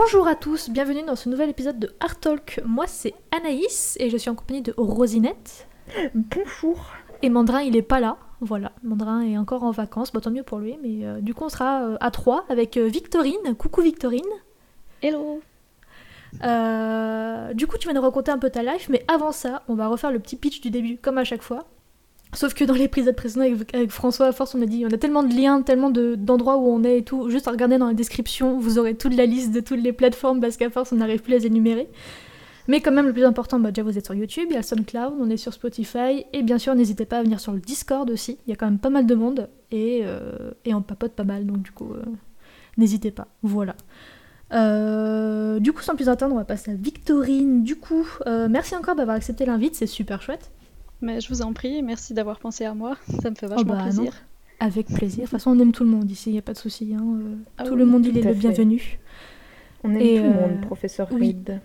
Bonjour à tous, bienvenue dans ce nouvel épisode de Art Talk. Moi c'est Anaïs et je suis en compagnie de Rosinette. Bonjour. Et Mandrin il est pas là, voilà, Mandrin est encore en vacances, bon tant mieux pour lui, mais du coup on sera à 3 avec Victorine. Coucou Victorine. Hello. Du coup tu vas nous raconter un peu ta life, mais avant ça on va refaire le petit pitch du début comme à chaque fois. Sauf que dans l'épisode précédent avec François, à force, on a dit on a tellement de liens, tellement d'endroits où on est et tout. Juste à regarder dans la description, vous aurez toute la liste de toutes les plateformes parce qu'à force, on n'arrive plus à les énumérer. Mais quand même, le plus important, déjà vous êtes sur YouTube, il y a SoundCloud, on est sur Spotify. Et bien sûr, n'hésitez pas à venir sur le Discord aussi. Il y a quand même pas mal de monde et on papote pas mal. Donc du coup, n'hésitez pas. Voilà. Du coup, sans plus attendre, on va passer à Victorine. Du coup, merci encore d'avoir accepté l'invite, c'est super chouette. Mais je vous en prie, merci d'avoir pensé à moi, ça me fait vachement plaisir. Non. Avec plaisir, de toute façon on aime tout le monde ici, il n'y a pas de souci. Tout oui, le monde il est le bienvenu. On aime tout le monde, professeur Reed.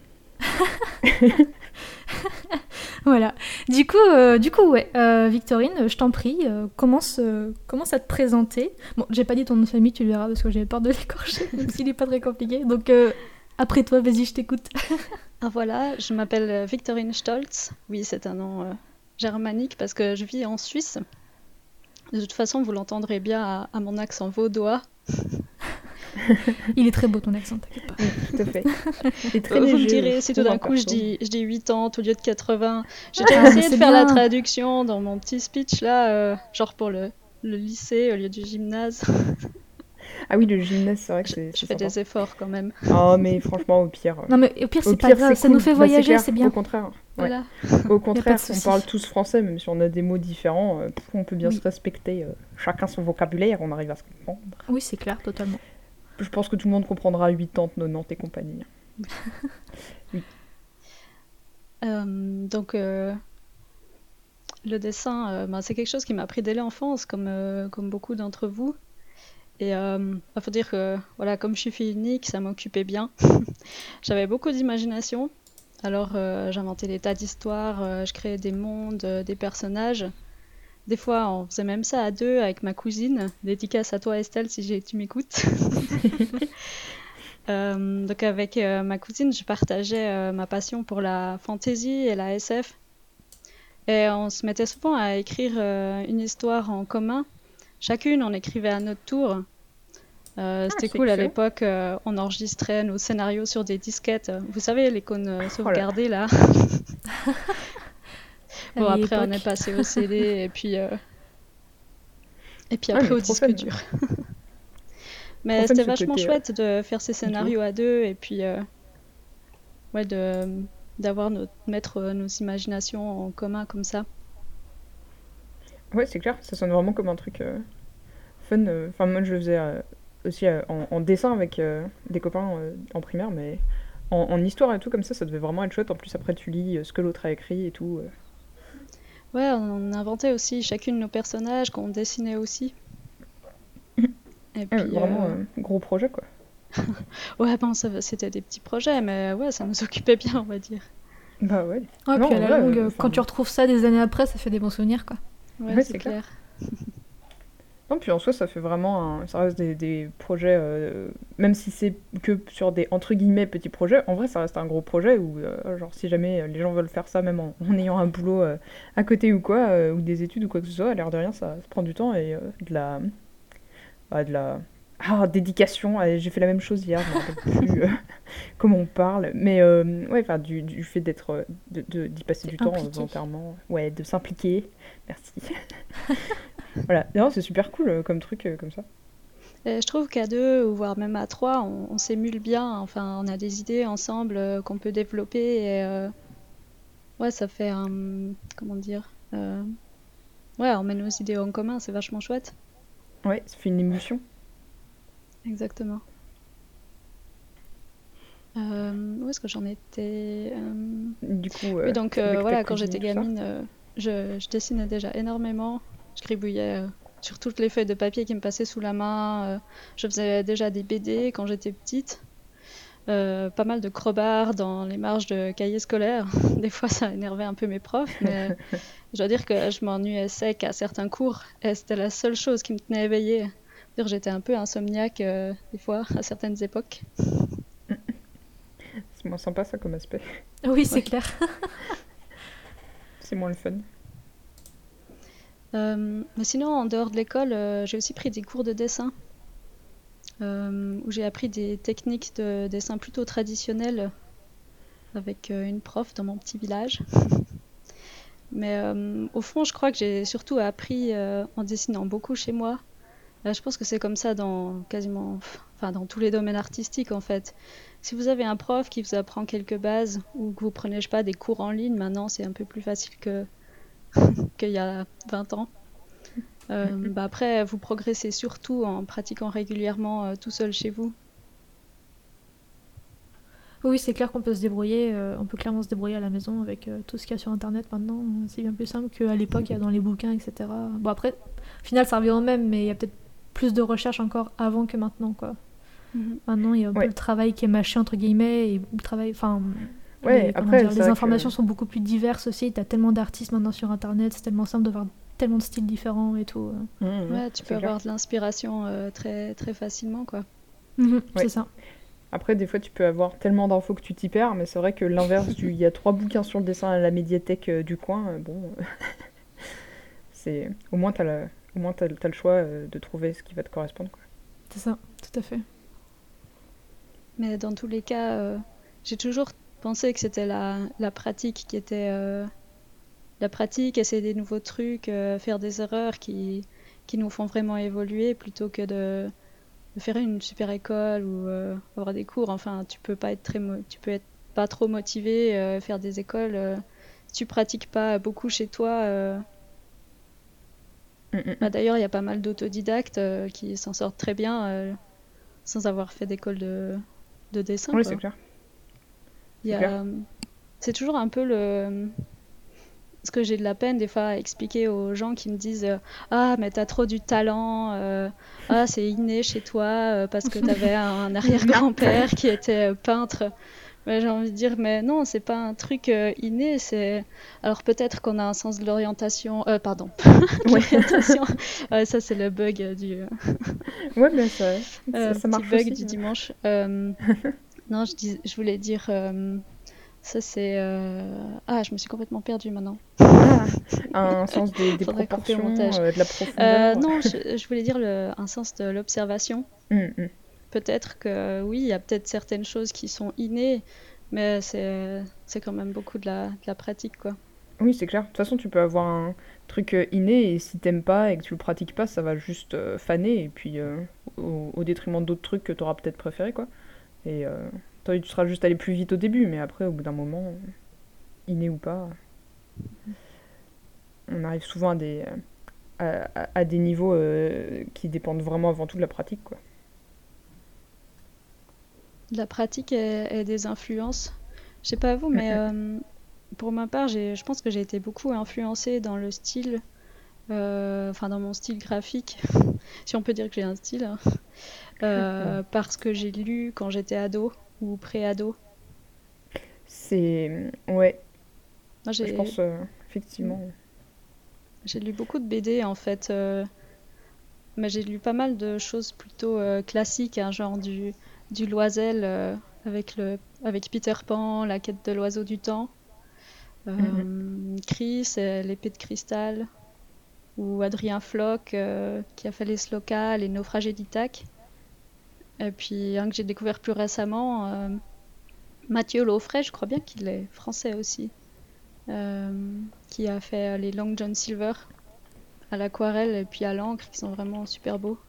Voilà. Du coup ouais, Victorine, je t'en prie, commence à te présenter. Bon, j'ai pas dit ton nom de famille, tu le verras parce que j'avais peur de l'écorcher, même s'il est pas très compliqué. Donc après toi, vas-y, je t'écoute. Ah voilà, je m'appelle Victorine Stolz. Oui, c'est un nom germanique parce que je vis en Suisse. De toute façon, vous l'entendrez bien à mon accent vaudois. Il est très beau ton accent, t'inquiète pas. Tout à fait. C'est très léger, vous me direz si tout d'un coup je dis 80 au lieu de 80. J'ai déjà essayé de bien. faire la traduction dans mon petit speech là, genre pour le lycée au lieu du gymnase. Ah oui, le gymnase, c'est vrai que je fais des efforts quand même. Oh, mais franchement, au pire. Non, mais au pire, c'est pas grave, ça nous fait voyager, c'est bien. Au contraire. Voilà. Au contraire, on parle tous français, même si on a des mots différents, on peut bien se respecter. Chacun son vocabulaire, on arrive à se comprendre. Oui, c'est clair, totalement. Je pense que tout le monde comprendra 80, 90 et compagnie. Oui. Donc, le dessin, c'est quelque chose qui m'a pris dès l'enfance, comme beaucoup d'entre vous. Et il faut dire que, voilà, comme je suis fille unique, ça m'occupait bien. J'avais beaucoup d'imagination. Alors, j'inventais des tas d'histoires, je créais des mondes, des personnages. Des fois, on faisait même ça à deux avec ma cousine. Dédicace à toi, Estelle, si tu m'écoutes. Donc, avec ma cousine, je partageais ma passion pour la fantasy et la SF. Et on se mettait souvent à écrire une histoire en commun. Chacune, on écrivait à notre tour. C'était cool à l'époque, on enregistrait nos scénarios sur des disquettes. Vous savez, l'icône sauvegardée là. Bon, après, on est passé au CD et puis après au disque dur. Mais c'était vachement chouette de faire ces scénarios à deux et puis mettre nos imaginations en commun comme ça. Ouais, c'est clair, ça sonne vraiment comme un truc fun. Enfin, moi, je le faisais aussi en dessin avec des copains en primaire, mais en histoire et tout comme ça devait vraiment être chouette. En plus, après, tu lis ce que l'autre a écrit et tout. Ouais, on inventait aussi chacune nos personnages, qu'on dessinait aussi. Et puis, vraiment gros projet, quoi. Ouais, bon, c'était des petits projets, mais ouais, ça nous occupait bien, on va dire. Bah ouais. Ouais, puis à la longue, quand tu retrouves ça des années après, ça fait des bons souvenirs, quoi. Ouais, c'est clair. Non, puis en soi, ça fait vraiment ça reste des projets, même si c'est que sur des, entre guillemets, petits projets, en vrai, ça reste un gros projet où, genre, si jamais les gens veulent faire ça, même en ayant un boulot à côté ou quoi, ou des études ou quoi que ce soit, à l'air de rien, ça prend du temps et de la dédication. J'ai fait la même chose hier, je me rappelle plus comment on parle, mais ouais, enfin, du fait d'être, d'y passer du temps volontairement, ouais, de s'impliquer, merci. Voilà, non, c'est super cool comme truc comme ça. Et je trouve qu'à deux, ou voire même à trois, on s'émule bien. Enfin, on a des idées ensemble qu'on peut développer. Et ouais, ça fait un... Comment dire ouais, on met nos idées en commun, c'est vachement chouette. Ouais, ça fait une émulsion. Exactement. Où est-ce que j'en étais Du coup, oui, donc voilà, quand j'étais gamine, je dessinais déjà énormément. Je gribouillais sur toutes les feuilles de papier qui me passaient sous la main. Je faisais déjà des BD quand j'étais petite. Pas mal de crobards dans les marges de cahiers scolaires. Des fois, ça énervait un peu mes profs, mais je dois dire que je m'ennuyais sec à certains cours. Et c'était la seule chose qui me tenait éveillée. J'étais un peu insomniaque des fois, à certaines époques. C'est moins sympa ça comme aspect. Oui, c'est clair. C'est moins le fun. Mais sinon, en dehors de l'école, j'ai aussi pris des cours de dessin où j'ai appris des techniques de dessin plutôt traditionnelles avec une prof dans mon petit village. Mais au fond, je crois que j'ai surtout appris en dessinant beaucoup chez moi. Je pense que c'est comme ça dans dans tous les domaines artistiques en fait. Si vous avez un prof qui vous apprend quelques bases ou que vous prenez, je sais pas, des cours en ligne, maintenant c'est un peu plus facile qu'il y a 20 ans. Après, vous progressez surtout en pratiquant régulièrement tout seul chez vous. Oui, c'est clair qu'on peut se débrouiller, on peut clairement se débrouiller à la maison avec tout ce qu'il y a sur internet maintenant. C'est bien plus simple qu'à l'époque, il y a dans les bouquins, etc. Bon, après, au final, ça revient au même, mais il y a peut-être plus de recherche encore avant que maintenant, quoi. Maintenant, il y a un peu le travail qui est mâché, entre guillemets, et le travail. Enfin, les informations sont beaucoup plus diverses aussi. T'as tellement d'artistes maintenant sur internet, c'est tellement simple de voir tellement de styles différents et tout. Ouais, tu peux avoir de l'inspiration très, très facilement, quoi. C'est ça. Après, des fois, tu peux avoir tellement d'infos que tu t'y perds, mais c'est vrai que l'inverse il y a 3 bouquins sur le dessin à la médiathèque du coin, c'est... Au moins, t'as le choix de trouver ce qui va te correspondre, quoi. C'est ça, tout à fait. Mais dans tous les cas, j'ai toujours pensé que c'était la pratique qui était... La pratique, essayer des nouveaux trucs, faire des erreurs qui nous font vraiment évoluer plutôt que de faire une super école ou avoir des cours. Enfin, tu peux être pas trop motivé, faire des écoles. Si tu pratiques pas beaucoup chez toi. D'ailleurs, il y a pas mal d'autodidactes qui s'en sortent très bien sans avoir fait d'école de dessin. Oui, quoi. c'est clair. C'est toujours un peu ce que j'ai de la peine des fois à expliquer aux gens qui me disent ah mais t'as trop du talent, ah c'est inné chez toi parce que t'avais un arrière-grand-père qui était peintre. Mais j'ai envie de dire mais non, c'est pas un truc inné, c'est alors peut-être qu'on a un sens de l'orientation, l'orientation, ça c'est le bug du ouais mais ça marche petit bug aussi, du dimanche. Non, je voulais dire ça c'est... je me suis complètement perdue maintenant. Un sens des proportions, de la profondeur. Non, je voulais dire un sens de l'observation. Peut-être que oui, il y a peut-être certaines choses qui sont innées, mais c'est quand même beaucoup de la pratique, quoi. Oui, c'est clair. De toute façon, tu peux avoir un truc inné et si t'aimes pas et que tu le pratiques pas, ça va juste faner et puis au détriment d'autres trucs que t'auras peut-être préféré, quoi. Et tu seras juste allé plus vite au début, mais après, au bout d'un moment, inné ou pas, on arrive souvent à des niveaux qui dépendent vraiment avant tout de la pratique, quoi. De la pratique et des influences. Je sais pas vous, mais pour ma part, je pense que j'ai été beaucoup influencée dans le style, dans mon style graphique, si on peut dire que j'ai un style, parce que j'ai lu quand j'étais ado ou pré-ado. Ouais. Moi, je pense, effectivement. J'ai lu beaucoup de BD, en fait. Mais j'ai lu pas mal de choses plutôt classiques, hein, genre du Loisel avec Peter Pan, La quête de l'oiseau du temps, Chris, l'épée de cristal, ou Adrien Floch qui a fait les Sloka, les naufragés d'Ithaque. Et puis un que j'ai découvert plus récemment, Mathieu Laufray, je crois bien qu'il est français aussi, qui a fait les Long John Silver à l'aquarelle et puis à l'encre, qui sont vraiment super beaux.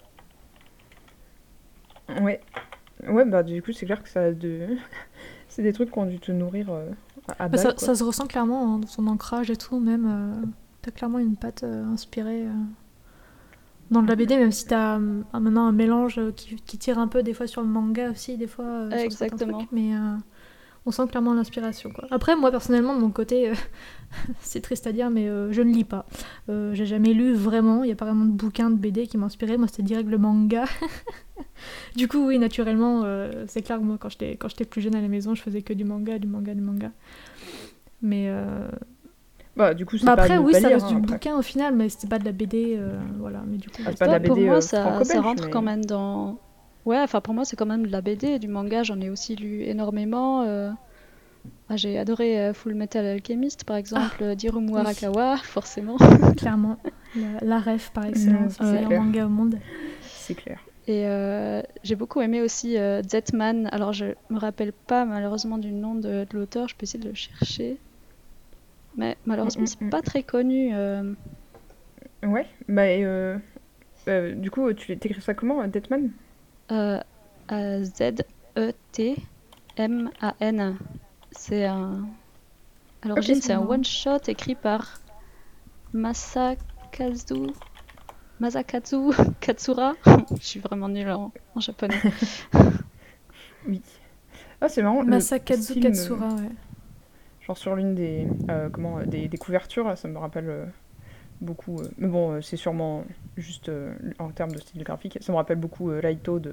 Ouais, bah du coup c'est clair que c'est des trucs qui ont dû te nourrir à balle, ça se ressent clairement dans son ancrage et tout, même t'as clairement une patte inspirée dans la BD, même si t'as maintenant un mélange qui tire un peu des fois sur le manga aussi, des fois sur certains trucs, mais on sent clairement l'inspiration, quoi. Après, moi personnellement, de mon côté, c'est triste à dire, mais je ne lis pas. J'ai jamais lu vraiment, il n'y a pas vraiment de bouquin de BD qui m'a inspiré, moi c'était direct le manga. Du coup, oui, naturellement, c'est clair que moi, quand j'étais plus jeune à la maison, je faisais que du manga. Mais... Bah, du coup, c'est après, pas oui, ça lire, reste du bouquin au final, mais c'était pas de la BD, voilà. Mais du coup, c'est pas de la BD pour moi, ça franco-belge, rentre quand même dans... Ouais, enfin, pour moi, c'est quand même de la BD. Du manga, j'en ai aussi lu énormément. J'ai adoré Full Metal Alchemist, par exemple, d'Hiromu oui. Arakawa, forcément. Clairement. La ref par excellence, c'est le meilleur clair. manga au monde. C'est clair. Et j'ai beaucoup aimé aussi Zetman. Alors, je me rappelle pas malheureusement du nom de l'auteur, je peux essayer de le chercher. Mais malheureusement, c'est pas très connu. Ouais, du coup, tu t'écris ça comment, Deathman? Zetman. C'est un. À l'origine, c'est c'est un marrant. one-shot écrit par Masakazu Katsura. Je suis vraiment nulle en japonais. Oui. Ah, c'est marrant, le Masakazu style Katsura, ouais. genre sur l'une des, des couvertures, là, ça me rappelle beaucoup... mais bon, c'est sûrement juste en termes de style graphique. Ça me rappelle beaucoup Raito de...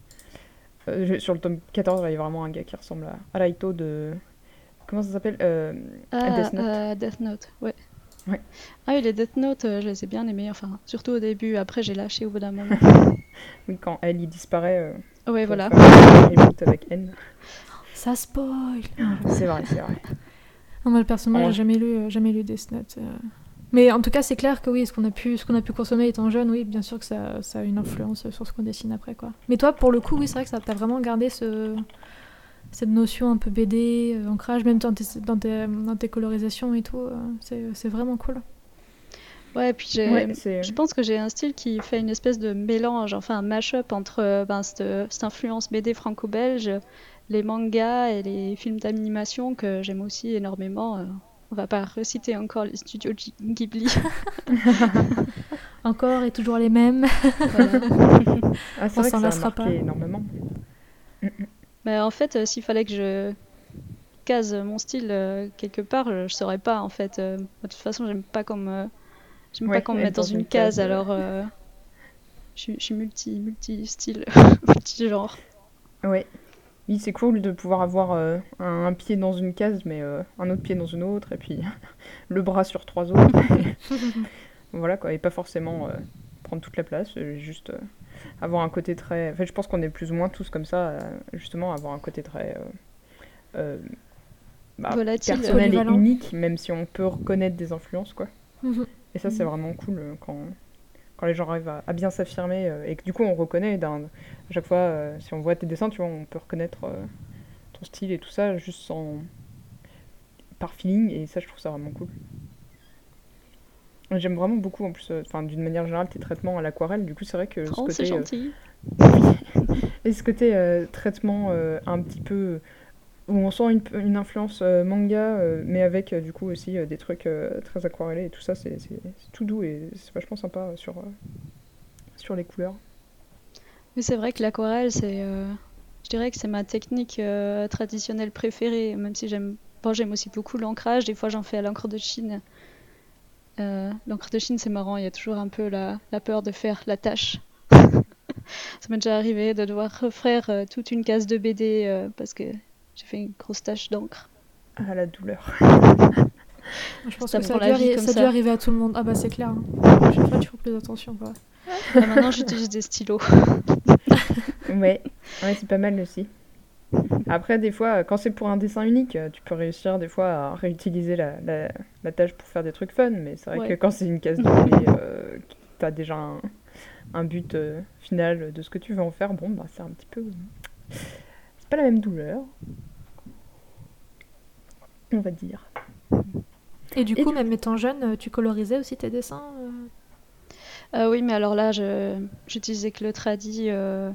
sur le tome 14, là, il y a vraiment un gars qui ressemble à Raito de... Comment ça s'appelle Death Note. Death Note, ouais. Ouais. Ah oui, les Death Note, je les ai bien aimés, enfin, surtout au début. Après, j'ai lâché au bout d'un moment. Oui, quand elle, il disparaît Ouais, pour voilà. faire un reboot avec N. Ça spoil. C'est vrai, c'est vrai. Non, moi personnellement, Ouais. j'ai jamais lu Death Note. Mais en tout cas, c'est clair que oui, ce qu'on a pu consommer étant jeune, oui, bien sûr que ça a une influence sur ce qu'on dessine après, quoi. Mais toi, pour le coup, oui, c'est vrai que ça t'a vraiment gardé cette notion un peu BD, ancrage, même dans tes colorisations et tout. C'est vraiment cool. Ouais, puis je pense que j'ai un style qui fait une espèce de mélange, enfin un mash-up entre cette influence BD franco-belge, les mangas et les films d'animation que j'aime aussi énormément. On va pas reciter encore les studios Ghibli. Encore et toujours les mêmes. Voilà. Ah, c'est On vrai s'en que ça a lassera marqué pas. énormément. Mais en fait, s'il fallait que je case mon style quelque part, je saurais pas en fait. De toute façon, j'aime pas qu'on me Ouais, mette être dans dans une case, alors je suis multi-style, multi-genre. Ouais. Oui, c'est cool de pouvoir avoir un pied dans une case, mais un autre pied dans une autre, et puis le bras sur 3 autres. Voilà quoi, et pas forcément prendre toute la place, juste avoir un côté très... En fait, je pense qu'on est plus ou moins tous comme ça, justement, avoir un côté très euh, Volatile. personnel et Polyvalent. unique, même si on peut reconnaître des influences, quoi. Mhm. Et ça, c'est vraiment cool quand les gens arrivent à bien s'affirmer, et que du coup, on reconnaît, à chaque fois, si on voit tes dessins, tu vois, on peut reconnaître ton style et tout ça, juste par feeling, et ça, je trouve ça vraiment cool. J'aime vraiment beaucoup en plus, d'une manière générale, tes traitements à l'aquarelle. Du coup, c'est vrai que ce Oh, c'est côté, gentil. et ce côté traitement un petit peu où on sent une influence manga, mais avec du coup aussi des trucs très aquarellés et tout ça, c'est tout doux et c'est vachement sympa sur les couleurs. Mais c'est vrai que l'aquarelle, je dirais que c'est ma technique traditionnelle préférée, même si j'aime aussi beaucoup l'ancrage. Des fois, j'en fais à l'encre de Chine. L'encre de Chine, c'est marrant, il y a toujours un peu la peur de faire la tâche. Ça m'est déjà arrivé de devoir refaire toute une case de BD parce que j'ai fait une grosse tache d'encre. Ah, la douleur. Je pense Ça que prend la vie comme ça a dû ça. arriver à tout le monde. Ah bah c'est clair. La prochaine fois, tu feras plus attention, quoi. Maintenant, j'utilise des stylos. Ouais, c'est pas mal aussi. Après, des fois, quand c'est pour un dessin unique, tu peux réussir des fois à réutiliser la tâche pour faire des trucs fun, mais c'est vrai Ouais. que quand c'est une case de BD, t'as déjà un but final de ce que tu veux en faire, bon, bah c'est un petit peu... C'est pas la même douleur, on va dire. Et du coup, même étant jeune, tu colorisais aussi tes dessins Oui, mais alors là, j'utilisais que le tradi.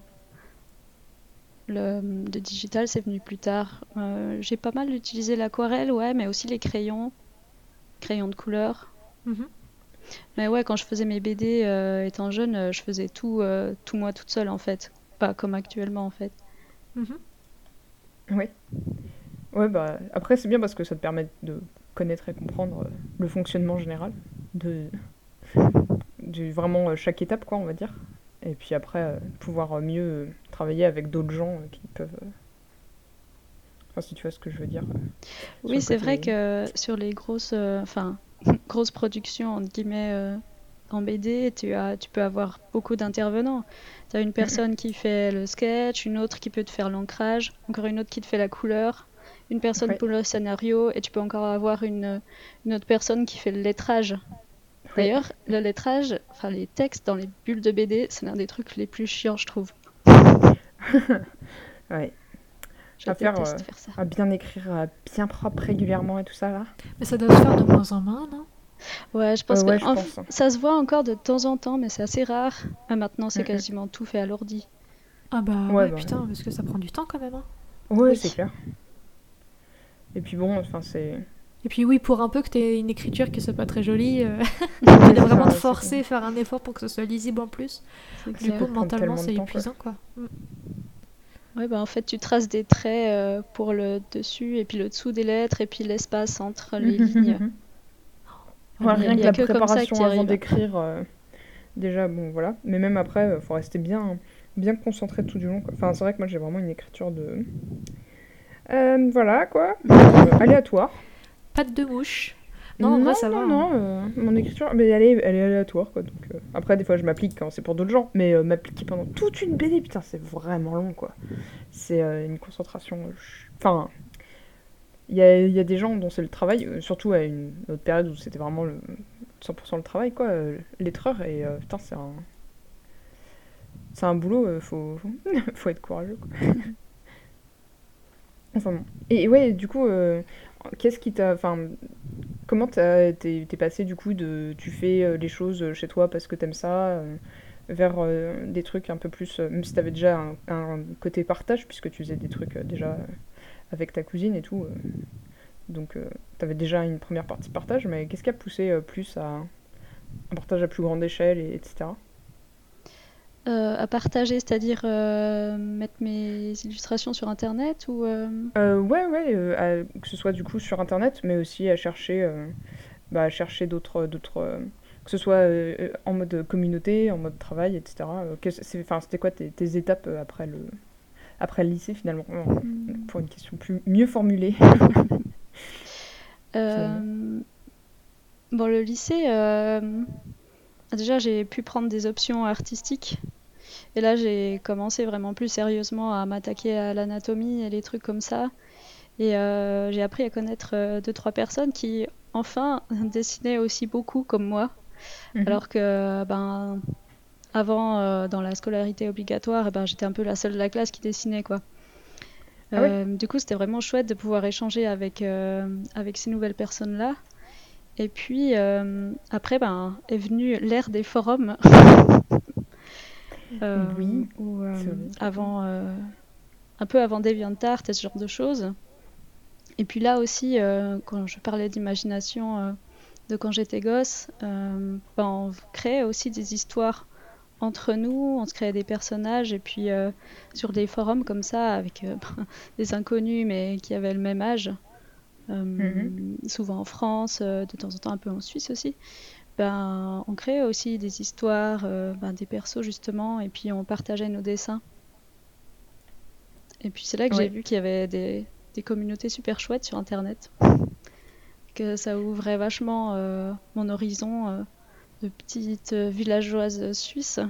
Le digital, c'est venu plus tard. J'ai pas mal utilisé l'aquarelle, ouais, mais aussi les crayons de couleur. Mhm. Mais ouais, quand je faisais mes BD étant jeune, je faisais tout moi toute seule en fait. Pas comme actuellement en fait. Mhm. Ouais. Ouais, bah après c'est bien parce que ça te permet de connaître et comprendre le fonctionnement général de vraiment chaque étape, quoi, on va dire. Et puis après, pouvoir mieux travailler avec d'autres gens qui peuvent... Enfin, si tu vois ce que je veux dire. Sur Oui, le c'est côté- vrai que sur les grosses, grosses productions entre guillemets en BD, tu peux avoir beaucoup d'intervenants. Tu as une personne qui fait le sketch, une autre qui peut te faire l'ancrage, encore une autre qui te fait la couleur, une personne Ouais. pour le scénario et tu peux encore avoir une autre personne qui fait le lettrage. Oui. D'ailleurs, le lettrage, enfin les textes dans les bulles de BD, c'est l'un des trucs les plus chiants, je trouve. Ouais. Je À faire, déteste faire ça. à bien écrire, bien propre régulièrement et tout ça là. Mais ça doit se faire de moins en moins, non? Ouais, je pense Ouais, que je pense. ça se voit encore de temps en temps, mais c'est assez rare. Maintenant, c'est Mm, mm. quasiment tout fait à l'ordi. Ah bah Ouais, ouais, bah. putain, parce que ça prend du temps quand même, hein. Ouais, Oui. c'est clair. Et puis bon, enfin c'est. Et puis oui, pour un peu que t'aies une écriture qui soit pas très jolie, tu Ouais, dois vraiment te c'est forcer, faire un effort pour que ce soit lisible en plus. C'est Du clair. coup, peut prendre mentalement, tellement de c'est temps, quoi. épuisant, quoi. Ouais, bah en fait, tu traces des traits pour le dessus, et puis le dessous des lettres, et puis l'espace entre les lignes. Ouais, Il y a- rien il que y a la que comme ça que préparation t'y avant arrives. d'écrire, déjà, bon voilà. Mais même après, faut rester bien concentré tout du long, quoi. Enfin, c'est vrai que moi j'ai vraiment une écriture de. Voilà quoi. Aléatoire. Patte de mouche. Non, en Non, vrai, ça va, non, hein. non, mon écriture, mais elle est aléatoire quoi. Donc, après, des fois je m'applique quand c'est pour d'autres gens, mais m'appliquer pendant toute une BD, putain, c'est vraiment long quoi. C'est une concentration. Enfin, il y a des gens dont c'est le travail, surtout à une autre période où c'était vraiment 100% le travail quoi, lettreur, et putain, c'est un boulot, faut être courageux quoi. Enfin bon. Et ouais, du coup, qu'est-ce qui t'a. Enfin, comment t'es passé du coup de. Tu fais les choses chez toi parce que t'aimes ça, vers des trucs un peu plus. Même si t'avais déjà un côté partage, puisque tu faisais des trucs déjà avec ta cousine et tout. Donc t'avais déjà une première partie partage, mais qu'est-ce qui a poussé plus à un partage à plus grande échelle, etc. À partager, c'est-à-dire mettre mes illustrations sur Internet ou... Ouais, que ce soit du coup sur internet, mais aussi à chercher d'autres que ce soit en mode communauté, en mode travail, etc. Enfin, c'était quoi tes étapes après le lycée finalement, pour une question mieux formulée finalement. Bon, le lycée, déjà j'ai pu prendre des options artistiques. Et là, j'ai commencé vraiment plus sérieusement à m'attaquer à l'anatomie et les trucs comme ça. Et j'ai appris à connaître 2-3 personnes qui, enfin, dessinaient aussi beaucoup comme moi. Mhm. Alors que, ben, avant, dans la scolarité obligatoire, eh ben, j'étais un peu la seule de la classe qui dessinait, quoi. Ah ouais. Du coup, c'était vraiment chouette de pouvoir échanger avec ces nouvelles personnes-là. Et puis, après, ben, est venue l'ère des forums. Oui, Où, c'est vrai. avant, un peu avant DeviantArt et ce genre de choses. Et puis là aussi, quand je parlais d'imagination de quand j'étais gosse, ben, on créait aussi des histoires entre nous, on se créait des personnages, et puis sur des forums comme ça, avec des inconnus mais qui avaient le même âge, souvent en France, de temps en temps un peu en Suisse aussi, ben, on créait aussi des histoires, ben, des persos justement, et puis on partageait nos dessins. Et puis c'est là que j'ai Ouais. vu qu'il y avait des communautés super chouettes sur Internet, que ça ouvrait vachement mon horizon de petite villageoise suisse.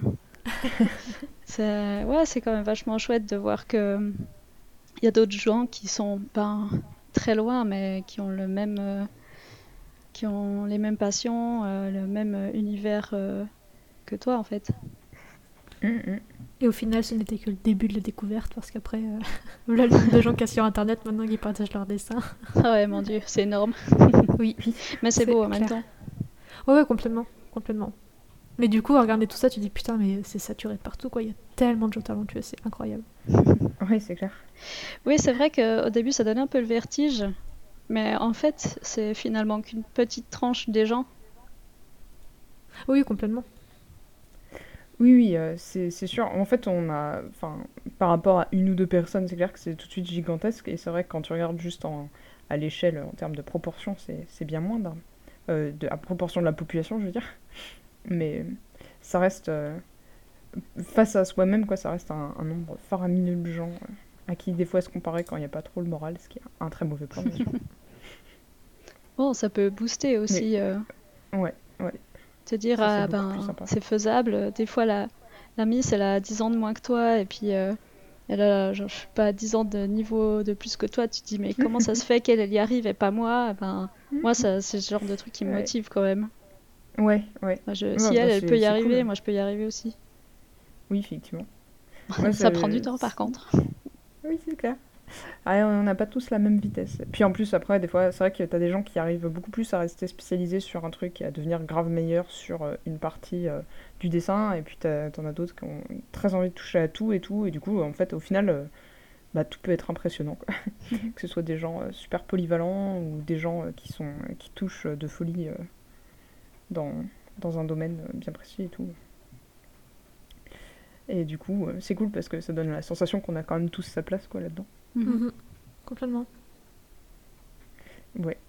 C'est quand même vachement chouette de voir que il y a d'autres gens qui sont pas très loin, mais qui ont qui ont les mêmes passions, le même univers que toi en fait. Mhm. Et au final, ce n'était que le début de la découverte, parce qu'après, voilà le nombre de gens qu'il y a sur Internet maintenant qui partagent leurs dessins. Ah ouais, mon Dieu, c'est énorme. Oui, Mais c'est c'est beau en même clair. temps. Ouais, complètement, complètement. Mais du coup, à regarder tout ça, tu dis putain, mais c'est saturé de partout, quoi. Il y a tellement de gens talentueux, c'est incroyable. Ouais, c'est clair. Oui, c'est vrai qu'au début ça donnait un peu le vertige, mais en fait c'est finalement qu'une petite tranche des gens. Oui, complètement. Oui, c'est sûr. En fait, enfin, par rapport à une ou deux personnes, c'est clair que c'est tout de suite gigantesque. Et c'est vrai que quand tu regardes juste à l'échelle, en termes de proportion, c'est bien moindre. À proportion de la population, je veux dire. Mais ça reste, face à soi-même, quoi, ça reste un nombre faramineux de gens à qui des fois se comparer quand il n'y a pas trop le moral, ce qui est un très mauvais plan, bien sûr. Bon, ça peut booster Mais aussi, ouais, te dire ça c'est ah beaucoup plus ben sympa. c'est faisable. Des fois la Miss elle a 10 ans de moins que toi et puis Et là, genre, je suis pas à 10 ans de niveau de plus que toi, tu te dis, mais comment ça se fait qu'elle elle y arrive et pas moi? Ben, moi, c'est ce genre de truc qui me Ouais. motive quand même. Ouais, ouais. Moi, Ouais, si bah, elle peut y c'est arriver, cool. moi, je peux y arriver aussi. Oui, effectivement. Moi, Ça prend du temps, par contre. Oui, c'est clair. Ah, on n'a pas tous la même vitesse. Puis en plus, après, des fois, c'est vrai que t'as des gens qui arrivent beaucoup plus à rester spécialisés sur un truc et à devenir grave meilleur sur une partie du dessin. Et puis t'en as d'autres qui ont très envie de toucher à tout et tout. Et du coup, en fait, au final, bah, tout peut être impressionnant, quoi. Que ce soit des gens super polyvalents ou des gens qui touchent de folie dans, dans un domaine bien précis et tout. Et du coup, c'est cool parce que ça donne la sensation qu'on a quand même tous sa place, quoi, là-dedans. Complètement. Ouais.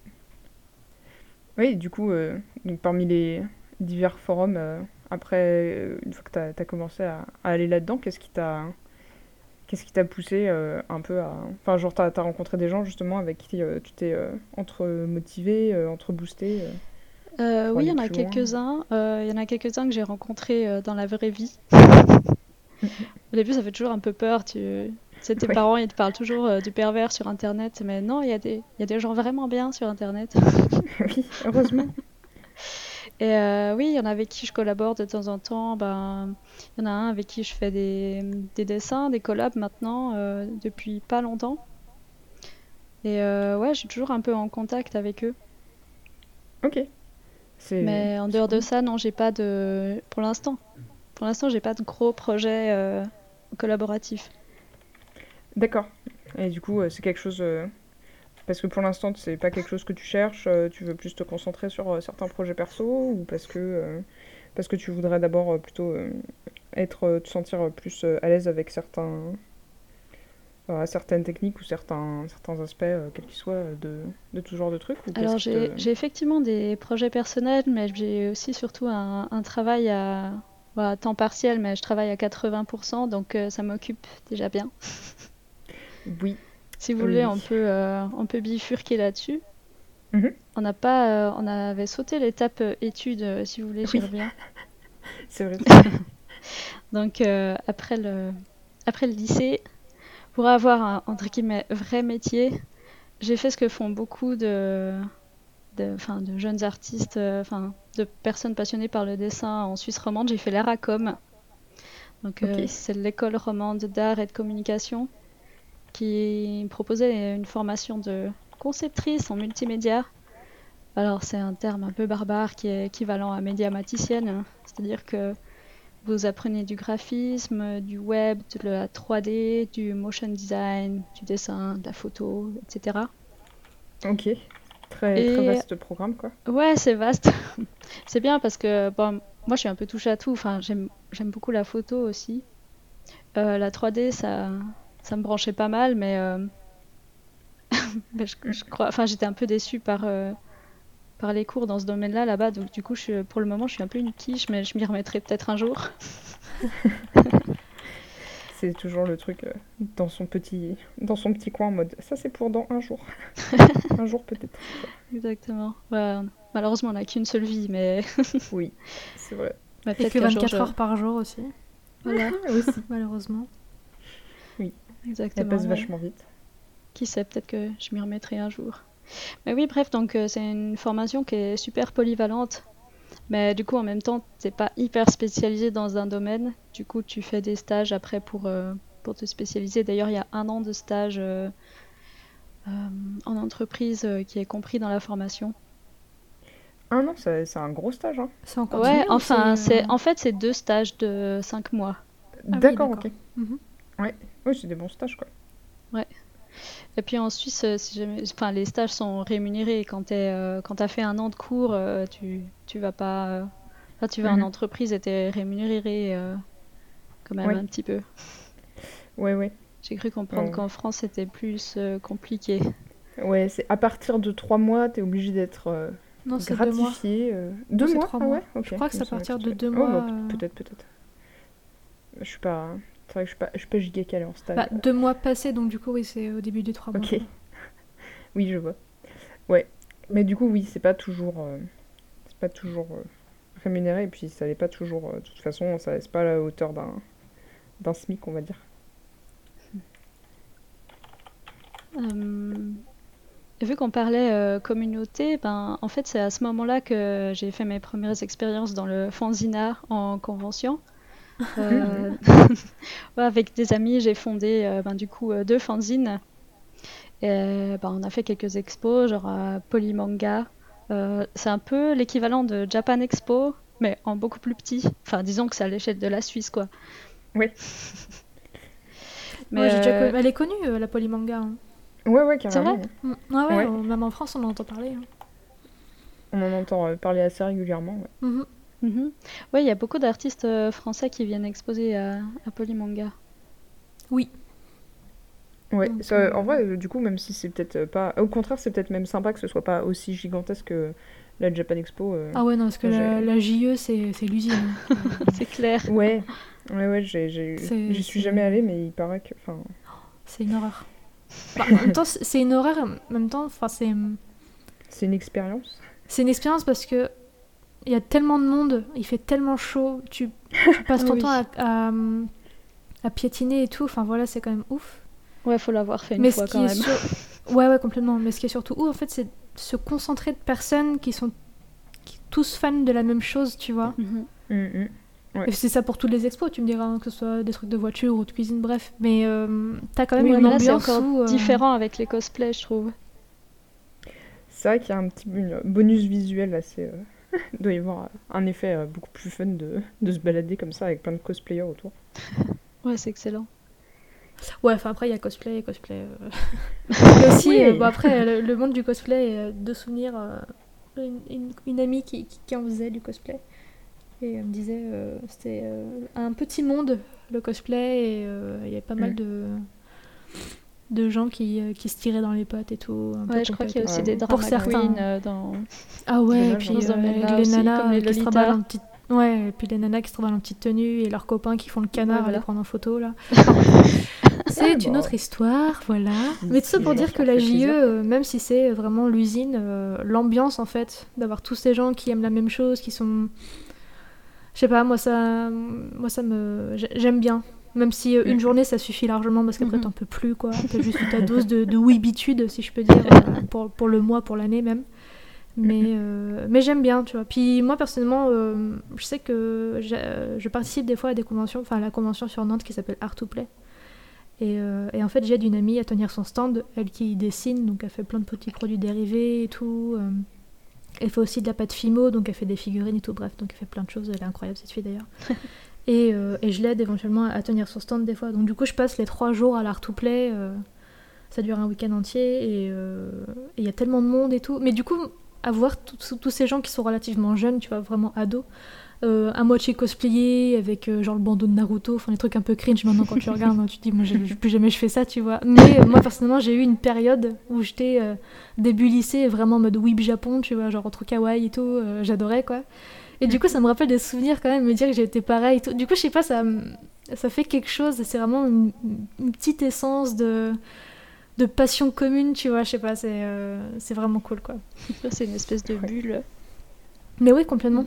Oui, du coup, donc parmi les divers forums, après, une fois que t'as commencé à aller là-dedans, qu'est-ce qui t'a poussé un peu à... Enfin, genre, t'as rencontré des gens, justement, avec qui tu t'es entre-motivé, entre-boosté pour Oui, il y aller en a plus loin. quelques-uns. Il y en a quelques-uns que j'ai rencontrés dans la vraie vie. Au début, ça fait toujours un peu peur. Tu sais, tes Ouais, parents, ils te parlent toujours du pervers sur Internet. Mais non, il y a des gens vraiment bien sur Internet. oui, heureusement. Et oui, il y en a avec qui je collabore de temps en temps. Ben, il y en a un avec qui je fais des dessins, des collabs maintenant, depuis pas longtemps. Et ouais, je suis toujours un peu en contact avec eux. Ok, Mais en c'est dehors de cool. ça, non, j'ai pas de... Pour l'instant, j'ai pas de gros projets collaboratifs. D'accord. Et du coup, c'est quelque chose... parce que pour l'instant, c'est pas quelque chose que tu cherches, tu veux plus te concentrer sur certains projets perso ou parce que tu voudrais d'abord plutôt te sentir plus à l'aise avec certaines techniques ou certains aspects, quels qu'ils soient, de tout genre de trucs ou qu'est-ce Alors, qui te... j'ai effectivement des projets personnels, mais j'ai aussi surtout un travail à temps partiel, mais je travaille à 80%, donc ça m'occupe déjà bien. Oui, Si vous oui, voulez, oui. on peut bifurquer là-dessus. Mhm. On n'a pas, on avait sauté l'étape études, si vous voulez, j'y Oui, reviens. c'est vrai, c'est vrai. Donc, après le lycée, pour avoir un, entre guillemets, vrai métier, j'ai fait ce que font beaucoup enfin, de jeunes artistes, enfin, de personnes passionnées par le dessin en Suisse romande. J'ai fait l'ERACOM, donc Ok, c'est l'école romande d'art et de communication, qui proposait une formation de conceptrice en multimédia. Alors c'est un terme un peu barbare qui est équivalent à médiamaticienne, c'est-à-dire que vous apprenez du graphisme, du web, de la 3D, du motion design, du dessin, de la photo, etc. ok. Très, très Et vaste programme, quoi. ouais, c'est vaste. C'est bien parce que bon, moi je suis un peu touche à tout. Enfin, j'aime beaucoup la photo aussi. La 3D, ça me branchait pas mal, mais je crois, enfin, j'étais un peu déçue par les cours dans ce domaine-là là-bas. Donc du coup, pour le moment, je suis un peu une quiche, mais je m'y remettrai peut-être un jour. C'est toujours le truc dans son petit coin en mode ça c'est pour dans un jour. Un jour peut-être. Exactement. Ouais, malheureusement, on n'a qu'une seule vie, mais Oui, c'est vrai. mais Et peut-être que qu'un jour 24 heures par jour aussi, Voilà, Aussi. malheureusement. Oui, elle exactement. passe Ouais. vachement vite. Qui sait, peut-être que je m'y remettrai un jour. Mais oui, bref, donc c'est une formation qui est super polyvalente. Mais du coup, en même temps, t'es pas hyper spécialisé dans un domaine. Du coup, tu fais des stages après pour te spécialiser. D'ailleurs, il y a un an de stage en entreprise qui est compris dans la formation. Un an, c'est un gros stage, hein. C'est en Ouais, continu ou c'est... enfin, en fait, c'est 2 stages de 5 mois. Ah oui, D'accord, d'accord. ok. Ouais, oui, c'est des bons stages, quoi. Ouais. Et puis en Suisse, si jamais, enfin, les stages sont rémunérés. Quand t'as fait un an de cours, tu vas pas, enfin, tu vas en Mhm. entreprise et t'es rémunéré quand même Ouais, un petit peu. ouais, ouais. J'ai cru comprendre Non. qu'en France c'était plus compliqué. Ouais, c'est à partir de 3 mois, t'es obligé d'être Non, c'est 2 mois. gratifié. Non, Deux c'est mois? 3 Ah mois. ouais, ok. Je crois que Il c'est me à semblait que partir de c'était... deux Oh, bah, mois. peut-être, peut-être. Je suis pas... C'est vrai que je suis pas giga calée en stage. Bah, 2 mois passés, donc du coup, oui, c'est au début des 3 mois, Ok, quoi. oui, je vois. Ouais, mais du coup, oui, c'est pas toujours rémunéré, et puis ça n'est pas toujours, de toute façon, ça c'est pas à la hauteur d'un SMIC, on va dire. Et vu qu'on parlait communauté, ben, en fait, c'est à ce moment-là que j'ai fait mes premières expériences dans le fanzine en convention. Ouais, avec des amis, j'ai fondé du coup 2 fanzines. Et, on a fait quelques expos, genre à Polymanga. C'est un peu l'équivalent de Japan Expo, mais en beaucoup plus petit. Enfin, disons que c'est à l'échelle de la Suisse, quoi. Oui. Mais elle est connue, la Polymanga. Hein. Ouais, c'est carrément. vrai. Ouais, même en France, on en entend parler. Hein. On en entend parler assez régulièrement. Ouais. Ouais, il y a beaucoup d'artistes français qui viennent exposer à Polymanga. Oui. Ouais, Donc, ça, en vrai, du coup, même si c'est peut-être pas... Au contraire, c'est peut-être même sympa que ce soit pas aussi gigantesque que la Japan Expo. Ah ouais, non, parce que la JE, c'est l'usine. Hein. C'est clair. Ouais, j'y suis jamais allée, mais il paraît que... Enfin... C'est une horreur. En même temps, c'est une horreur, en même temps, c'est... C'est une expérience. C'est une expérience parce que il y a tellement de monde, il fait tellement chaud, tu passes ton temps à piétiner et tout, enfin voilà, c'est quand même ouf. Ouais, faut l'avoir fait une fois quand même. Ouais, complètement. Mais ce qui est surtout ouf, en fait, c'est se concentrer de personnes qui sont tous fans de la même chose, tu vois. Ouais. Et c'est ça pour toutes les expos, tu me diras, hein, que ce soit des trucs de voiture ou de cuisine, bref. Mais t'as quand même une là, ambiance c'est encore où... différent avec les cosplays, je trouve. C'est vrai qu'il y a un petit bonus visuel assez... Il doit y avoir un effet beaucoup plus fun de se balader comme ça avec plein de cosplayers autour. Ouais, c'est excellent. Ouais, enfin après il y a cosplay. Mais aussi, Oui. après le monde du cosplay, de souvenir, une amie qui en faisait du cosplay. Et elle me disait, c'était un petit monde, le cosplay, et il y avait pas mal de gens qui se tiraient dans les pattes et tout. Ouais, je crois qu'il y a aussi des drama queens dans... Ah ouais, et puis dans ce domaine-là les aussi, nanas comme les qui se Lolita. trimballent en petite... Ouais, et puis les nanas qui se trimballent en petite tenue et leurs copains qui font le canard à les prendre en photo, là. C'est une autre histoire, voilà. Mais tout ça pour dire que la JE, même si c'est vraiment l'usine, l'ambiance en fait, d'avoir tous ces gens qui aiment la même chose, qui sont... Je sais pas, moi ça me... J'aime bien. Même si une journée ça suffit largement parce qu'après t'en peux plus, quoi. T'as juste ta dose de weebitude, si je peux dire, pour le mois, pour l'année même. Mais j'aime bien, tu vois. Puis moi personnellement, je sais que je participe des fois à des conventions, enfin à la convention sur Nantes qui s'appelle Art to Play. Et en fait, j'aide une amie à tenir son stand, elle qui dessine, donc elle fait plein de petits produits dérivés et tout. Elle fait aussi de la pâte Fimo, donc elle fait des figurines et tout, bref, donc elle fait plein de choses, elle est incroyable cette fille d'ailleurs. Et je l'aide éventuellement à tenir son stand des fois. Donc du coup, je passe les 3 jours à l'Art to Play, ça dure un week-end entier, et il y a tellement de monde et tout. Mais du coup, à voir tous ces gens qui sont relativement jeunes, tu vois, vraiment ados, à moitié cosplayé avec genre le bandeau de Naruto, enfin les trucs un peu cringe maintenant quand tu regardes, hein, tu te dis moi plus jamais je fais ça, tu vois. Mais moi personnellement j'ai eu une période où j'étais début lycée vraiment en mode weeb Japon, tu vois, genre trop kawaii et tout, j'adorais quoi. Et du coup ça me rappelle des souvenirs quand même, me dire que j'ai été pareil et tout. Du coup je sais pas, ça fait quelque chose, c'est vraiment une petite essence de passion commune, tu vois, je sais pas, c'est vraiment cool quoi. C'est une espèce de bulle. Mais oui, complètement.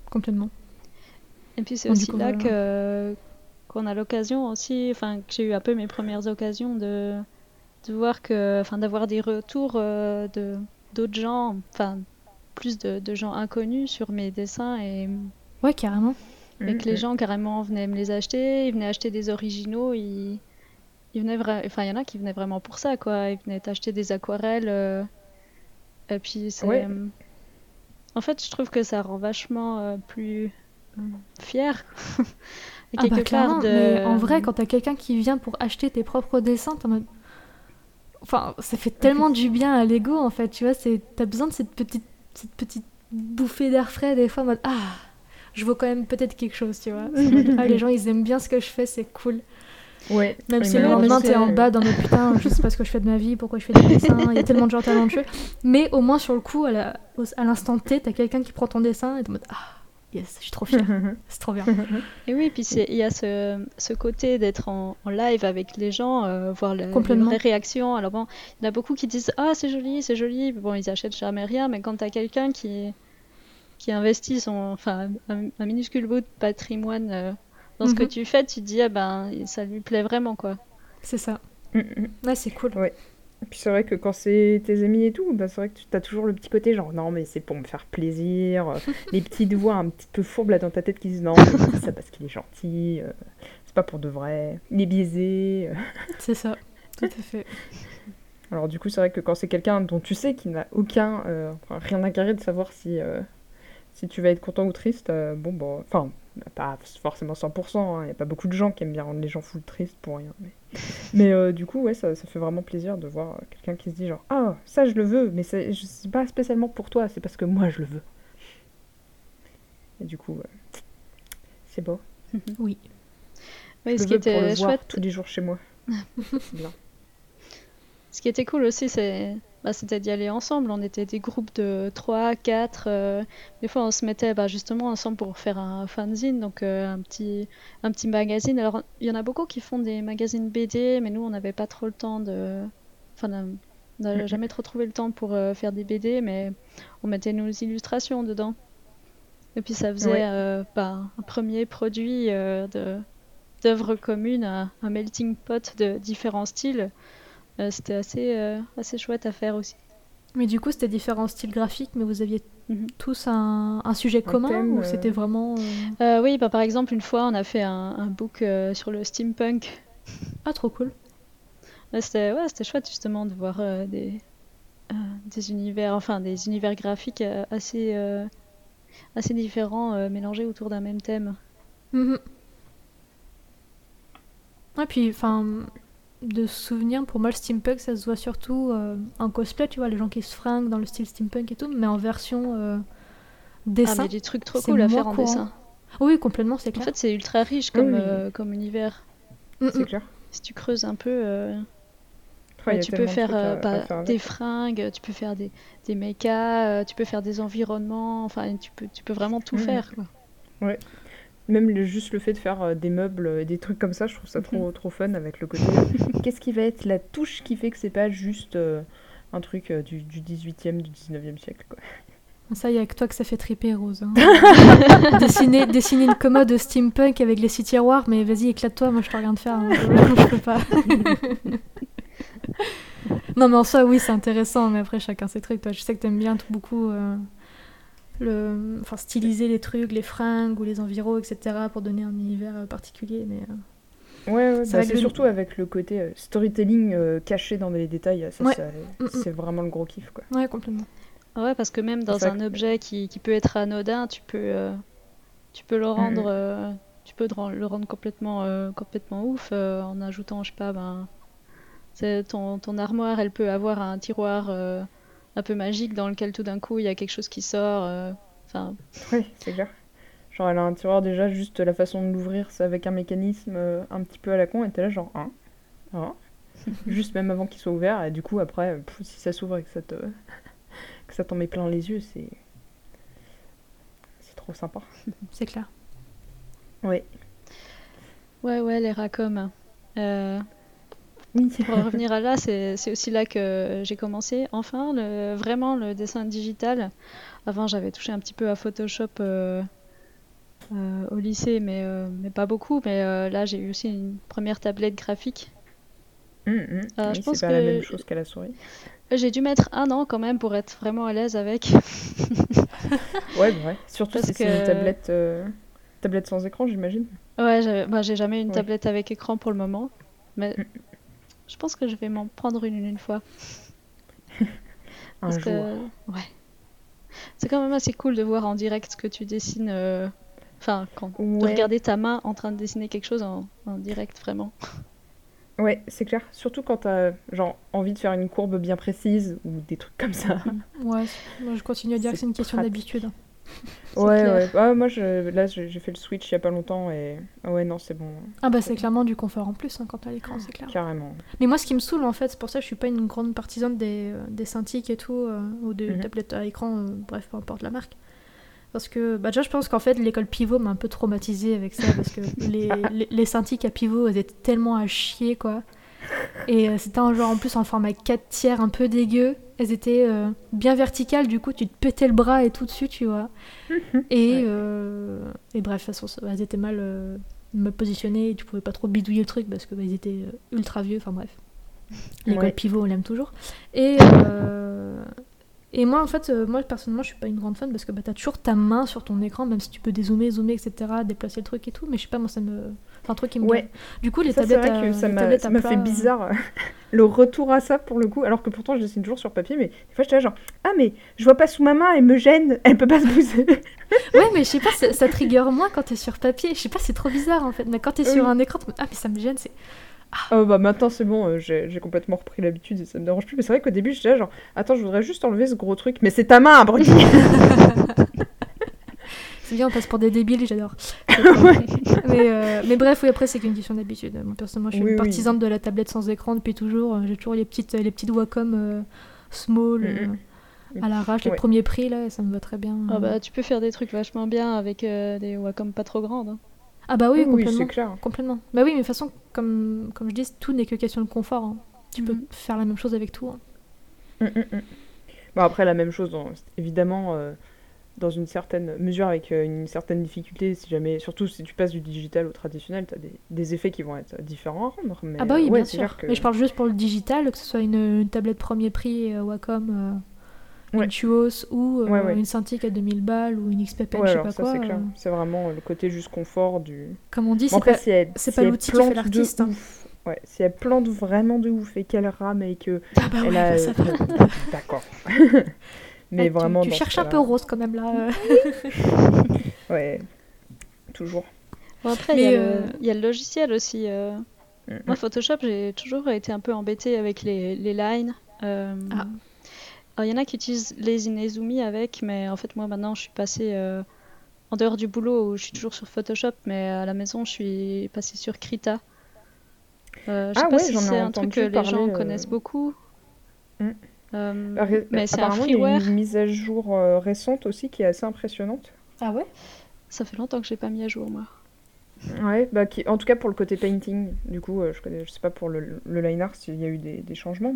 Et puis c'est aussi là qu'on a l'occasion aussi, enfin que j'ai eu un peu mes premières occasions de voir que, enfin d'avoir des retours d'autres gens, enfin plus de gens inconnus sur mes dessins et ouais carrément. Et que les gens carrément venaient me les acheter, ils venaient acheter des originaux, ils venaient enfin il y en a qui venaient vraiment pour ça quoi, ils venaient acheter des aquarelles et puis c'est en fait je trouve que ça rend vachement plus fier. Et quelque part mais en vrai quand t'as quelqu'un qui vient pour acheter tes propres dessins, t'es en mode... Enfin, ça fait tellement du bien à l'ego en fait, tu vois, t'as besoin de cette petite bouffée d'air frais des fois en mode je vaux quand même peut-être quelque chose, tu vois. Les gens ils aiment bien ce que je fais, c'est cool. Ouais. Même si le lendemain t'es en bas dans le putain, je sais pas ce que je fais de ma vie, pourquoi je fais des dessins, il y a tellement de gens talentueux. Mais au moins sur le coup, à l'instant T, t'as quelqu'un qui prend ton dessin et t'es en mode yes, je suis trop fière, c'est trop bien. Et oui, puis il y a ce côté d'être en live avec les gens, voir les vraies réactions. Alors bon, il y en a beaucoup qui disent c'est joli, bon ils achètent jamais rien, mais quand t'as quelqu'un qui investit un minuscule bout de patrimoine dans ce que tu fais, tu te dis ça lui plaît vraiment quoi. C'est ça. Ouais, c'est cool. Ouais. Et puis c'est vrai que quand c'est tes amis et tout, bah c'est vrai que tu as toujours le petit côté genre non mais c'est pour me faire plaisir, les petites voix un petit peu fourbes là dans ta tête qui disent non mais il dit ça parce qu'il est gentil, c'est pas pour de vrai, il est biaisé. C'est ça, tout à fait. Alors du coup c'est vrai que quand c'est quelqu'un dont tu sais qu'il n'a rien à carrer de savoir si tu vas être content ou triste, bon bah, enfin pas forcément 100%, il n'y a pas beaucoup de gens qui aiment bien rendre les gens full tristes pour rien. Mais du coup ouais ça fait vraiment plaisir de voir quelqu'un qui se dit genre ah ça je le veux mais c'est pas spécialement pour toi, c'est parce que moi je le veux. Et du coup c'est beau. Oui. Oui, Je ce le qui veux pour le était voir chouette, tous les jours chez moi. C'est bien. ce qui était cool aussi, c'était d'y aller ensemble. On était des groupes de 3, 4. Des fois, on se mettait justement ensemble pour faire un fanzine, donc un petit magazine. Alors, il y en a beaucoup qui font des magazines BD, mais nous, on n'avait pas trop le temps de. Enfin, on n'a jamais trop trouvé le temps pour faire des BD, mais on mettait nos illustrations dedans. Et puis, ça faisait Ouais. un premier produit d'œuvres communes, un melting pot de différents styles. C'était assez chouette à faire aussi. Mais du coup, c'était différents styles graphiques, mais vous aviez Mhm. tous un sujet commun thème, ou c'était vraiment... Oui, par exemple, une fois, on a fait un book sur le steampunk. Ah, trop cool. C'était chouette justement de voir des univers graphiques assez différents mélangés autour d'un même thème. Mhm. Et puis, enfin, de souvenirs, pour moi, le steampunk, ça se voit surtout en cosplay, tu vois, les gens qui se fringuent dans le style steampunk et tout, mais en version Ah, dessin, mais des trucs trop c'est cool à moins faire en courant. dessin. Oui, complètement, c'est En clair. fait, c'est ultra riche Oui. comme univers. C'est clair. Si tu creuses un peu, Ouais, il y a tu peux tellement de faire, trucs à faire des avec. fringues, tu peux faire des mechas, tu peux faire des environnements, enfin, tu peux vraiment tout faire, quoi. Ouais. Même juste le fait de faire des meubles et des trucs comme ça, je trouve ça trop fun avec le côté. Qu'est-ce qui va être la touche qui fait que c'est pas juste un truc du 18e, du 19e siècle, quoi. Ça, il y a que toi que ça fait triper, Rose. Hein. dessiner une commode steampunk avec les 6 tiroirs, mais vas-y, éclate-toi, moi je te regarde faire. Hein. Je peux pas. Non, mais en soi, oui, c'est intéressant, mais après, chacun ses trucs. Toi, je sais que t'aimes bien beaucoup styliser les trucs, les fringues ou les enviros, etc., pour donner un univers particulier. Mais Ouais, c'est vrai que c'est surtout avec le côté storytelling caché dans les détails, Ouais. c'est vraiment le gros kiff, quoi. Ouais, complètement. Ouais, parce que même dans C'est un vrai que- objet qui peut être anodin, tu peux le rendre, le rendre complètement ouf en ajoutant, je sais pas, ton armoire, elle peut avoir un tiroir un peu magique dans lequel tout d'un coup il y a quelque chose qui sort. Enfin, Ouais, c'est clair. Genre, elle a un tiroir déjà, juste la façon de l'ouvrir, c'est avec un mécanisme un petit peu à la con, et t'es là, genre, hein, juste même avant qu'il soit ouvert, et du coup, après, si ça s'ouvre et que ça t'en met plein les yeux, c'est trop sympa. C'est clair. Ouais. ouais, les raccoms. Oui. Pour en revenir à là, c'est aussi là que j'ai commencé. Enfin, vraiment le dessin digital. Avant, j'avais touché un petit peu à Photoshop au lycée, mais pas beaucoup. Mais là, j'ai eu aussi une première tablette graphique. Oui, Je c'est pense pas la même que chose qu'à la souris. j'ai dû mettre 1 an quand même pour être vraiment à l'aise avec. Ouais, surtout Parce si c'est une que tablette sans écran, j'imagine. ouais, j'ai jamais eu une Ouais. tablette avec écran pour le moment, mais je pense que je vais m'en prendre une fois. Un Parce jour. que ouais, c'est quand même assez cool de voir en direct ce que tu dessines. Enfin, de Ouais. regarder ta main en train de dessiner quelque chose en direct, vraiment. Ouais, c'est clair. Surtout quand t'as genre envie de faire une courbe bien précise ou des trucs comme ça. Ouais, moi je continue à dire que c'est une question pratique. d'habitude. Ouais, clair. ouais. Ah, moi, j'ai fait le switch il y a pas longtemps et ouais, non, c'est bon. Ah bah c'est clairement du confort en plus hein, quand t'as l'écran, c'est clair. Carrément. Mais moi ce qui me saoule en fait, c'est pour ça que je suis pas une grande partisane des Cintiq et tout, ou des tablettes à écran, bref, peu importe la marque. Parce que déjà je pense qu'en fait l'école pivot m'a un peu traumatisée avec ça, parce que les Cintiq à pivot elles étaient tellement à chier quoi. Et c'était un genre en plus en format 4/3 un peu dégueu. Elles étaient bien verticales, du coup tu te pétais le bras et tout dessus, tu vois. Et bref, de toute façon, elles étaient mal positionnées et tu pouvais pas trop bidouiller le truc parce que ils étaient ultra vieux, enfin bref. L'école Ouais. pivot, on l'aime toujours. Et moi, en fait, moi personnellement, je suis pas une grande fan parce que t'as toujours ta main sur ton écran, même si tu peux dézoomer, zoomer, etc., déplacer le truc et tout, mais je sais pas, moi, c'est un truc qui me gave. Ouais, Du coup, les ça c'est tablettes vrai que à, les tablettes ça à m'a plat. fait bizarre le retour à ça pour le coup, alors que pourtant je dessine toujours sur papier, mais des fois j'étais là genre ah mais je vois pas sous ma main, elle me gêne, elle peut pas se bouger. Ouais, mais je sais pas, ça trigger moins quand t'es sur papier. Je sais pas, c'est trop bizarre en fait. Mais quand t'es sur Oui. un écran, ah, mais ça me gêne, c'est. Bah maintenant c'est bon, j'ai complètement repris l'habitude et ça me dérange plus, mais c'est vrai qu'au début j'étais là genre attends je voudrais juste enlever ce gros truc, mais c'est ta main abruti. C'est bien, on passe pour des débiles, j'adore. Mais bref, oui, après, c'est qu'une question d'habitude. Moi, personnellement, je suis Oui, une oui. partisane de la tablette sans écran depuis toujours. J'ai toujours les petites Wacom small à l'arrache, les Ouais. premiers prix, là, et ça me va très bien. Ah bah, tu peux faire des trucs vachement bien avec des Wacom pas trop grandes. Hein. Ah bah oui, Oui, complètement. c'est clair. Complètement. Bah oui, mais de toute façon, comme je dis, tout n'est que question de confort. Hein. Tu peux Mhm. faire la même chose avec tout. Hein. Bon après la même chose, évidemment dans une certaine mesure avec une certaine difficulté, si jamais, surtout si tu passes du digital au traditionnel, t'as des effets qui vont être différents à rendre, mais Ah bah oui, ouais, bien c'est sûr. clair que... Mais je parle juste pour le digital, que ce soit une tablette premier prix Wacom, Ouais. une Tuos ou Ouais. une Cintiq à 2000 balles ou une XP Pen, Ouais, je sais alors pas ça quoi. c'est clair, c'est vraiment le côté juste confort du... Comme on dit, Bon, après, c'est pas l'outil qui fait l'artiste. Hein. Ouais, si elle plante vraiment de ouf et qu'elle rame et que... Ah bah ouais, bah ça va. D'accord. Mais Ah, vraiment tu dans ce cherches un cas-là, peu rose quand même là. ouais, toujours. Bon, après, Mais, il y a le logiciel aussi. Mm, Moi, Photoshop, j'ai toujours été un peu embêtée avec les lines. Ah. Alors, il y en a qui utilisent Lazy Nezumi avec, mais en fait, moi, maintenant, je suis passée en dehors du boulot où je suis toujours sur Photoshop, mais à la maison, je suis passée sur Krita. Je sais Ah pas ouais, si j'en ai c'est un truc que entendu les gens parler, connaissent beaucoup, mm. mais c'est un Apparemment, il y a freeware. une mise à jour récente aussi qui est assez impressionnante. Ah ouais. Ça fait longtemps que j'ai pas mis à jour, moi. Ouais, bah, en tout cas pour le côté painting, du coup, je sais pas pour le line art s'il y a eu des changements,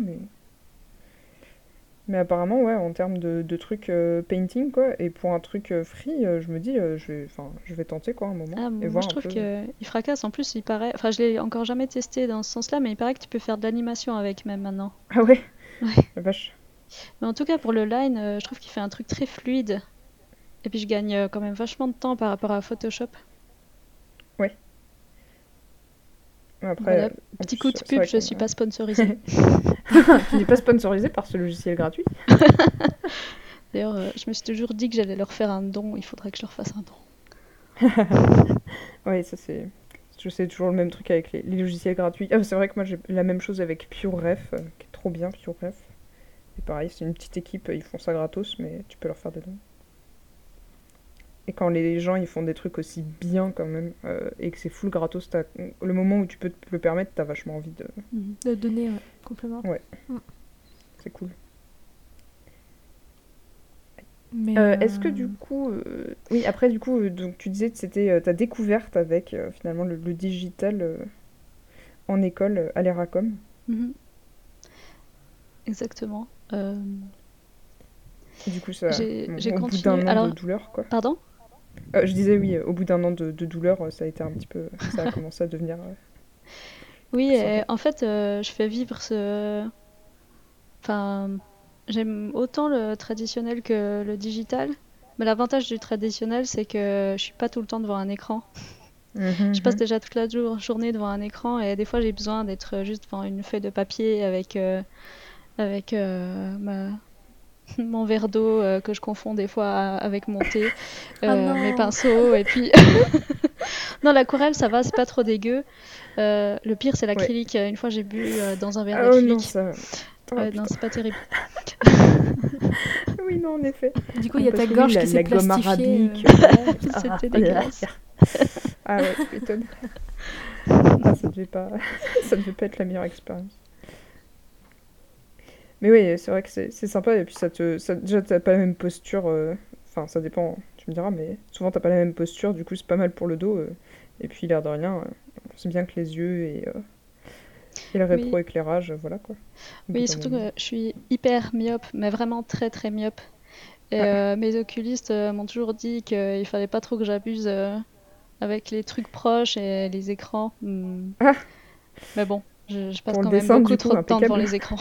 mais apparemment, ouais, en termes de trucs painting, quoi, et pour un truc free, je me dis, je vais tenter, quoi, un moment, Ah, et moi, voir je un trouve peu. qu'il fracasse. En plus, il paraît. Enfin, je l'ai encore jamais testé dans ce sens-là, mais il paraît que tu peux faire de l'animation avec même maintenant. Ah ouais, Ouais. la vache. Mais en tout cas, pour le line, je trouve qu'il fait un truc très fluide. Et puis, je gagne quand même vachement de temps par rapport à Photoshop. Après, Voilà, en petit plus, coup de c'est pub, vrai je qu'on suis a- pas sponsorisée. Tu n'es pas sponsorisé par ce logiciel gratuit? D'ailleurs, je me suis toujours dit que j'allais leur faire un don. Il faudrait que je leur fasse un don. Ouais, ça c'est... Je sais toujours le même truc avec les logiciels gratuits. Ah, c'est vrai que moi j'ai la même chose avec PureRef, qui est trop bien, PureRef. Et pareil, c'est une petite équipe, ils font ça gratos, mais tu peux leur faire des dons. Et quand les gens ils font des trucs aussi bien quand même, et que c'est full gratos, le moment où tu peux te le permettre, t'as vachement envie de... De donner, ouais, complètement. Ouais. C'est cool. Mais, Est-ce que du coup... Oui, après du coup, donc, tu disais que c'était ta découverte avec finalement le digital en école à l'ERACOM. Mhm. Exactement. Du coup, ça, J'ai au bout continué. d'un an Alors, de douleur, quoi. pardon? Je disais oui, au bout d'un an de douleur, ça a été un petit peu... Ça a commencé à devenir Oui, plus sympa. en fait, je fais vivre ce. Enfin, j'aime autant le traditionnel que le digital. Mais l'avantage du traditionnel, c'est que je suis pas tout le temps devant un écran. Je passe déjà toute la journée devant un écran et des fois j'ai besoin d'être juste devant une feuille de papier avec mon verre d'eau que je confonds des fois avec mon thé, Ah non. mes pinceaux et puis non, l'aquarelle ça va, c'est pas trop dégueu. Le pire c'est l'acrylique. Une fois j'ai bu dans un verre Oh non, d'acrylique. ça... Oh, Non, putain. c'est pas terrible. Oui, non, en effet. Du coup, il y a Parce ta que gorge oui, qui s'est la gomme plastifiée. arabique. C'était dégueulasse. Ah ouais, tu m'étonnes. Ah, ça devait pas être la meilleure expérience. Mais oui, c'est vrai que c'est sympa, et puis déjà, t'as pas la même posture, enfin, ça dépend, tu me diras, mais souvent, t'as pas la même posture, du coup, c'est pas mal pour le dos, et puis, l'air de rien, c'est bien que les yeux et le Oui. rétroéclairage, voilà, quoi. Au bout Oui, d'un surtout moment. que je suis hyper myope, mais vraiment très très myope. Et mes oculistes m'ont toujours dit qu'il fallait pas trop que j'abuse avec les trucs proches et les écrans. Ah. Mais bon, Je passe Pour le quand même dessin, beaucoup du coup, trop de temps devant impeccable. les écrans.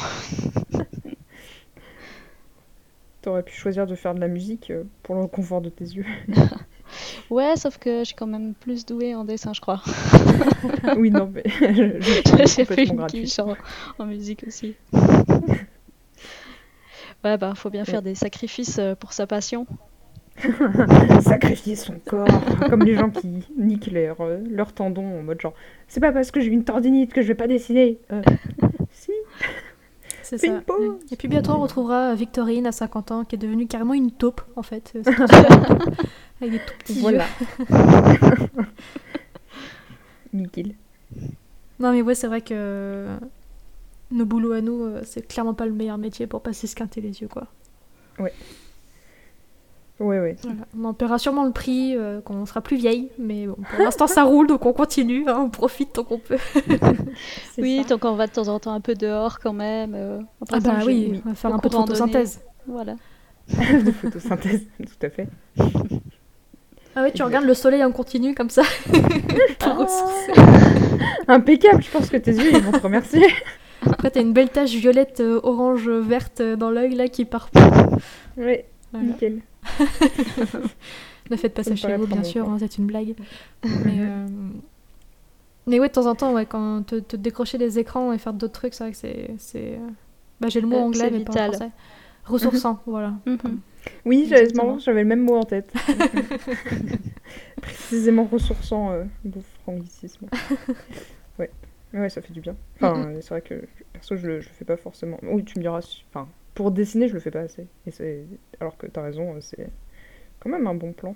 T'aurais pu choisir de faire de la musique pour le confort de tes yeux. Ouais, sauf que je suis quand même plus douée en dessin, je crois. Oui, non, mais je suis J'ai fait complètement une gratuite. quiche en musique aussi. Ouais, bah, faut bien faire des sacrifices pour sa passion. Sacrifier son corps, comme les gens qui niquent leurs tendons en mode genre c'est pas parce que j'ai une tendinite que je vais pas dessiner. Si, C'est fais ça. une pause. Et puis bientôt, on retrouvera Victorine à 50 ans, qui est devenue carrément une taupe, en fait. C'est transformé en taupe, avec des tout petits Voilà. yeux. Nickel. Non, mais ouais, c'est vrai que nos boulots à nous, c'est clairement pas le meilleur métier pour pas s'esquinter les yeux, quoi. Ouais. Voilà. On en paiera sûrement le prix quand on sera plus vieille, mais bon, pour l'instant ça roule, donc on continue, hein, on profite tant qu'on peut. Oui, ça. donc on va de temps en temps un peu dehors quand même. Ah bah oui, on va faire un peu de photosynthèse. Voilà. De photosynthèse, tout à fait. Ah ouais, tu regardes le soleil en continu comme ça. Pour ressourcer. Impeccable, je pense que tes yeux ils vont te remercier. Après t'as une belle tache violette, orange, verte dans l'œil là qui part. Oui, Voilà. nickel. Ne faites pas ça me chez paraît vous, très bien bon, sûr, quoi. hein, c'est une blague. Mais ouais, de temps en temps, ouais, quand te décrocher des écrans et faire d'autres trucs, c'est vrai que c'est... Bah, j'ai le mot anglais, c'est mais vital. pas en français. Ressourçant, voilà. Mhm. Oui, Exactement. j'avais le même mot en tête. Précisément ressourçant, beau franglicisme. Ouais, ça fait du bien. Enfin, c'est vrai que perso, je le fais pas forcément. Oui, tu me diras. Enfin, pour dessiner, je le fais pas assez. Alors que t'as raison, c'est quand même un bon plan.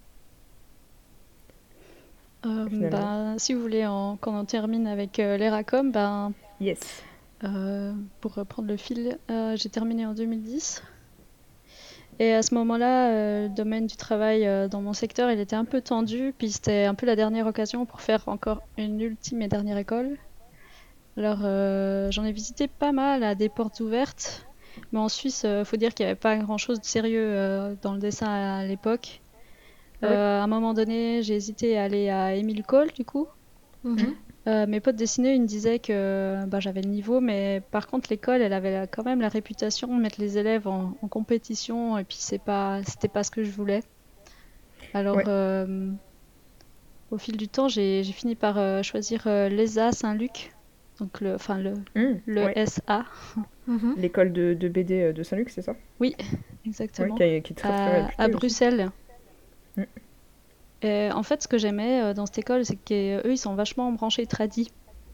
Finalement. Si vous voulez qu'on en termine avec l'ERACOM, Yes. pour reprendre le fil, j'ai terminé en 2010. Et à ce moment-là, le domaine du travail dans mon secteur, il était un peu tendu, puis c'était un peu la dernière occasion pour faire encore une ultime et dernière école. Alors j'en ai visité pas mal à des portes ouvertes, mais en Suisse, faut dire qu'il n'y avait pas grand-chose de sérieux dans le dessin à l'époque. Ouais. À un moment donné, j'ai hésité à aller à Émile Cole, du coup. Mhm. Mes potes dessineux, ils me disaient que j'avais le niveau, mais par contre, l'école, elle avait quand même la réputation de mettre les élèves en compétition, et puis c'était pas ce que je voulais. Alors, Ouais. au fil du temps, j'ai fini par choisir l'ESA Saint-Luc, donc le Ouais. SA. Mhm. L'école de BD de Saint-Luc, c'est ça? Oui, Ouais, exactement. qui est très très réputée À aussi. Bruxelles. Mm. Et en fait, ce que j'aimais dans cette école, c'est qu'eux, ils sont vachement branchés tradi.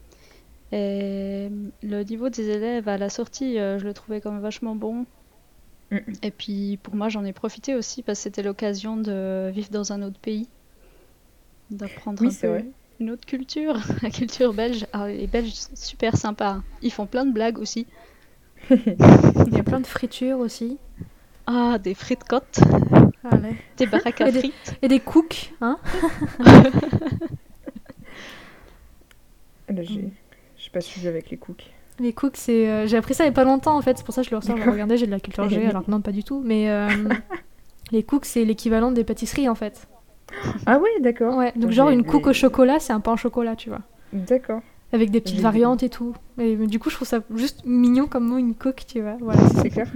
Et le niveau des élèves à la sortie, je le trouvais quand même vachement bon. Mm. Et puis pour moi, j'en ai profité aussi parce que c'était l'occasion de vivre dans un autre pays, d'apprendre Oui, un c'est peu vrai. une autre culture, la culture belge. Alors, les Belges, super sympas. Ils font plein de blagues aussi. Il y a plein de fritures aussi. Ah, des frites côtes, Allez. des baraques à Et des- frites. Et des cooks, hein. Là, j'ai pas suivi avec les cooks. Les cooks, c'est... j'ai appris ça il y a pas longtemps, en fait. C'est pour ça que je le ressors, je D'accord. regardais, j'ai de la culture G, alors que non, pas du tout. Mais les cooks, c'est l'équivalent des pâtisseries, en fait. Ah ouais, d'accord. Ouais, donc Attends, genre une cook au chocolat, c'est un pain au chocolat, tu vois. D'accord. Avec des petites J'ai- variantes et tout. Et du coup, je trouve ça juste mignon comme mot, une cook, tu vois. Voilà. C'est clair.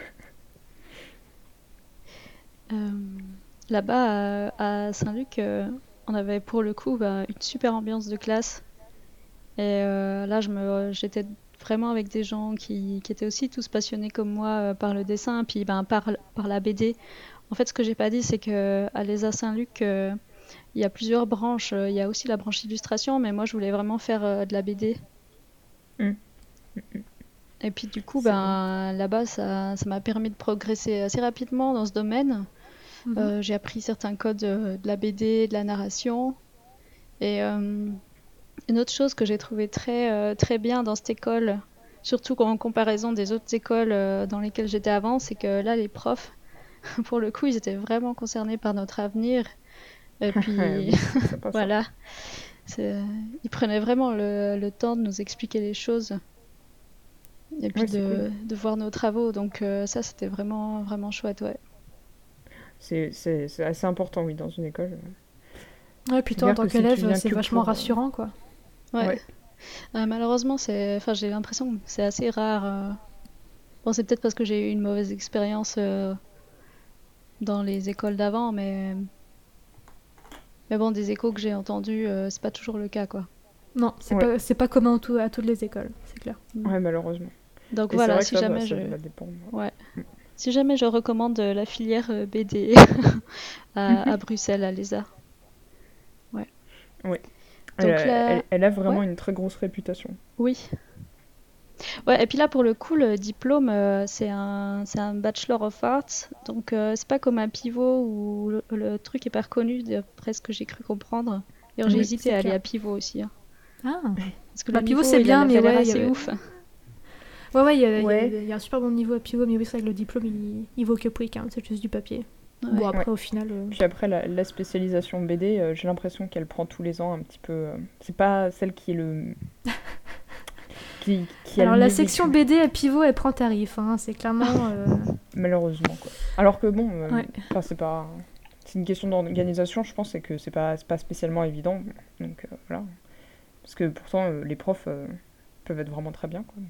Là-bas, à Saint-Luc, on avait pour le coup une super ambiance de classe. Et là, j'étais vraiment avec des gens qui étaient aussi tous passionnés comme moi par le dessin, puis par la BD. En fait, ce que j'ai pas dit, c'est qu'à l'ESA Saint-Luc, il y a plusieurs branches. Il y a aussi la branche illustration, mais moi, je voulais vraiment faire de la BD. Mm. Et puis du coup, C'est là-bas, ça m'a permis de progresser assez rapidement dans ce domaine. J'ai appris certains codes de la BD, de la narration. Et une autre chose que j'ai trouvé très bien dans cette école, surtout en comparaison des autres écoles dans lesquelles j'étais avant, c'est que là, les profs, pour le coup, ils étaient vraiment concernés par notre avenir. Et puis, Oui, c'est sympa, ça. voilà, ils prenaient vraiment le temps de nous expliquer les choses. Et puis Ouais, c'est cool. de voir nos travaux. Donc ça, c'était vraiment, vraiment chouette, ouais. C'est assez important, oui, dans une école. Ouais, puis C'est toi, en clair tant que si tu qu'élève, viens c'est que vachement pour, rassurant, quoi. Ouais. Ouais. Malheureusement, enfin, j'ai l'impression que c'est assez rare. Bon, c'est peut-être parce que j'ai eu une mauvaise expérience dans les écoles d'avant, mais bon, des échos que j'ai entendus, c'est pas toujours le cas, quoi. Non, c'est pas commun à toutes les écoles, c'est clair. Ouais, malheureusement. Donc Et voilà, c'est si vrai que jamais ça va dépendre. Ouais. Si jamais je recommande la filière BD à Bruxelles, à l'ESA. Ouais. Oui. Donc là, Elle a vraiment ouais, une très grosse réputation. oui. Ouais, et puis là, pour le coup, le diplôme, c'est un Bachelor of Arts. Donc, c'est pas comme un pivot où le truc est pas reconnu, d'après ce que j'ai cru comprendre. D'ailleurs, j'ai Oui, hésité c'est à aller clair. à pivot aussi, hein. Ah. Parce que le Bah, Pivot, niveau, c'est il bien, mais avait l'air ouais, assez ouf. ouais, Ouais. il y a un super bon niveau à Pivot, mais oui, c'est vrai que le diplôme, il vaut que prix, hein, c'est juste du papier. Ouais. Bon, après, Ouais. au final... Puis après, la spécialisation BD, j'ai l'impression qu'elle prend tous les ans un petit peu. C'est pas celle qui est qui a le Alors, la mieux section vécu, BD à Pivot, elle prend tarif, hein, c'est clairement... malheureusement, quoi. Alors que bon, Ouais. enfin, c'est une question d'organisation, je pense, et que c'est pas spécialement évident. Donc voilà. Parce que pourtant, les profs peuvent être vraiment très bien, quoi.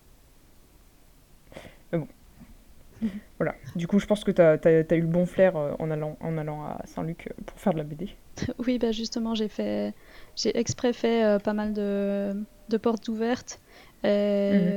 Mais bon, voilà. Du coup, je pense que t'as eu le bon flair en allant à Saint-Luc pour faire de la BD. Oui, bah justement, j'ai exprès fait pas mal de portes ouvertes. Mhm. Et,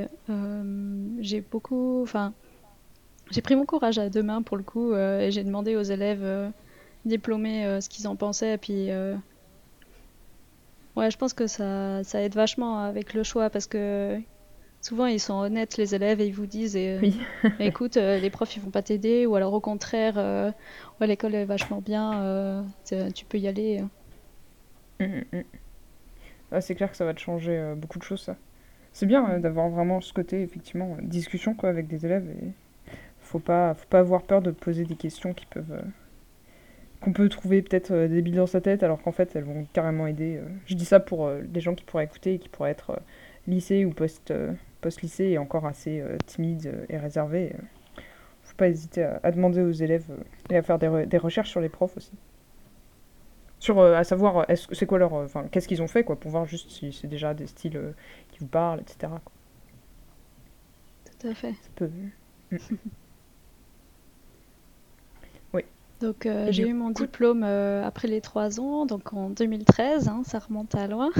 enfin, j'ai pris mon courage à deux mains pour le coup, et j'ai demandé aux élèves diplômés ce qu'ils en pensaient. Et puis, ouais, je pense que ça aide vachement avec le choix parce que souvent ils sont honnêtes les élèves et ils vous disent Oui. écoute, les profs ils vont pas t'aider ou alors au contraire, ouais, l'école est vachement bien, tu peux y aller. Mhm, mhm. Ah, c'est clair que ça va te changer beaucoup de choses, ça. C'est bien d'avoir vraiment ce côté, effectivement, discussion quoi, avec des élèves. Et faut pas avoir peur de poser des questions qu'on peut trouver peut-être débiles dans sa tête, alors qu'en fait, elles vont carrément aider. Je dis ça pour des gens qui pourraient écouter et qui pourraient être lycée ou post-lycée et encore assez timides et réservés. Faut pas hésiter à demander aux élèves et à faire des recherches sur les profs aussi. Sur, à savoir, c'est quoi leur, enfin, qu'est-ce qu'ils ont fait, quoi, pour voir juste si c'est déjà des styles qui vous parlent, etc., quoi. Tout à fait. Ça peut... Mm. Oui. Donc Et j'ai du eu mon coup... diplôme après les 3 ans, donc en 2013, hein, ça remonte à loin.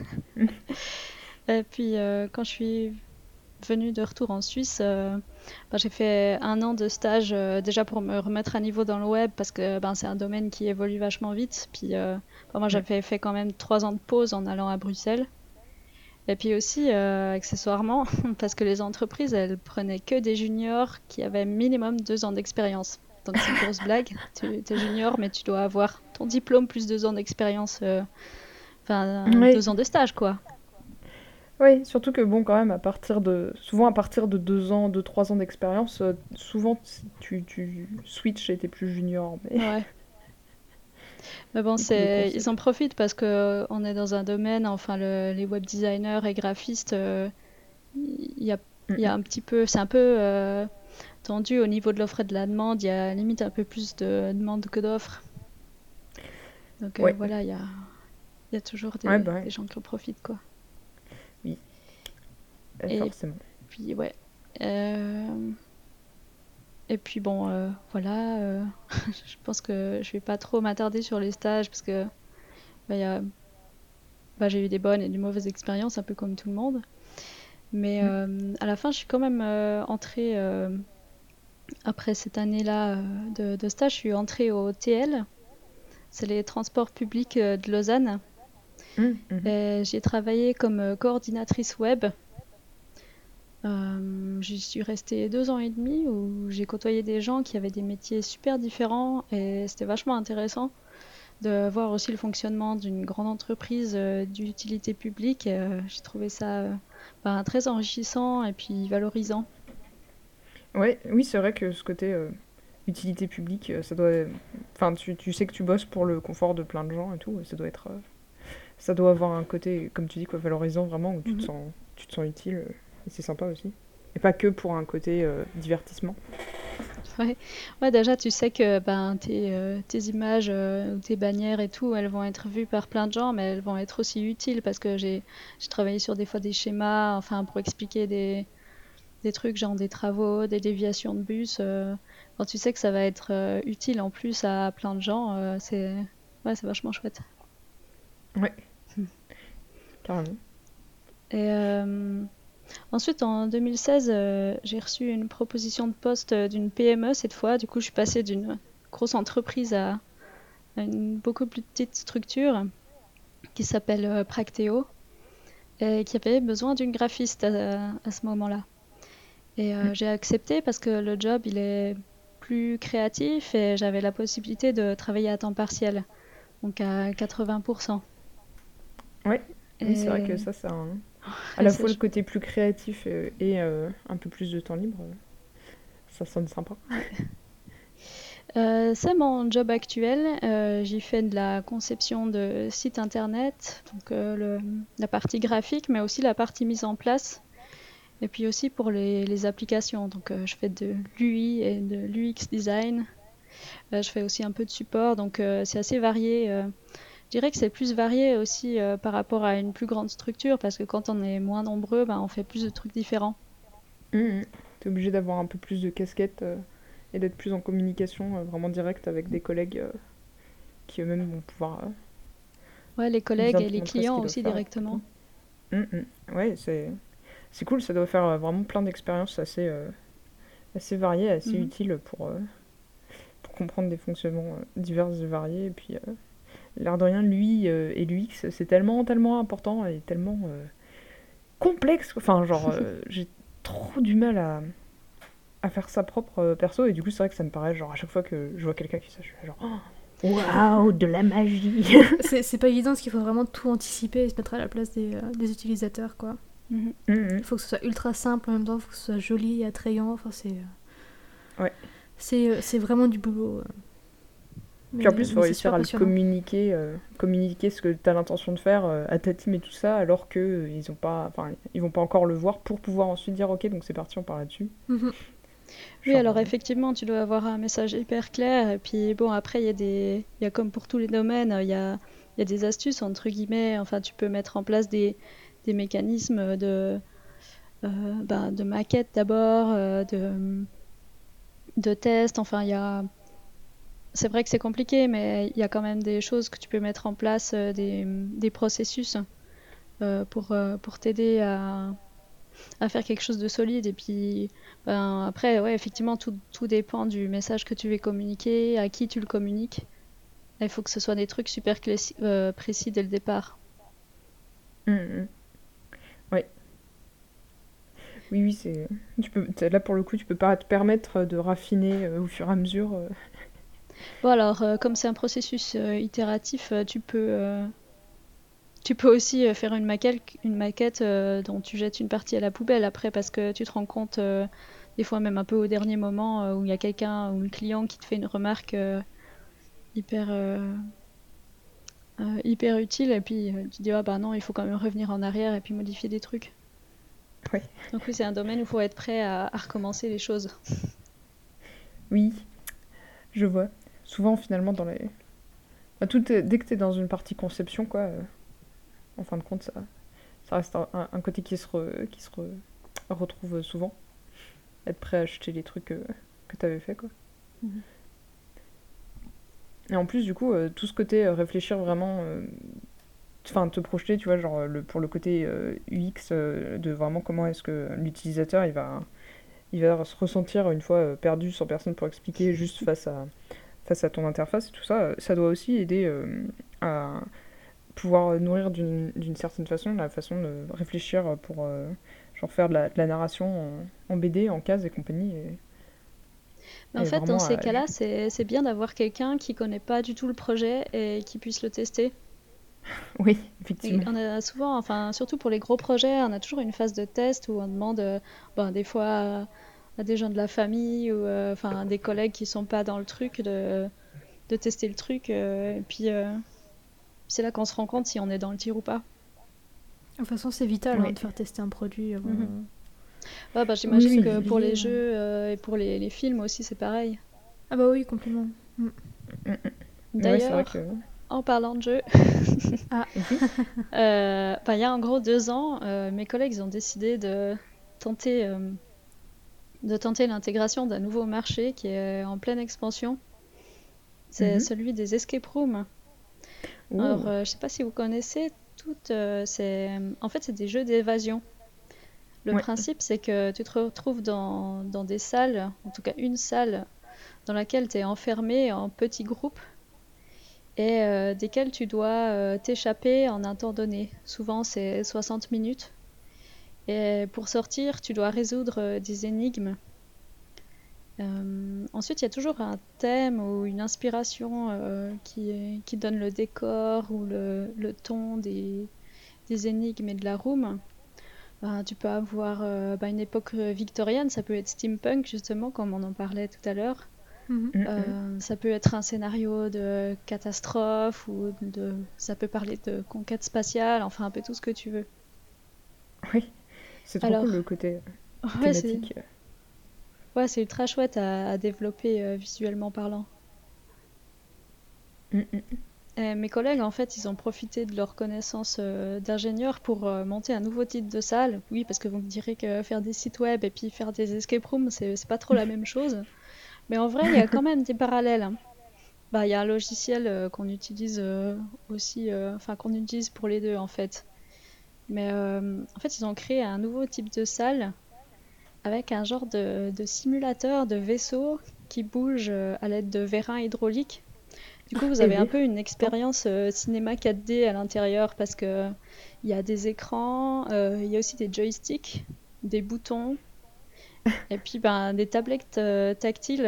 Et puis quand je suis venue de retour en Suisse, bah, j'ai fait un an de stage déjà pour me remettre à niveau dans le web parce que ben, c'est un domaine qui évolue vachement vite. Puis moi Mm. j'avais fait quand même 3 ans de pause en allant à Bruxelles. Et puis aussi, accessoirement, parce que les entreprises, elles prenaient que des juniors qui avaient minimum 2 ans d'expérience. Donc c'est une grosse blague. Tu es junior, mais tu dois avoir ton diplôme plus 2 ans d'expérience, enfin Oui. 2 ans de stage, quoi. Oui, surtout que bon, quand même, souvent à partir de 2 ans, 3 ans d'expérience, souvent tu switches et t'es plus junior, mais Ouais. Mais bon, du coup le ils concept. en profitent parce que on est dans un domaine, enfin les web designers et graphistes, il y a, Mm, il y a mm. un petit peu, c'est un peu tendu au niveau de l'offre et de la demande. Il y a limite un peu plus de demande que d'offres. Donc Ouais, voilà, il y a toujours ouais, bah ouais, des gens qui en profitent, quoi. oui, Et forcément. puis, ouais. Euh, Et puis, bon, voilà. Je pense que je vais pas trop m'attarder sur les stages parce que bah, j'ai eu des bonnes et des mauvaises expériences, un peu comme tout le monde. Mais Mm. à la fin, je suis quand même entrée, après cette année-là de stage, je suis entrée au TL. C'est les transports publics de Lausanne. Mm, mhm. Et j'y ai travaillé comme coordinatrice web. J'y suis restée 2 ans et demi où j'ai côtoyé des gens qui avaient des métiers super différents et c'était vachement intéressant de voir aussi le fonctionnement d'une grande entreprise d'utilité publique. J'ai trouvé ça très enrichissant et puis valorisant. Ouais, oui, c'est vrai que ce côté utilité publique, ça doit. Enfin, tu sais que tu bosses pour le confort de plein de gens et tout, et ça doit être. Ça doit avoir un côté, comme tu dis, quoi, valorisant vraiment, où Mhm. tu te sens utile, et c'est sympa aussi. Et pas que pour un côté divertissement. Ouais, déjà, tu sais que tes images, ou tes bannières et tout, elles vont être vues par plein de gens, mais elles vont être aussi utiles parce que j'ai travaillé sur des fois des schémas, enfin, pour expliquer des trucs, genre des travaux, des déviations de bus. Quand tu sais que ça va être utile en plus à plein de gens, c'est vachement chouette. Ouais, carrément. Et ensuite, en 2016, j'ai reçu une proposition de poste d'une PME cette fois. Du coup, je suis passée d'une grosse entreprise à une beaucoup plus petite structure qui s'appelle Practeo et qui avait besoin d'une graphiste à ce moment-là. Et j'ai accepté parce que le job, il est plus créatif et j'avais la possibilité de travailler à temps partiel, donc à 80%. Ouais, oui, c'est vrai que Et ça a à ouais, la fois le côté plus créatif et un peu plus de temps libre. Ça sonne sympa. C'est mon job actuel. J'y fais de la conception de sites internet, donc la partie graphique, mais aussi la partie mise en place. Et puis aussi pour les applications. Donc je fais de l'UI et de l'UX design. Je fais aussi un peu de support, donc c'est assez varié. Je dirais que c'est plus varié aussi par rapport à une plus grande structure, parce que quand on est moins nombreux, on fait plus de trucs différents. T'es obligé d'avoir un peu plus de casquettes et d'être plus en communication vraiment directe avec des collègues qui eux-mêmes vont pouvoir Ouais, les collègues bien et te les montrer ce clients qu'ils doivent aussi faire, directement. etc. Ouais, c'est cool, ça doit faire vraiment plein d'expériences assez variées, assez Mhm. utiles pour comprendre des fonctionnements divers et variés. Et puis, l'air de rien, lui et l'UX, c'est tellement, tellement important et tellement complexe. Enfin, genre, j'ai trop du mal à faire sa propre perso, et du coup, c'est vrai que ça me paraît, genre, à chaque fois que je vois quelqu'un qui ça, je suis genre, oh, waouh, de la magie! C'est pas évident parce qu'il faut vraiment tout anticiper et se mettre à la place des utilisateurs, quoi. Mhm. Il faut que ce soit ultra simple en même temps, il faut que ce soit joli et attrayant. Enfin, Ouais. c'est vraiment du boulot. Puis en plus, il faut Mais c'est réussir super à le passionnant. communiquer ce que tu as l'intention de faire à ta team et tout ça, alors que ils vont pas encore le voir pour pouvoir ensuite dire ok, donc c'est parti, on part là-dessus. Mhm. Oui, Genre, alors effectivement, tu dois avoir un message hyper clair. Et puis bon, après, il y a comme pour tous les domaines, il y a des astuces, entre guillemets. Enfin, tu peux mettre en place des mécanismes de maquette d'abord, de test. Enfin, c'est vrai que c'est compliqué, mais il y a quand même des choses que tu peux mettre en place, des processus pour t'aider à faire quelque chose de solide. Et puis après, ouais, effectivement, tout dépend du message que tu veux communiquer, à qui tu le communiques. Il faut que ce soit des trucs super précis dès le départ. hum, hum. Ouais. Oui, oui, là pour le coup, tu peux pas te permettre de raffiner au fur et à mesure. Bon, alors, comme c'est un processus itératif, tu peux aussi faire une maquette dont tu jettes une partie à la poubelle après parce que tu te rends compte, des fois même un peu au dernier moment, où il y a quelqu'un ou le client qui te fait une remarque hyper, hyper utile et puis tu te dis ah bah non, il faut quand même revenir en arrière et puis modifier des trucs. Ouais. Donc oui, c'est un domaine où il faut être prêt à recommencer les choses. Oui, je vois. Souvent, finalement, dès que t'es dans une partie conception, quoi, en fin de compte, ça reste un côté qui se retrouve souvent. Être prêt à acheter les trucs que t'avais fait, quoi. Mhm. Et en plus, du coup, tout ce côté réfléchir vraiment, enfin te projeter, tu vois, genre pour le côté UX, de vraiment comment est-ce que l'utilisateur il va se ressentir une fois perdu sans personne pour expliquer, juste face à ton interface et tout ça, ça doit aussi aider à pouvoir nourrir d'une certaine façon la façon de réfléchir pour genre faire de la narration en BD, en cases et compagnie. Mais en Et fait, dans vraiment, ces cas-là, c'est bien d'avoir quelqu'un qui connaît pas du tout le projet et qui puisse le tester. oui, Et effectivement. on a souvent, enfin, surtout pour les gros projets, on a toujours une phase de test où on demande, des fois à des gens de la famille ou enfin des collègues qui sont pas dans le truc de tester le truc. Et puis c'est là qu'on se rend compte si on est dans le tir ou pas. De toute façon, c'est vital Oui. de faire tester un produit avant. Mhm. Ouais, bah, j'imagine Oui, que pour les lié, jeux et pour les films aussi, c'est pareil. Ah bah oui, complètement. Mm. mm, mm. Mais ouais, c'est vrai D'ailleurs, que. en parlant de jeux, Ah, Oui. bah, il y a en gros 2 ans, mes collègues ils ont décidé tenter, euh, de tenter l'intégration d'un nouveau marché qui est en pleine expansion. C'est Mhm. celui des escape rooms. Alors, Oh. je sais pas si vous connaissez toutes, en fait, c'est des jeux d'évasion. Le Ouais. principe, c'est que tu te retrouves dans des salles, en tout cas une salle, dans laquelle tu es enfermé en petits groupes et desquels tu dois t'échapper en un temps donné. Souvent, c'est 60 minutes. Et pour sortir, tu dois résoudre des énigmes. Ensuite, il y a toujours un thème ou une inspiration qui donne le décor ou le ton des énigmes et de la room. Tu peux avoir une époque victorienne, ça peut être steampunk justement, comme on en parlait tout à l'heure. mhm. Mm, mm. Ça peut être un scénario de catastrophe ça peut parler de conquête spatiale, enfin un peu tout ce que tu veux. Oui. C'est trop cool Alors, le côté ouais, c'est thématique. ouais, c'est ultra chouette à développer visuellement parlant. Mm, mm. Et mes collègues, en fait, ils ont profité de leurs connaissances d'ingénieurs pour monter un nouveau type de salle. Oui, parce que vous me direz que faire des sites web et puis faire des escape rooms, c'est pas trop la même chose. Mais en vrai, il y a quand même des parallèles, hein. Bah, il y a un logiciel qu'on utilise aussi, enfin qu'on utilise pour les deux en fait. Mais en fait, ils ont créé un nouveau type de salle avec un genre de simulateur de vaisseau qui bouge à l'aide de vérins hydrauliques. Du coup, vous Eh avez un oui. peu une Attends. expérience cinéma 4D à l'intérieur parce que il y a des écrans, il y a aussi des joysticks, des boutons et puis des tablettes tactiles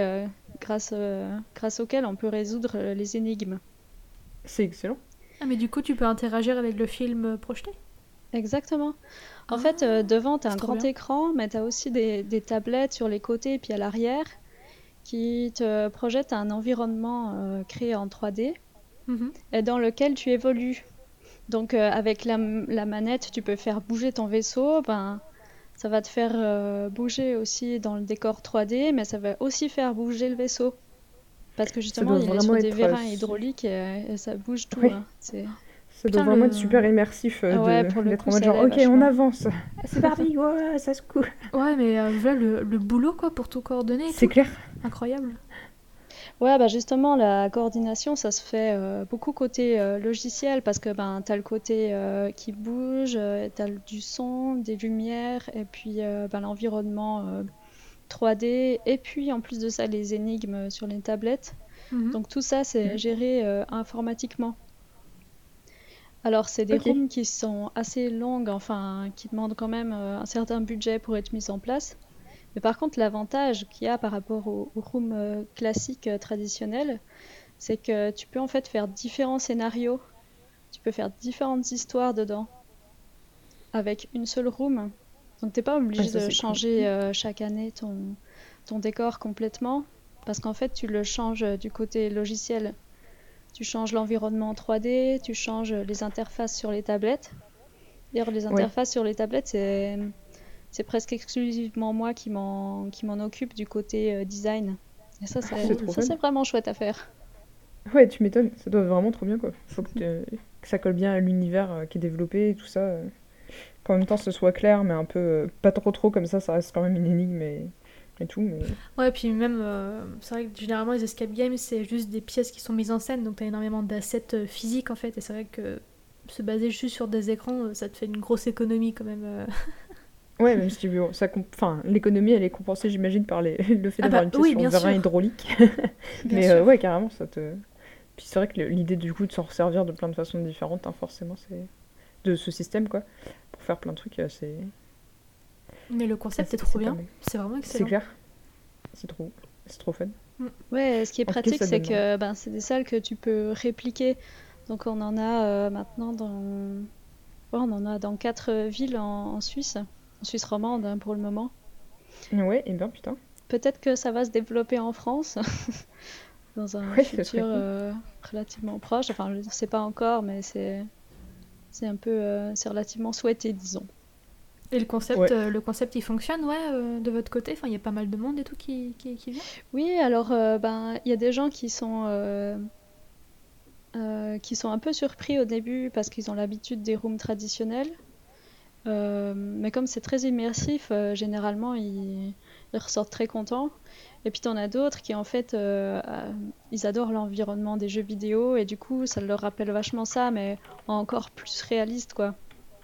grâce auxquelles on peut résoudre les énigmes. C'est excellent. Ah, mais du coup, tu peux interagir avec le film projeté? Exactement. En Ah, fait, devant, tu as c'est un trop grand bien. écran, mais tu as aussi des tablettes sur les côtés et puis à l'arrière qui te projettent un environnement créé en 3D Mhm. et dans lequel tu évolues. Donc, avec la manette, tu peux faire bouger ton vaisseau. Ça va te faire bouger aussi dans le décor 3D, mais ça va aussi faire bouger le vaisseau. Parce que Ça justement, doit il est vraiment sur des être. vérins hydrauliques et ça bouge tout, Ouais. hein. Ça doit Putain, vraiment être le. super immersif Ah ouais, pour le d'être coup, en mode ça genre, l'est ok, on vachement. avance. Ah, c'est parti, ouais, ça se coule. Ouais, mais voilà le boulot, quoi, pour tout coordonner et C'est tout. clair. Incroyable. Ouais, bah justement, la coordination, ça se fait beaucoup côté logiciel parce que t'as le côté qui bouge, t'as du son, des lumières et puis l'environnement 3D et puis en plus de ça, les énigmes sur les tablettes. Mhm. Donc tout ça, c'est Mm. géré informatiquement. Alors, c'est des Ok. rooms qui sont assez longues, enfin, qui demandent quand même un certain budget pour être mis en place. Mais par contre, l'avantage qu'il y a par rapport aux rooms classiques traditionnels, c'est que tu peux en fait faire différents scénarios, tu peux faire différentes histoires dedans avec une seule room. Donc t'es pas Ah, obligé ça, de c'est cool. changer chaque année ton décor complètement, parce qu'en fait tu le changes du côté logiciel. Tu changes l'environnement 3D, tu changes les interfaces sur les tablettes. D'ailleurs, les Ouais. interfaces sur les tablettes, c'est presque exclusivement moi qui m'en occupe du côté design. Et ça, Ah, c'est c'est Cool. trop ça, fun. c'est vraiment chouette à faire. Ouais, tu m'étonnes. Ça doit être vraiment trop bien, quoi. Faut que ça colle bien à l'univers qui est développé et tout ça. Qu'en même temps, ce soit clair, mais un peu pas trop trop comme ça reste quand même une énigme et tout. Mais Ouais, puis même, c'est vrai que généralement les escape games, c'est juste des pièces qui sont mises en scène, donc t'as énormément d'assets physiques en fait, et c'est vrai que se baser juste sur des écrans, ça te fait une grosse économie quand même. ouais, même si bon, enfin, l'économie, elle est compensée, j'imagine, par le fait Ah d'avoir bah une pièce oui, sur bien vérin sûr, hydraulique. bien Mais sûr. ouais, carrément, ça te. Puis c'est vrai que l'idée du coup de s'en resservir de plein de façons différentes, hein, forcément, c'est de ce système quoi, pour faire plein de trucs, Mais le concept est trop c'est pas bien, mal. c'est vraiment C'est excellent. clair, c'est trop fun. Mm. Ouais, ce qui est En tout cas, pratique, ça c'est donne envie. que c'est des salles que tu peux répliquer. Donc on en a maintenant ouais, on en a dans 4 villes en Suisse, en Suisse romande hein, pour le moment. Ouais, et ben putain, Peut-être que ça va se développer en France dans un ouais, ce serait futur cool. relativement proche. Enfin, je ne sais pas encore, mais c'est relativement souhaité, disons. Et le Ouais. concept, il fonctionne, ouais, de votre côté? Enfin, il y a pas mal de monde et tout qui vient? Oui, alors il y a des gens qui sont un peu surpris au début parce qu'ils ont l'habitude des rooms traditionnels. Mais comme c'est très immersif, généralement ils ressortent très contents. Et puis t'en as d'autres qui en fait ils adorent l'environnement des jeux vidéo et du coup ça leur rappelle vachement ça, mais encore plus réaliste quoi.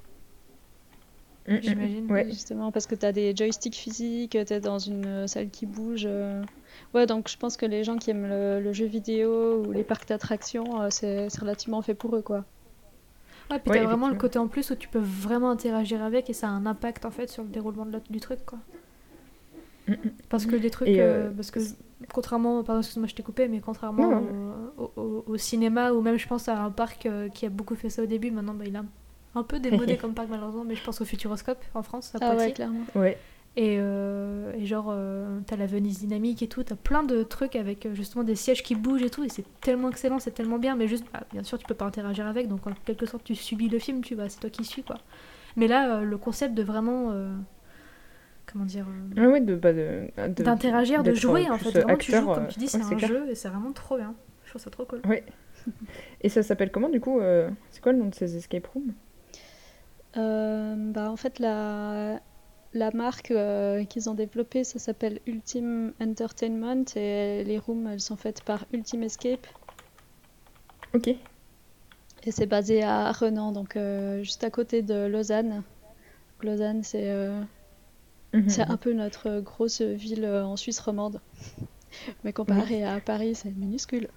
J'imagine. Ouais. Justement parce que t'as des joysticks physiques, t'es dans une salle qui bouge. Ouais, donc je pense que les gens qui aiment le jeu vidéo ou les parcs d'attractions, c'est relativement fait pour eux quoi. Ouais, puis Ouais, t'as vraiment le effectivement. côté en plus où tu peux vraiment interagir avec et ça a un impact en fait sur le déroulement du truc, quoi. Mm, mm. Parce que les trucs. Et Parce que contrairement. Pardon, excuse-moi, je t'ai coupé, mais non, contrairement non. au cinéma, ou même je pense à un parc qui a beaucoup fait ça au début, maintenant bah, il a un peu démodé comme parc malheureusement, mais je pense au Futuroscope en France, à Ah ouais, Poitiers. clairement. Ouais. Et genre, t'as la Venise dynamique et tout, t'as plein de trucs avec justement des sièges qui bougent et tout, et c'est tellement excellent, c'est tellement bien, mais juste, bah, bien sûr, tu peux pas interagir avec, donc en quelque sorte, tu subis le film, tu vois, c'est toi qui suis, quoi. Mais là, le concept de vraiment, comment dire, Ouais, d'interagir, de d'être jouer, en fait, plus vraiment, tu joues, acteur. comme tu dis, c'est Ouais, c'est un clair. jeu, et c'est vraiment trop bien. Je trouve ça trop cool. Ouais. Et ça s'appelle comment du coup c'est quoi le nom de ces escape rooms? En fait, la marque qu'ils ont développée, ça s'appelle Ultime Entertainment et les rooms, elles sont faites par Ultime Escape Ok. et c'est basé à Renan, donc juste à côté de Lausanne. Lausanne, Mhm, c'est un mhm. peu notre grosse ville en Suisse romande, mais Oui. comparé à Paris, c'est minuscule.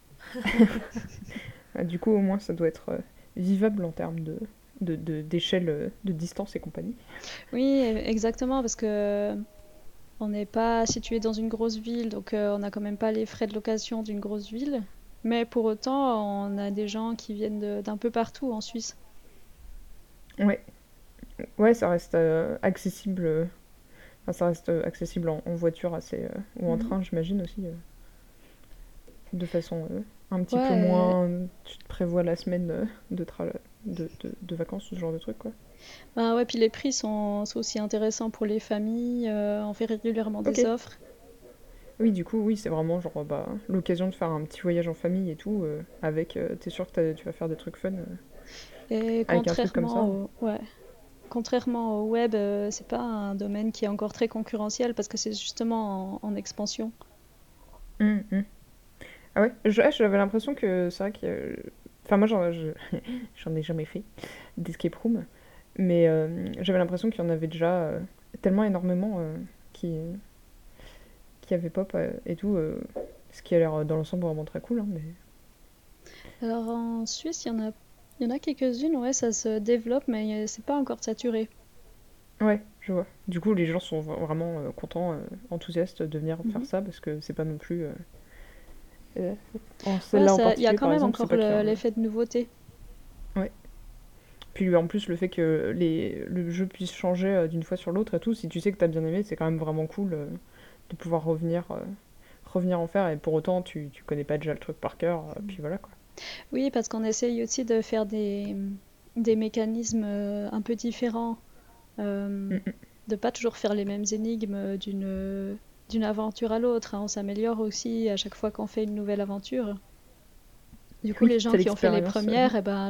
Ah, du coup, au moins, ça doit être vivable en termes d'échelle, de distance et compagnie. Oui, exactement, parce que on n'est pas situé dans une grosse ville, donc on n'a quand même pas les frais de location d'une grosse ville. Mais pour autant, on a des gens qui viennent d'un peu partout en Suisse. Ouais. Ouais, ça reste accessible. Enfin, ça reste accessible en voiture assez, ou en Mhm. train, j'imagine aussi, de façon un petit peu Ouais, moins. Tu te prévois la semaine de vacances, ce genre de truc, quoi. bah ouais, puis les prix sont aussi intéressants pour les familles. On fait régulièrement Ok. des offres. Oui, du coup, oui, c'est vraiment genre bah, l'occasion de faire un petit voyage en famille et tout, avec. T'es sûr que tu vas faire des trucs fun Et avec un truc comme ça. contrairement au web, c'est pas un domaine qui est encore très concurrentiel parce que c'est justement en expansion. Hum, hum. Ah ouais, j'avais l'impression que c'est vrai que. Enfin, moi, j'en ai jamais fait d'escape room, mais j'avais l'impression qu'il y en avait déjà tellement énormément qui avaient pop et tout, ce qui a l'air dans l'ensemble vraiment très cool, hein, mais. Alors en Suisse, il y en a quelques-unes, ouais, ça se développe, mais c'est pas encore saturé. Ouais, je vois. Du coup, les gens sont vraiment contents, enthousiastes de venir faire Mhm. ça parce que c'est pas non plus. Euh, en Ouais, celle-là en il y a particulier, quand par même exemple, c'est encore pas qu'il y a l'effet de nouveauté. Ouais. Puis en plus, le fait que le jeu puisse changer d'une fois sur l'autre et tout, si tu sais que t'as bien aimé, c'est quand même vraiment cool de pouvoir revenir en faire et pour autant, tu connais pas déjà le truc par cœur, puis voilà quoi. Oui, parce qu'on essaye aussi de faire des mécanismes un peu différents, Mm, euh, mm. de pas toujours faire les mêmes énigmes d'une aventure à l'autre, hein. On s'améliore aussi à chaque fois qu'on fait une nouvelle aventure. Du coup, Oui, les gens c'est qui ont fait les l'expérience. premières, eh ben,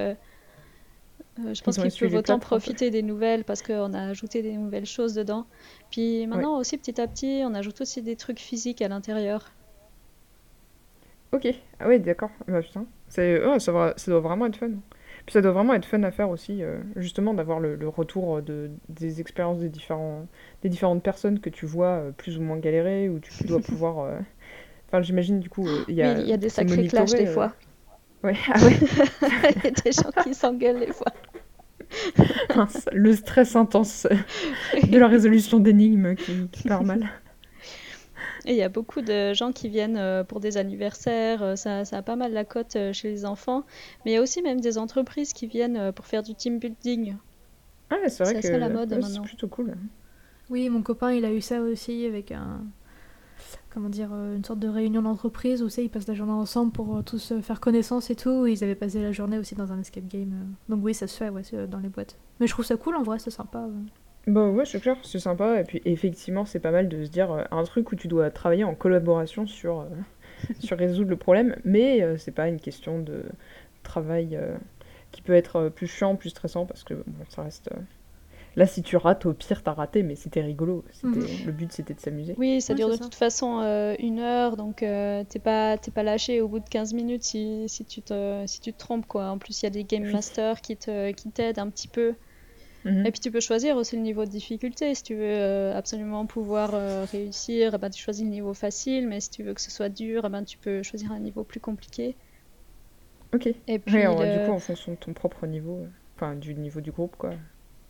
je pense Ils ont qu'ils essuyé peuvent les autant plâtres un peu. profiter des nouvelles parce qu'on a ajouté des nouvelles choses dedans. Puis Ouais. maintenant aussi, petit à petit, on ajoute aussi des trucs physiques à l'intérieur. Ok. Ah ouais, d'accord. Bah putain. Ouais, ça doit vraiment être fun. Puis ça doit vraiment être fun à faire aussi, justement, d'avoir le retour des expériences des différentes personnes que tu vois plus ou moins galérer, ou tu dois pouvoir. Enfin, j'imagine, du coup, Oui, il y a des c'est sacrés clashs monitoré. des fois. Ouais, ah ouais. Il y a des gens qui s'engueulent des fois. Mince, le stress intense de la résolution d'énigmes qui part mal. Et il y a beaucoup de gens qui viennent pour des anniversaires, ça a pas mal la cote chez les enfants, mais il y a aussi même des entreprises qui viennent pour faire du team building. Ah, ouais, c'est vrai C'est assez à la que mode ouais, c'est maintenant. plutôt cool. Oui, mon copain, il a eu ça aussi avec comment dire, une sorte de réunion d'entreprise où ils passent la journée ensemble pour tous faire connaissance et tout. Et ils avaient passé la journée aussi dans un escape game. Donc oui, ça se fait dans les boîtes. Mais je trouve ça cool en vrai, c'est sympa. Bah ouais, c'est clair, c'est sympa. Et puis effectivement, c'est pas mal de se dire un truc où tu dois travailler en collaboration sur résoudre le problème, mais c'est pas une question de travail qui peut être plus chiant, plus stressant, parce que bon, ça reste. Là, si tu rates, au pire, t'as raté, mais c'était rigolo. Le but, c'était de s'amuser. Oui, ça Ouais, dure c'est de ça. toute façon 1 heure, donc t'es pas lâché au bout de 15 minutes si tu te trompes, quoi. En plus, il y a des game Oui. masters qui t'aident un petit peu. Mhm. Et puis tu peux choisir aussi le niveau de difficulté. Si tu veux absolument pouvoir réussir, eh ben, tu choisis le niveau facile, mais si tu veux que ce soit dur, eh ben, tu peux choisir un niveau plus compliqué. Ok. Et Ouais, puis du coup, en fonction de ton propre niveau, enfin, du niveau du groupe, quoi,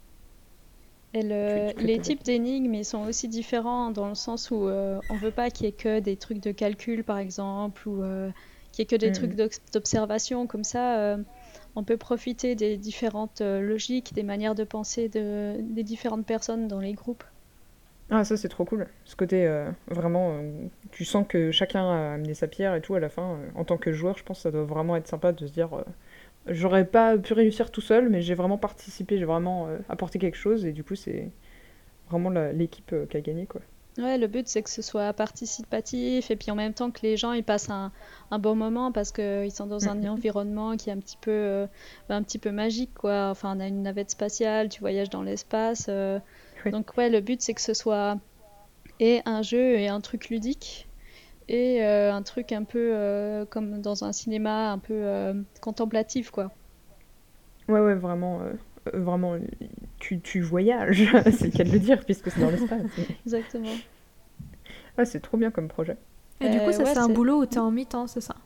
tu peux les t'adapter. types d'énigmes, ils sont aussi différents dans le sens où on veut pas qu'il y ait que des trucs de calcul, par exemple, ou qu'il y ait que des trucs Mhm. d'observation. Comme ça, on peut profiter des différentes logiques, des manières de penser des différentes personnes dans les groupes. Ah, ça, c'est trop cool. Ce côté, vraiment, tu sens que chacun a amené sa pierre et tout à la fin. En tant que joueur, je pense que ça doit vraiment être sympa de se dire, j'aurais pas pu réussir tout seul, mais j'ai vraiment participé, j'ai vraiment apporté quelque chose, et du coup, c'est vraiment l'équipe qui a gagné, quoi. Ouais, le but c'est que ce soit participatif et puis en même temps que les gens ils passent un bon moment parce qu'ils sont dans un Mhm. environnement qui est un petit peu magique quoi. Enfin, on a une navette spatiale, tu voyages dans l'espace. Oui. Donc ouais, le but c'est que ce soit et un jeu et un truc ludique et un truc un peu comme dans un cinéma un peu contemplatif quoi. Ouais, ouais, vraiment, vraiment, tu voyages, c'est le cas de le dire, puisque c'est dans l'espace. Exactement. Ah, c'est trop bien comme projet. Et du coup, ça Ouais, c'est un c'est. boulot où t'es Oui. en mi-temps, c'est ça?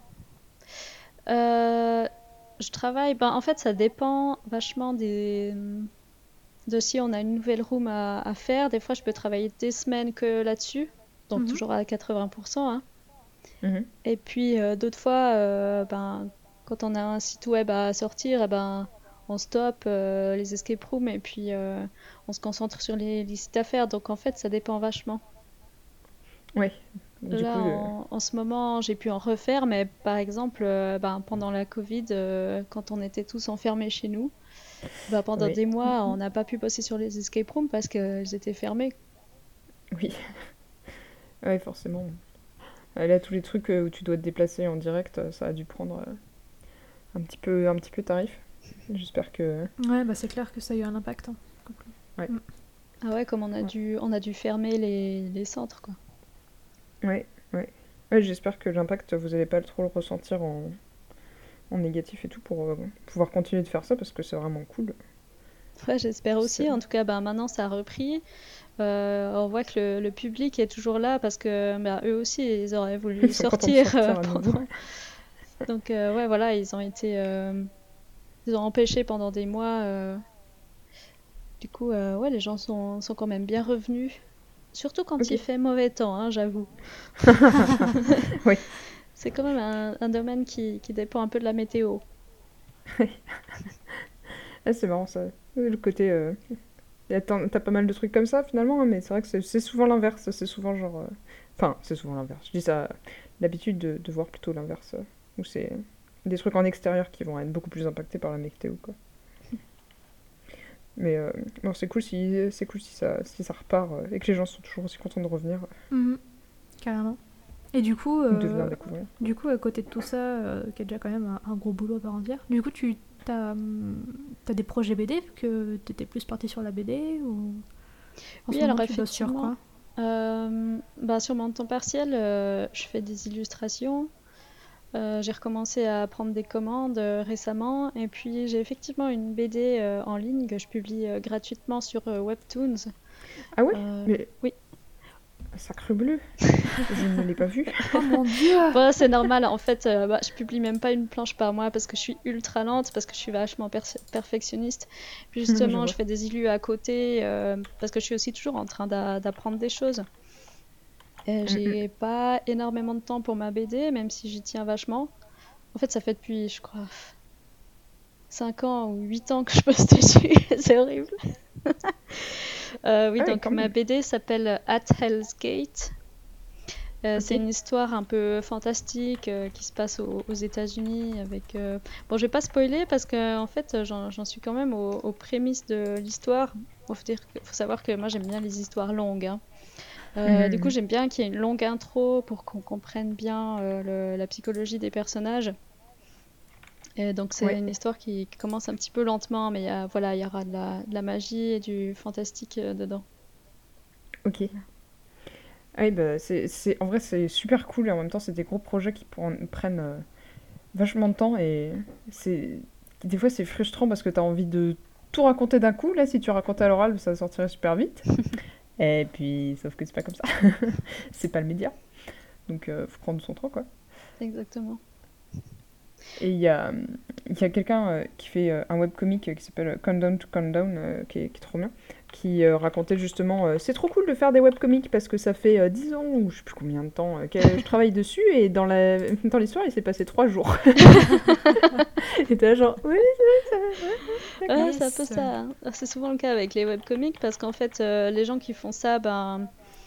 Je travaille. Ben, en fait, ça dépend vachement de si on a une nouvelle room à faire. Des fois, je peux travailler des semaines que là-dessus, donc Mhm. toujours à 80%, hein. Mhm. Et puis d'autres fois, ben, quand on a un site web à sortir, eh ben, on stoppe les escape rooms et puis on se concentre sur les sites à faire. Donc en fait, ça dépend vachement. Ouais, du coup, Là, en ce moment, j'ai pu en refaire, mais par exemple, ben, pendant la Covid, quand on était tous enfermés chez nous, bah, pendant oui, des mois, on n'a pas pu bosser sur les escape rooms parce qu'elles étaient fermées. oui, ouais, forcément. Là, tous les trucs où tu dois te déplacer en direct, ça a dû prendre un petit peu tarif. J'espère que. Ouais, bah c'est clair que ça a eu un impact, hein. Ouais, Mm. Ah ouais, comme ouais, on a dû fermer les centres, quoi. ouais, ouais. Ouais, j'espère que l'impact, vous n'allez pas trop le ressentir en négatif et tout pour pouvoir continuer de faire ça parce que c'est vraiment cool. Ouais, j'espère aussi. En C'est- tout cas, bah, maintenant, ça a repris. On voit que le public est toujours là parce que bah, eux aussi, ils auraient Ils voulu sont contents de sortir sortir à nouveau. pendant. Donc, ouais, voilà, ils ont empêché pendant des mois. Du coup, ouais, les gens sont quand même bien revenus. Surtout quand Ok. il fait mauvais temps, hein, j'avoue. Oui. C'est quand même un domaine qui dépend un peu de la météo. Ah, c'est marrant ça. Oui, le côté. T'as pas mal de trucs comme ça finalement, hein, mais c'est vrai que c'est souvent l'inverse. C'est souvent genre. Enfin, c'est souvent l'inverse. Je dis ça. L'habitude de voir plutôt l'inverse. Où c'est des trucs en extérieur qui vont être beaucoup plus impactés par la météo, quoi. Mais bon, c'est cool si ça repart et que les gens sont toujours aussi contents de revenir Mhm. Carrément. Et ou de venir découvrir. du coup, à côté de tout ça, qui est déjà quand même un gros boulot à part entière, du coup, t'as des projets BD, vu que t'étais plus partie sur la BD, ou en Oui, ce moment alors tu bosses sur effectivement, quoi? bah, sur mon temps partiel, je fais des illustrations. J'ai recommencé à prendre des commandes récemment et puis j'ai effectivement une BD en ligne que je publie gratuitement sur Webtoons. Ah ouais? Euh, Mais oui, Sacre bleu, je ne l'ai pas vu. Oh mon dieu! bon, c'est normal en fait. Bah, je publie même pas une planche par mois parce que je suis ultra lente, parce que je suis vachement perfectionniste. Puis Je justement, je vois. fais des illus à côté parce que je suis aussi toujours en train d'apprendre des choses. Mm, mm. J'ai pas énormément de temps pour ma BD, même si j'y tiens vachement. En fait, ça fait depuis, je crois, 5 ans ou 8 ans que je poste dessus. C'est horrible. Oui, Ah ouais, donc quand ma même. BD s'appelle At Hell's Gate. C'est Ok. une histoire un peu fantastique qui se passe aux États-Unis avec. Bon, je vais pas spoiler parce que en fait, j'en suis quand même aux prémices de l'histoire. Faut savoir que moi j'aime bien les histoires longues, hein. Du coup, Mhm. j'aime bien qu'il y ait une longue intro pour qu'on comprenne bien la psychologie des personnages. Et donc, c'est Ouais, une histoire qui commence un petit peu lentement, mais voilà, il y aura de la magie et du fantastique dedans. ok. Ah oui, bah, en vrai, c'est super cool et en même temps, c'est des gros projets qui prennent vachement de temps et c'est... Des fois, c'est frustrant parce que t'as envie de tout raconter d'un coup. Là, si tu racontais à l'oral, ça sortirait super vite. Et puis, sauf que c'est pas comme ça. C'est pas le média. Donc, faut prendre son temps, quoi. Exactement. Et il y a quelqu'un qui fait un webcomic qui s'appelle Countdown to Countdown, qui est trop bien, qui racontait justement c'est trop cool de faire des webcomics parce que ça fait 10 ans ou je sais plus combien de temps que je travaille dessus et dans l'histoire il s'est passé 3 jours. Et t'es là genre oui, d'accord. C'est un peu Yes. ça, hein. C'est souvent le cas avec les webcomics parce qu'en fait, les gens qui font ça, ben,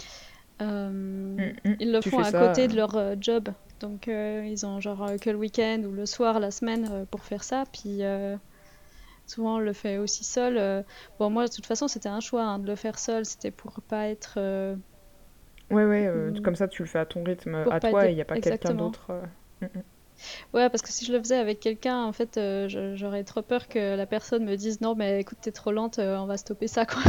ils le Tu font fais à ça. côté de leur job. Donc, ils ont genre que le week-end ou le soir, la semaine pour faire ça. Puis, souvent, on le fait aussi seul. Bon, moi, de toute façon, c'était un choix hein, de le faire seul. C'était Ouais, ouais, mm, comme ça tu le fais à ton rythme, pour à pas être toi et il n'y a pas quelqu'un exactement. d'autre. Ouais, parce que si je le faisais avec quelqu'un, en fait, j'aurais trop peur que la personne me dise non, mais écoute, t'es trop lente, on va stopper ça, quoi.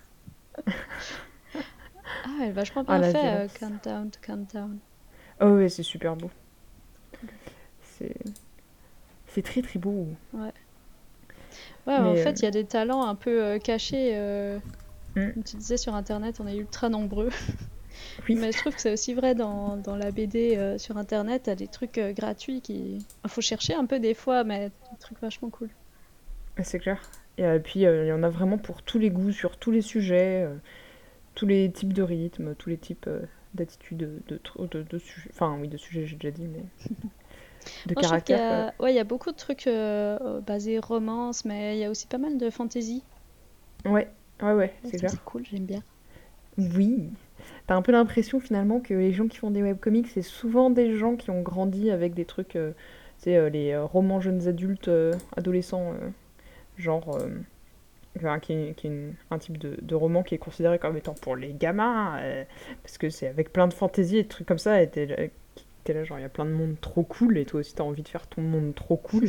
Ah, elle est vachement Ah, bien la fait, violence. Countdown to Countdown. Oh, ouais, c'est super beau. Cool. C'est c'est très très beau. Ouais. Ouais, en Mais fait, il y a des talents un peu cachés. mm, Comme tu disais, sur Internet, on est ultra nombreux. oui. Mais je trouve que c'est aussi vrai dans la BD sur Internet. T'as des trucs gratuits qui. Faut chercher un peu des fois, mais des trucs vachement cool. C'est clair. Et puis, il y en a vraiment pour tous les goûts, sur tous les sujets, tous les types de rythmes, tous les types d'attitudes, de sujets. Enfin, oui, de sujets, j'ai déjà dit, mais de Moi, je trouve qu'il y caractère. a, ouais, il y a beaucoup de trucs basés romance, mais il y a aussi pas mal de fantasy. Ouais, ouais, ouais, Ouais, c'est ça, clair. c'est cool, j'aime bien. Oui. T'as un peu l'impression finalement que les gens qui font des webcomics, c'est souvent des gens qui ont grandi avec des trucs, tu sais, les romans jeunes adultes, adolescents, genre, enfin, qui est un type de roman qui est considéré comme étant pour les gamins, parce que c'est avec plein de fantaisie et de trucs comme ça, et t'es là genre il y a plein de monde trop cool, et toi aussi t'as envie de faire ton monde trop cool,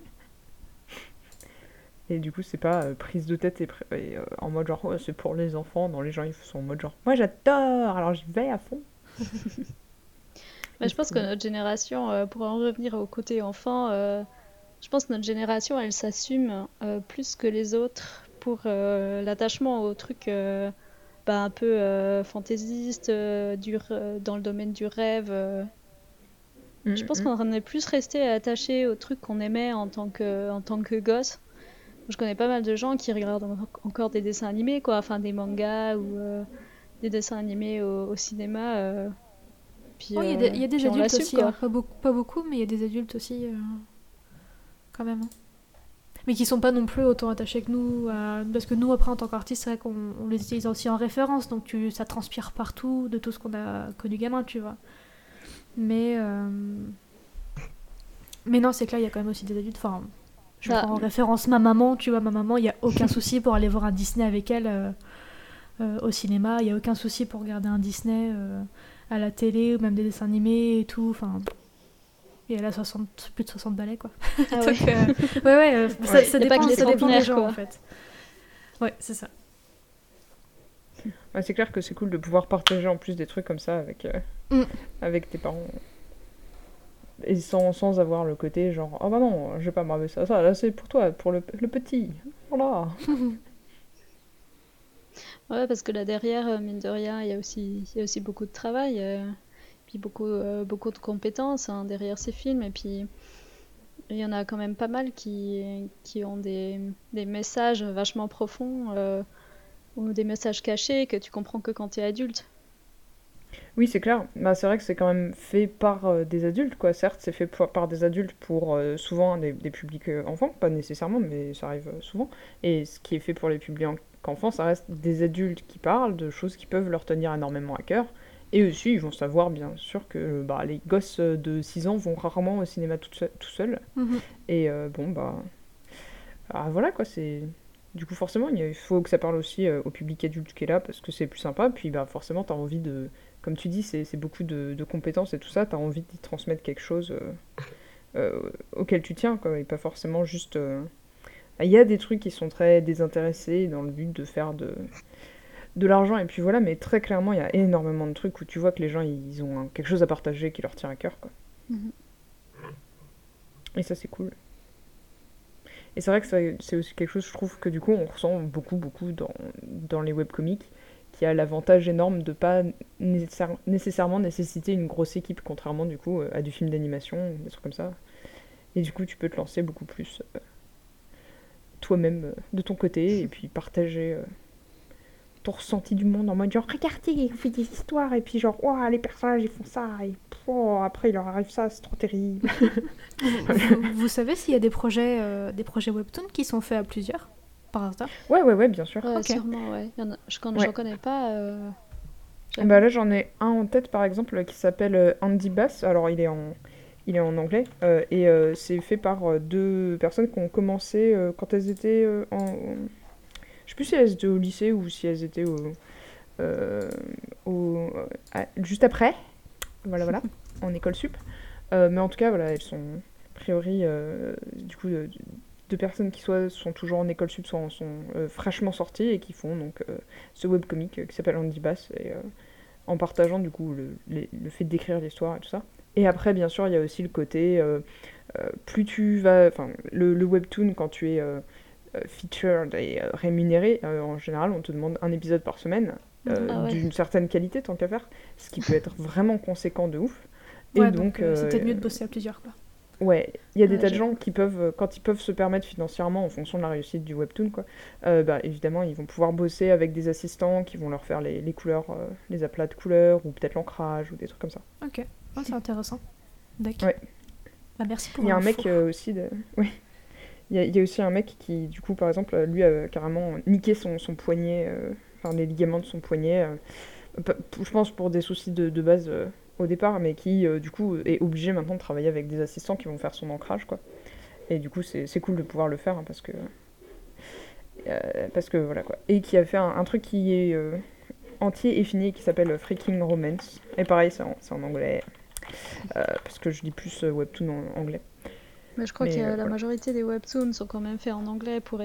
et du coup c'est pas prise de tête en mode genre ouais, c'est pour les enfants, non les gens ils sont en mode genre moi j'adore, alors j'y vais à fond, Mais et je c'est pense trop que bien. notre génération, pour en revenir au côté enfant, je pense que notre génération, elle s'assume plus que les autres pour l'attachement aux trucs bah, un peu fantaisistes, dans le domaine du rêve. Je pense Mm. qu'on est plus resté attaché aux trucs qu'on aimait en tant que gosse. Je connais pas mal de gens qui regardent encore des dessins animés, quoi, enfin des mangas ou des dessins animés au cinéma. Oh, il y a des Puis on adultes l'assume, aussi, hein. quoi. Pas beaucoup, mais il y a des adultes aussi, quand même, hein. Mais qui sont pas non plus autant attachés que nous, parce que nous, après, en tant qu'artistes, c'est vrai qu'on on les utilise aussi en référence, donc ça transpire partout de tout ce qu'on a connu gamin, tu vois. Mais, euh, mais non, c'est que là, il y a quand même aussi des adultes. Enfin, je Bah, prends en référence ma maman, tu vois, ma maman, il y a aucun souci pour aller voir un Disney avec elle au cinéma, il y a aucun souci pour regarder un Disney à la télé, ou même des dessins animés et tout, enfin. Et elle a 60, plus de 60 balais, quoi. ah ouais. Donc, ouais, ouais, Ouais, Y a pas que les ça dépend des centenaires, gens, en quoi. fait. Ouais, c'est ça. ouais, c'est clair que c'est cool de pouvoir partager en plus des trucs comme ça Mm. avec tes parents. Et sans avoir le côté genre, oh bah non, je vais pas m'arrêter ça, là c'est pour toi, pour le petit. Voilà. Ouais, parce que là derrière, mine de rien, il y a aussi beaucoup de travail, puis beaucoup de compétences hein, derrière ces films. Et puis, il y en a quand même pas mal qui ont des messages vachement profonds ou des messages cachés que tu comprends que quand t'es adulte. Oui, c'est clair. Bah, c'est vrai que c'est quand même fait par des adultes, quoi. Certes, c'est fait par des adultes pour souvent des publics enfants, pas nécessairement, mais ça arrive souvent. Et ce qui est fait pour les publics enfants, ça reste des adultes qui parlent de choses qui peuvent leur tenir énormément à cœur. Et aussi, ils vont savoir, bien sûr, que les gosses de 6 ans vont rarement au cinéma tout seuls. Mhm. Et voilà, quoi, c'est... Du coup, forcément, il faut que ça parle aussi au public adulte qui est là, parce que c'est plus sympa. Puis, forcément, t'as envie de... Comme tu dis, c'est beaucoup de compétences et tout ça. T'as envie d'y transmettre quelque chose auquel tu tiens, quoi. Et pas forcément juste... Il y a des trucs qui sont très désintéressés dans le but de faire de l'argent. Et puis voilà, mais très clairement, il y a énormément de trucs où tu vois que les gens, ils ont quelque chose à partager qui leur tient à cœur, quoi. Mhm. Et ça, c'est cool. Et c'est vrai que c'est aussi quelque chose, je trouve, que du coup, on ressent beaucoup dans les webcomics, qui a l'avantage énorme de pas nécessairement nécessiter une grosse équipe, contrairement du coup à du film d'animation, des trucs comme ça. Et du coup, tu peux te lancer beaucoup plus toi-même de ton côté, et puis partager ton ressenti du monde en mode genre, regardez, on fait des histoires, et puis genre, ouah, les personnages ils font ça, et après il leur arrive ça, c'est trop terrible. Vous savez s'il y a des projets webtoon qui sont faits à plusieurs, par hasard? Ouais, bien sûr. Ouais, Ok. sûrement, ouais. J'en Ouais. connais pas. J'avoue. Là j'en ai un en tête par exemple qui s'appelle Andy Bass. Alors il est en anglais et c'est fait par deux personnes qui ont commencé quand elles étaient je sais plus si elles étaient au lycée ou si elles étaient euh, juste après. Voilà, en école sup. Mais en tout cas voilà, elles sont a priori du coup deux personnes qui soit sont toujours en école sup, soit en sont fraîchement sorties et qui font donc ce webcomic qui s'appelle Andy Bass et en partageant du coup le fait d'écrire l'histoire et tout ça. Et après, bien sûr, il y a aussi le côté, plus tu vas... Enfin, le webtoon, quand tu es featured et rémunéré, en général, on te demande un épisode par semaine, Ah ouais. d'une certaine qualité, tant qu'à faire, ce qui peut être vraiment conséquent de ouf. Et Ouais, donc, donc c'est peut-être mieux de bosser à plusieurs, quoi. ouais, il y a des Ouais, tas de gens j'avoue. qui peuvent, quand ils peuvent se permettre financièrement en fonction de la réussite du webtoon, quoi, évidemment, ils vont pouvoir bosser avec des assistants qui vont leur faire les couleurs, les aplats de couleurs, ou peut-être l'ancrage, ou des trucs comme ça. Ok, oh, c'est intéressant. D'accord. Ouais. Bah, merci pour Il y a un l'info. mec aussi de... Oui. Il y a aussi un mec qui, du coup, par exemple, lui a carrément niqué son poignet, enfin les ligaments de son poignet, je pense pour des soucis de base au départ, mais qui, du coup, est obligé maintenant de travailler avec des assistants qui vont faire son ancrage, quoi. Et du coup, c'est cool de pouvoir le faire, hein, parce que voilà, quoi. Et qui a fait un truc qui est entier et fini, qui s'appelle Freaking Romance. Et pareil, c'est en anglais, parce que je lis plus webtoon en anglais. Mais je crois que Mais la voilà. majorité des webtoons sont quand même faits en anglais pour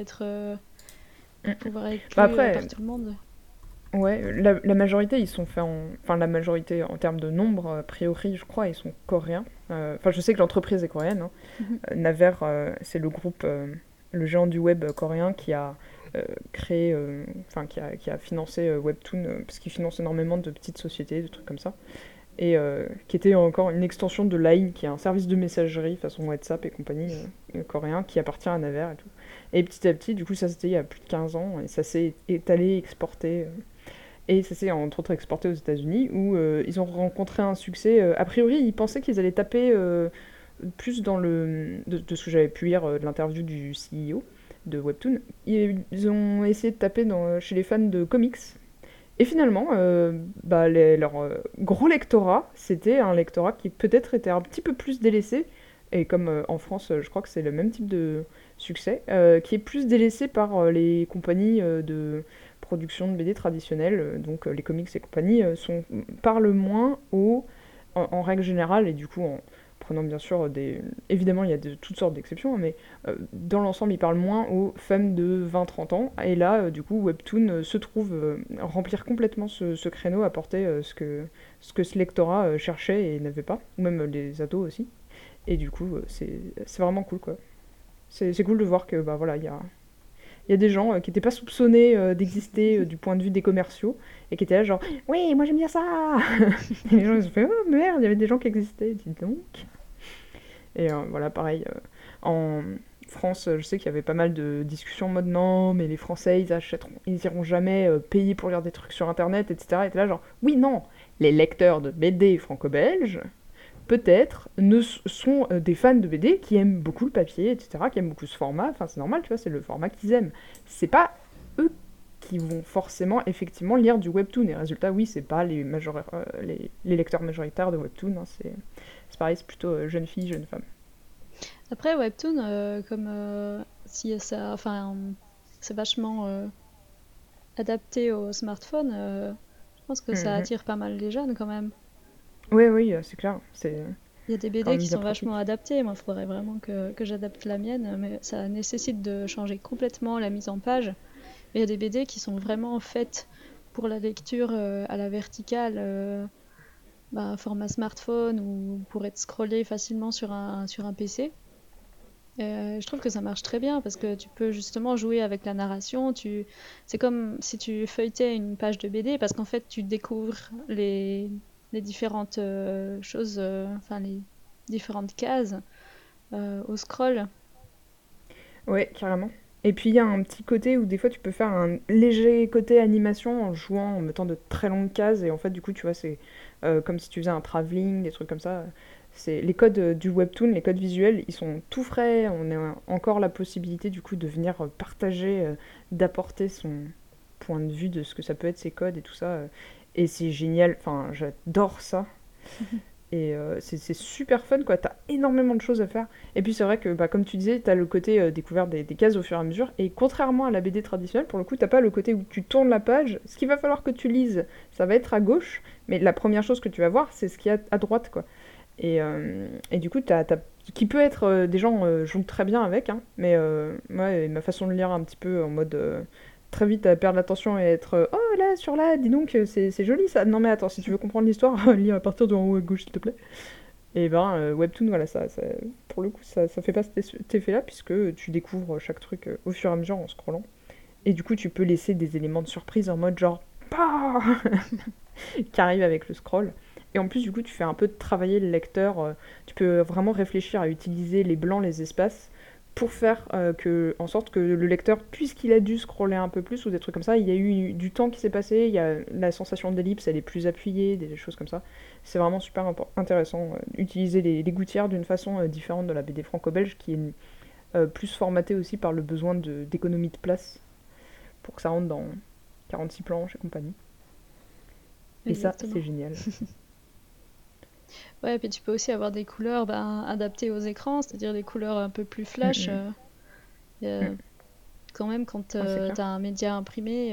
Mm. pouvoir être lus Après, par tout le monde. ouais, la majorité, ils sont faits en... Enfin, la majorité, en termes de nombre, a priori, je crois, ils sont coréens. Enfin, je sais que l'entreprise est coréenne, hein. Mhm. Naver, c'est le groupe, le géant du web coréen qui a créé... Enfin, qui a financé Webtoon, parce qu'il finance énormément de petites sociétés, de trucs comme ça. Et qui était encore une extension de Line, qui est un service de messagerie façon WhatsApp et compagnie coréen, qui appartient à Naver et tout. Et petit à petit, du coup, ça c'était il y a plus de 15 ans, et ça s'est étalé, exporté... Et ça s'est entre autres exporté aux États-Unis où ils ont rencontré un succès. A priori, ils pensaient qu'ils allaient taper plus dans de ce que j'avais pu lire de l'interview du CEO de Webtoon. Ils ont essayé de taper chez les fans de comics. Et finalement, leur gros lectorat, c'était un lectorat qui peut-être était un petit peu plus délaissé. Et comme en France, je crois que c'est le même type de succès, qui est plus délaissé par les compagnies de production de BD traditionnelles, donc les comics et compagnie, parlent moins en règle générale, et du coup en prenant bien sûr des... Évidemment, il y a toutes sortes d'exceptions, mais dans l'ensemble, ils parlent moins aux femmes de 20-30 ans, et là, du coup, Webtoon se trouve remplir complètement ce créneau, apporter ce que ce lectorat cherchait et n'avait pas, ou même les ados aussi, et du coup, c'est vraiment cool, quoi. C'est cool de voir que, voilà, il y a des gens qui n'étaient pas soupçonnés d'exister du point de vue des commerciaux et qui étaient là genre oui moi j'aime bien ça. Et les gens ils ont fait oh merde il y avait des gens qui existaient dis donc. Et voilà pareil en France je sais qu'il y avait pas mal de discussions en mode non mais les Français ils iront jamais payer pour lire des trucs sur internet etc. Et t'es là genre oui non les lecteurs de BD franco-belges peut-être sont des fans de BD qui aiment beaucoup le papier, etc., qui aiment beaucoup ce format. Enfin, c'est normal, tu vois, c'est le format qu'ils aiment. C'est pas eux qui vont forcément effectivement lire du webtoon. Et résultat, oui, c'est pas les lecteurs majoritaires de webtoon, hein, c'est pareil, c'est plutôt jeunes filles, jeunes femmes. Après, Webtoon, comme si ça, enfin, c'est vachement adapté au smartphone, je pense que ça Mhm. attire pas mal les jeunes quand même. Oui, oui, c'est clair, c'est Il y a des quand BD même qui bien sont vachement pratique. adaptés. Moi, il faudrait vraiment que j'adapte la mienne, mais ça nécessite de changer complètement la mise en page. Mais il y a des BD qui sont vraiment faites pour la lecture à la verticale, format smartphone ou pour être scrollé facilement sur un PC. Je trouve que ça marche très bien parce que tu peux justement jouer avec la narration. C'est comme si tu feuilletais une page de BD parce qu'en fait tu découvres les différentes choses, enfin les différentes cases au scroll. Ouais, carrément. Et puis il y a un petit côté où des fois tu peux faire un léger côté animation en jouant, en mettant de très longues cases. Et en fait, du coup, tu vois, c'est comme si tu faisais un travelling, des trucs comme ça. C'est les codes du webtoon, les codes visuels, ils sont tout frais. On a encore la possibilité, du coup, de venir partager, d'apporter son point de vue de ce que ça peut être ces codes et tout ça. Et c'est génial. Enfin, j'adore ça. Et c'est super fun, quoi. T'as énormément de choses à faire. Et puis c'est vrai que, bah, comme tu disais, t'as le côté découverte des cases au fur et à mesure. Et contrairement à la BD traditionnelle, pour le coup, t'as pas le côté où tu tournes la page. Ce qu'il va falloir que tu lises, ça va être à gauche. Mais la première chose que tu vas voir, c'est ce qu'il y a à droite, quoi. Et du coup, qui peut être... des gens jouent très bien avec, hein. Mais ouais, ma façon de lire un petit peu en mode... très vite à perdre l'attention et être oh là, sur là, dis donc, c'est joli ça. Non mais attends, si tu veux comprendre l'histoire, lis à partir de en haut à gauche, s'il te plaît. Et ben, Webtoon, voilà, pour le coup, ça fait pas cet effet-là, puisque tu découvres chaque truc au fur et à mesure en scrollant. Et du coup, tu peux laisser des éléments de surprise en mode genre, bah qui arrivent avec le scroll. Et en plus, du coup, tu fais un peu travailler le lecteur. Tu peux vraiment réfléchir à utiliser les blancs, les espaces, pour faire en sorte que le lecteur, puisqu'il a dû scroller un peu plus ou des trucs comme ça, il y a eu du temps qui s'est passé, il y a la sensation d'ellipse, elle est plus appuyée, des choses comme ça. C'est vraiment super intéressant. Utiliser les gouttières d'une façon différente de la BD franco-belge, qui est plus formatée aussi par le besoin d'économie de place, pour que ça rentre dans 46 planches et compagnie. Et ça, Exactement. c'est génial. Ouais, et puis tu peux aussi avoir des couleurs adaptées aux écrans, c'est-à-dire des couleurs un peu plus Mm, flash. mm, Euh, mm. quand même, quand Ah, c'est clair. t'as un média imprimé,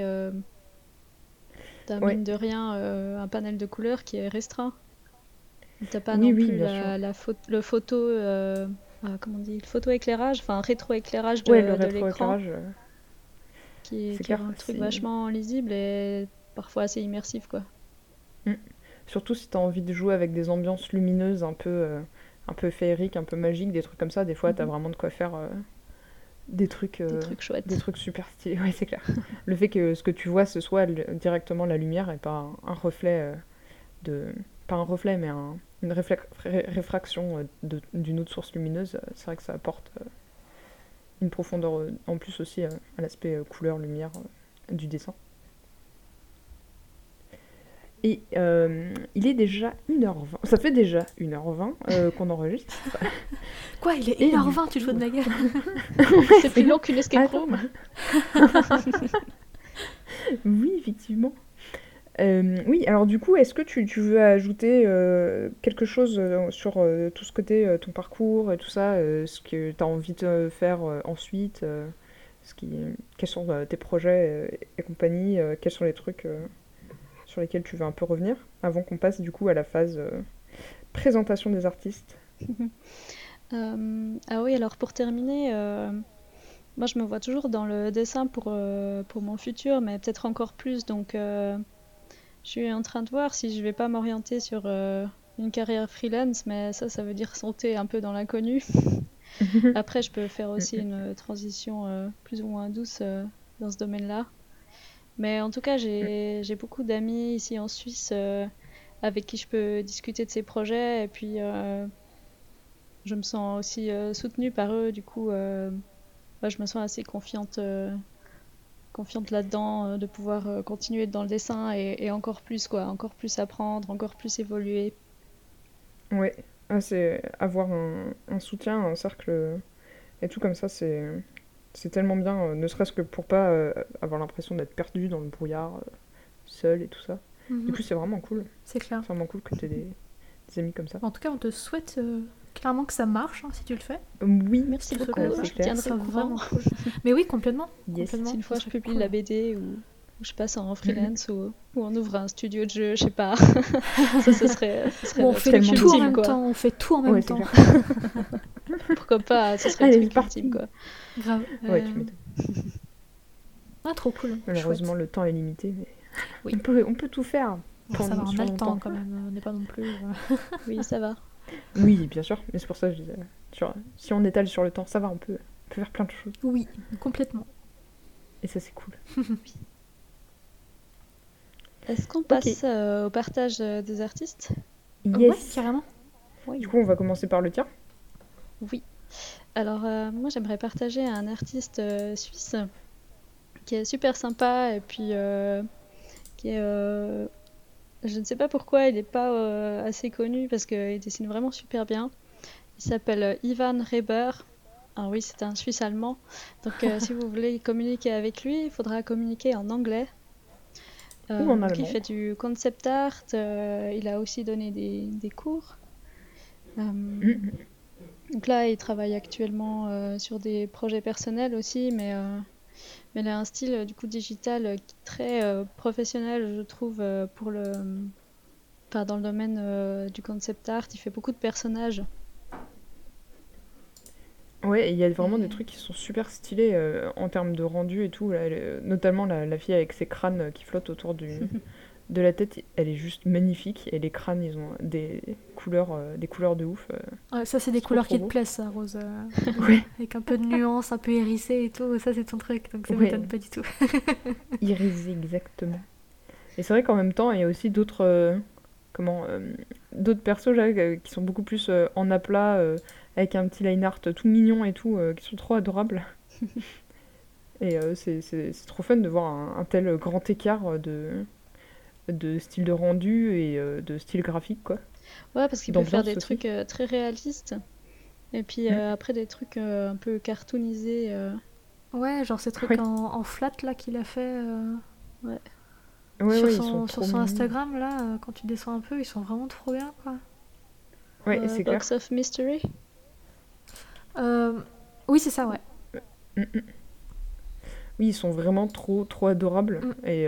t'as Ouais, mine de rien un panel de couleurs qui est restreint. T'as pas oui, non oui, plus bien sûr. le photo, comment on dit, le photo-éclairage, enfin rétro-éclairage Ouais, le de l'écran, rétroéclairage, c'est qui clair, rend le truc c'est... vachement lisible et parfois assez immersif, quoi. Mm. Surtout si t'as envie de jouer avec des ambiances lumineuses un peu féeriques, un peu magiques, des trucs comme ça, des fois t'as Mhm. vraiment de quoi faire des Des trucs des chouettes. trucs super stylés, ouais, c'est clair. Le fait que ce que tu vois, ce soit directement la lumière et pas un reflet de... Pas un reflet, mais une réfraction d'une autre source lumineuse, c'est vrai que ça apporte une profondeur en plus aussi à l'aspect couleur-lumière du dessin. Et il est déjà 1h20. Ça fait déjà 1h20 qu'on enregistre. Quoi, il est Et du 1h20, tu te fous coup... de ma gueule? C'est plus long qu'une escape Attends. room. Oui, effectivement. Oui, alors du coup, est-ce que tu veux ajouter quelque chose sur tout ce côté, ton parcours et tout ça, ce que tu as envie de faire ensuite, ce qui, quels sont tes projets et compagnie, quels sont les trucs sur lesquels tu veux un peu revenir, avant qu'on passe du coup à la phase présentation des artistes. Ah oui, alors pour terminer, moi je me vois toujours dans le dessin pour mon futur, mais peut-être encore plus. Donc je suis en train de voir si je vais pas m'orienter sur une carrière freelance, mais ça veut dire sauter un peu dans l'inconnu. Après, je peux faire aussi une transition plus ou moins douce dans ce domaine-là. Mais en tout cas, j'ai beaucoup d'amis ici en Suisse avec qui je peux discuter de ces projets et puis je me sens aussi soutenue par eux. Du coup, ouais, je me sens assez confiante là-dedans de pouvoir continuer dans le dessin et encore plus quoi, encore plus apprendre, encore plus évoluer. Ouais, ah, c'est avoir un soutien, un cercle et tout comme ça, C'est tellement bien, ne serait-ce que pour pas avoir l'impression d'être perdu dans le brouillard, seul et tout ça. Du coup, c'est vraiment cool. C'est clair. C'est vraiment cool que tu aies des amis comme ça. En tout cas, on te souhaite clairement que ça marche si tu le fais. Oui, Merci c'est beaucoup, clair. je tiendrai C'est au courant. vraiment cool. Mais oui, complètement. Yes. complètement. Si une fois Ça je serait publie cool. la BD ou je passe en freelance ou on ouvre un studio de jeu, je sais pas. ça ce serait Bon, on le fait truc tellement tout en ultime, même quoi. temps. On fait tout en même Ouais, c'est temps. clair. Pourquoi pas, ce serait Allez, le c'est truc parti. ultime, quoi. Grave. Ouais, tu m'étonnes. Ah, trop cool. Malheureusement, Chouette. le temps est limité, mais Oui. on peut tout faire. Bon, ça va, on sur a le temps longtemps. quand même. On n'est pas non plus. Oui, ça va. Oui, bien sûr, mais c'est pour ça que je disais, si on étale sur le temps, ça va, on peut faire plein de choses. Oui, complètement. Et ça, c'est cool. Est-ce qu'on passe au partage des artistes? Yes. Ouais, carrément. Oui. Du coup, on va commencer par le tien. Oui. Alors, moi, j'aimerais partager un artiste suisse qui est super sympa et puis qui est. Je ne sais pas pourquoi il n'est pas assez connu parce qu'il dessine vraiment super bien. Il s'appelle Ivan Reber. Alors oui, c'est un Suisse allemand. Donc si vous voulez communiquer avec lui, il faudra communiquer en anglais. Ou en Donc, allemand. il fait du concept art. Il a aussi donné des cours. Donc là, il travaille actuellement sur des projets personnels aussi, mais il a un style du coup digital très professionnel, je trouve, dans le domaine du concept art. Il fait beaucoup de personnages. Ouais, il y a vraiment des trucs qui sont super stylés en termes de rendu et tout. Là, notamment la fille avec ses crânes qui flottent autour de la tête, elle est juste magnifique. Et les crânes, ils ont des couleurs de ouf. Ouais, ça, c'est des Trop, couleurs trop qui te beau. plaisent, ça, Rose. Ouais. Avec un peu de nuance, un peu hérissé et tout. Ça, c'est ton truc, donc ça Ouais. m'étonne pas du tout. Irisé, exactement. Et c'est vrai qu'en même temps, il y a aussi d'autres d'autres persos là, qui sont beaucoup plus en aplat, avec un petit line art tout mignon et tout, qui sont trop adorables. Et c'est trop fun de voir un tel grand écart de style de rendu et de style graphique, quoi. Ouais, parce qu'il peut faire des D'ambiance aussi. trucs très réalistes. Et puis après, des trucs un peu cartoonisés. Ouais, genre ces truks Ouais. en flat là qu'il a fait Ouais, sur ouais, ils son, sont sur trop son mignons. Instagram là, quand tu descends un peu, ils sont vraiment trop bien quoi. Ouais, c'est clair. Box of Mystery. Oui, c'est ça, ouais. Mm, mm. Oui, ils sont vraiment trop, trop adorables et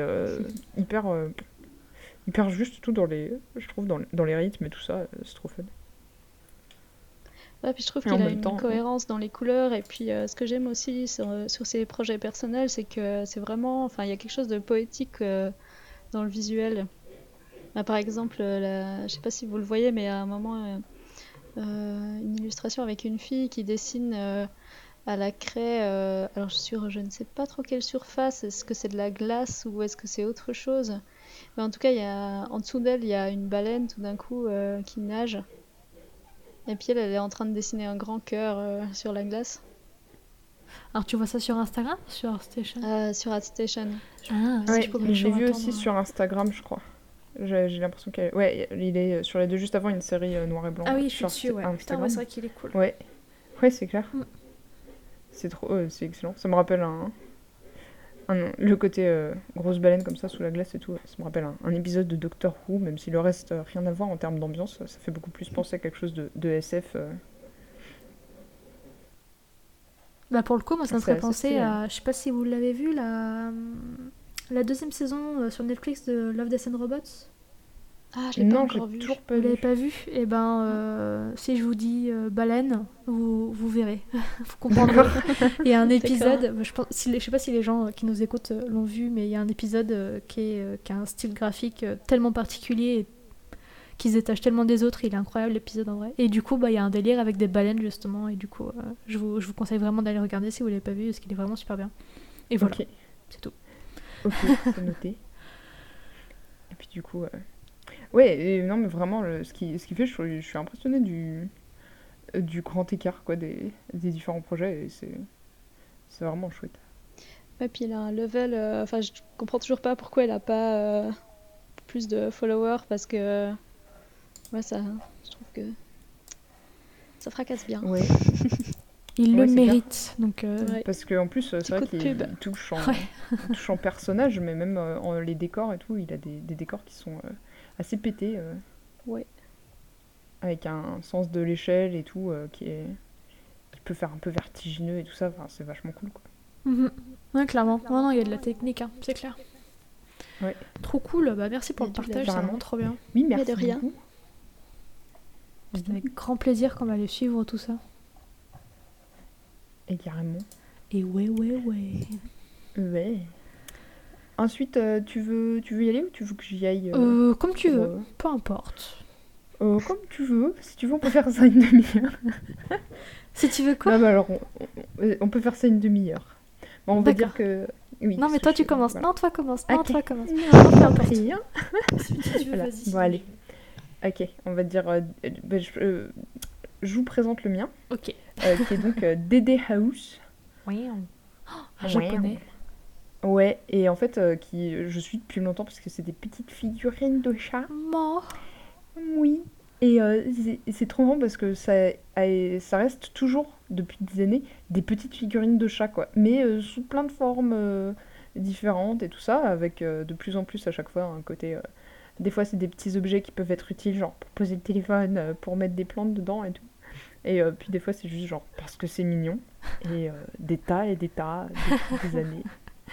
hyper juste tout je trouve dans les rythmes et tout ça, c'est trop fun. Ouais, puis je trouve Et en qu'il a même une temps, cohérence dans les couleurs. Et puis ce que j'aime aussi sur ses projets personnels, c'est que c'est vraiment. Enfin, il y a quelque chose de poétique dans le visuel. Bah, par exemple, je sais pas si vous le voyez, mais à un moment, une illustration avec une fille qui dessine à la craie. Alors, je ne sais pas trop quelle surface. Est-ce que c'est de la glace ou est-ce que c'est autre chose? Mais en tout cas, en dessous d'elle, il y a une baleine tout d'un coup qui nage. Et puis elle est en train de dessiner un grand cœur sur la glace. Alors tu vois ça sur Instagram, sur ArtStation? Sur ArtStation. Ah, ouais, si je peux je l'ai vu attendre. aussi sur Instagram, je crois. J'ai l'impression ouais, il est sur les deux juste avant une série noir et blanc. Ah oui, je suis sur dessus, ouais. Putain, Instagram. ouais, c'est vrai qu'il est cool. Ouais, c'est clair. C'est excellent. Ça me rappelle le côté grosse baleine comme ça sous la glace et tout. Ça me rappelle un épisode de Doctor Who, même si le reste rien à voir en termes d'ambiance. Ça fait beaucoup plus penser à quelque chose de SF. Bah pour le coup, moi ça me C'est ferait assez penser stylé. à, je sais pas si vous l'avez vu, la deuxième saison sur Netflix de Love, Death and Robots. Ah, je l'ai pas Non, encore j'ai vu. toujours pas Vous l'avez vu. pas vu? Eh ben, si je vous dis baleine, vous verrez. Vous comprendrez. Il y a un épisode, je sais pas si les gens qui nous écoutent l'ont vu, mais il y a un épisode qui a un style graphique tellement particulier et qui se détache tellement des autres. Il est incroyable l'épisode en vrai. Et du coup, il y a un délire avec des baleines justement. Et du coup, je vous conseille vraiment d'aller regarder si vous l'avez pas vu, parce qu'il est vraiment super bien. Et voilà, Ok, c'est tout. ok, c'est noté. Et puis du coup, ouais, et non mais vraiment, ce qui fait, je suis impressionnée du grand écart quoi, des différents projets et c'est vraiment chouette. Ouais, puis il a un level. Enfin, je comprends toujours pas pourquoi il a pas plus de followers parce que. Ouais, je trouve que ça fracasse bien. Ouais. Il Ouais, le c'est clair. mérite. Donc, Ouais. Parce qu'en plus, c'est Petit vrai coup de qu'il pub. Ouais. il touche en personnage, mais même en les décors et tout, il a des décors qui sont assez pétés, Ouais. avec un sens de l'échelle et tout, qui peut faire un peu vertigineux et tout ça. Enfin, c'est vachement cool, quoi. mhm. Ouais, clairement. Non, non, il y a de la technique, hein, c'est clair. Ouais. Trop cool. Bah, merci pour Il y le a du partage, c'est Carrément. vraiment trop bien. Oui, Mais merci de rien. beaucoup. C'est avec grand plaisir qu'on va aller suivre tout ça. Et carrément. Et ouais. Ouais. Ensuite, tu veux y aller ou tu veux que j'y aille Comme tu pour, veux, peu importe. comme tu veux. Si tu veux, on peut faire ça une demi-heure. Si tu veux quoi? Non, mais alors, on peut faire ça une demi-heure. Bon, on va D'accord. dire que... Oui, Non, mais parce toi que tu je- commences. voilà. Non, toi commence. Non, Ok. toi commence. Non, peu importe. prie, hein. Si tu veux, Voilà. vas-y. Bon, allez. Ok, on va dire... je vous présente le mien, Ok. qui est donc Dede House. Oui. Un Ouais. japonais. Ouais, et en fait, je suis depuis longtemps parce que c'est des petites figurines de chat. Mort. Oui. Et c'est trop marrant parce que ça reste toujours, depuis des années, des petites figurines de chat, quoi. Mais sous plein de formes différentes et tout ça, avec de plus en plus à chaque fois un côté... des fois, c'est des petits objets qui peuvent être utiles, genre pour poser le téléphone, pour mettre des plantes dedans et tout. Et puis des fois, c'est juste genre parce que c'est mignon. Et des tas et des tas, depuis des années.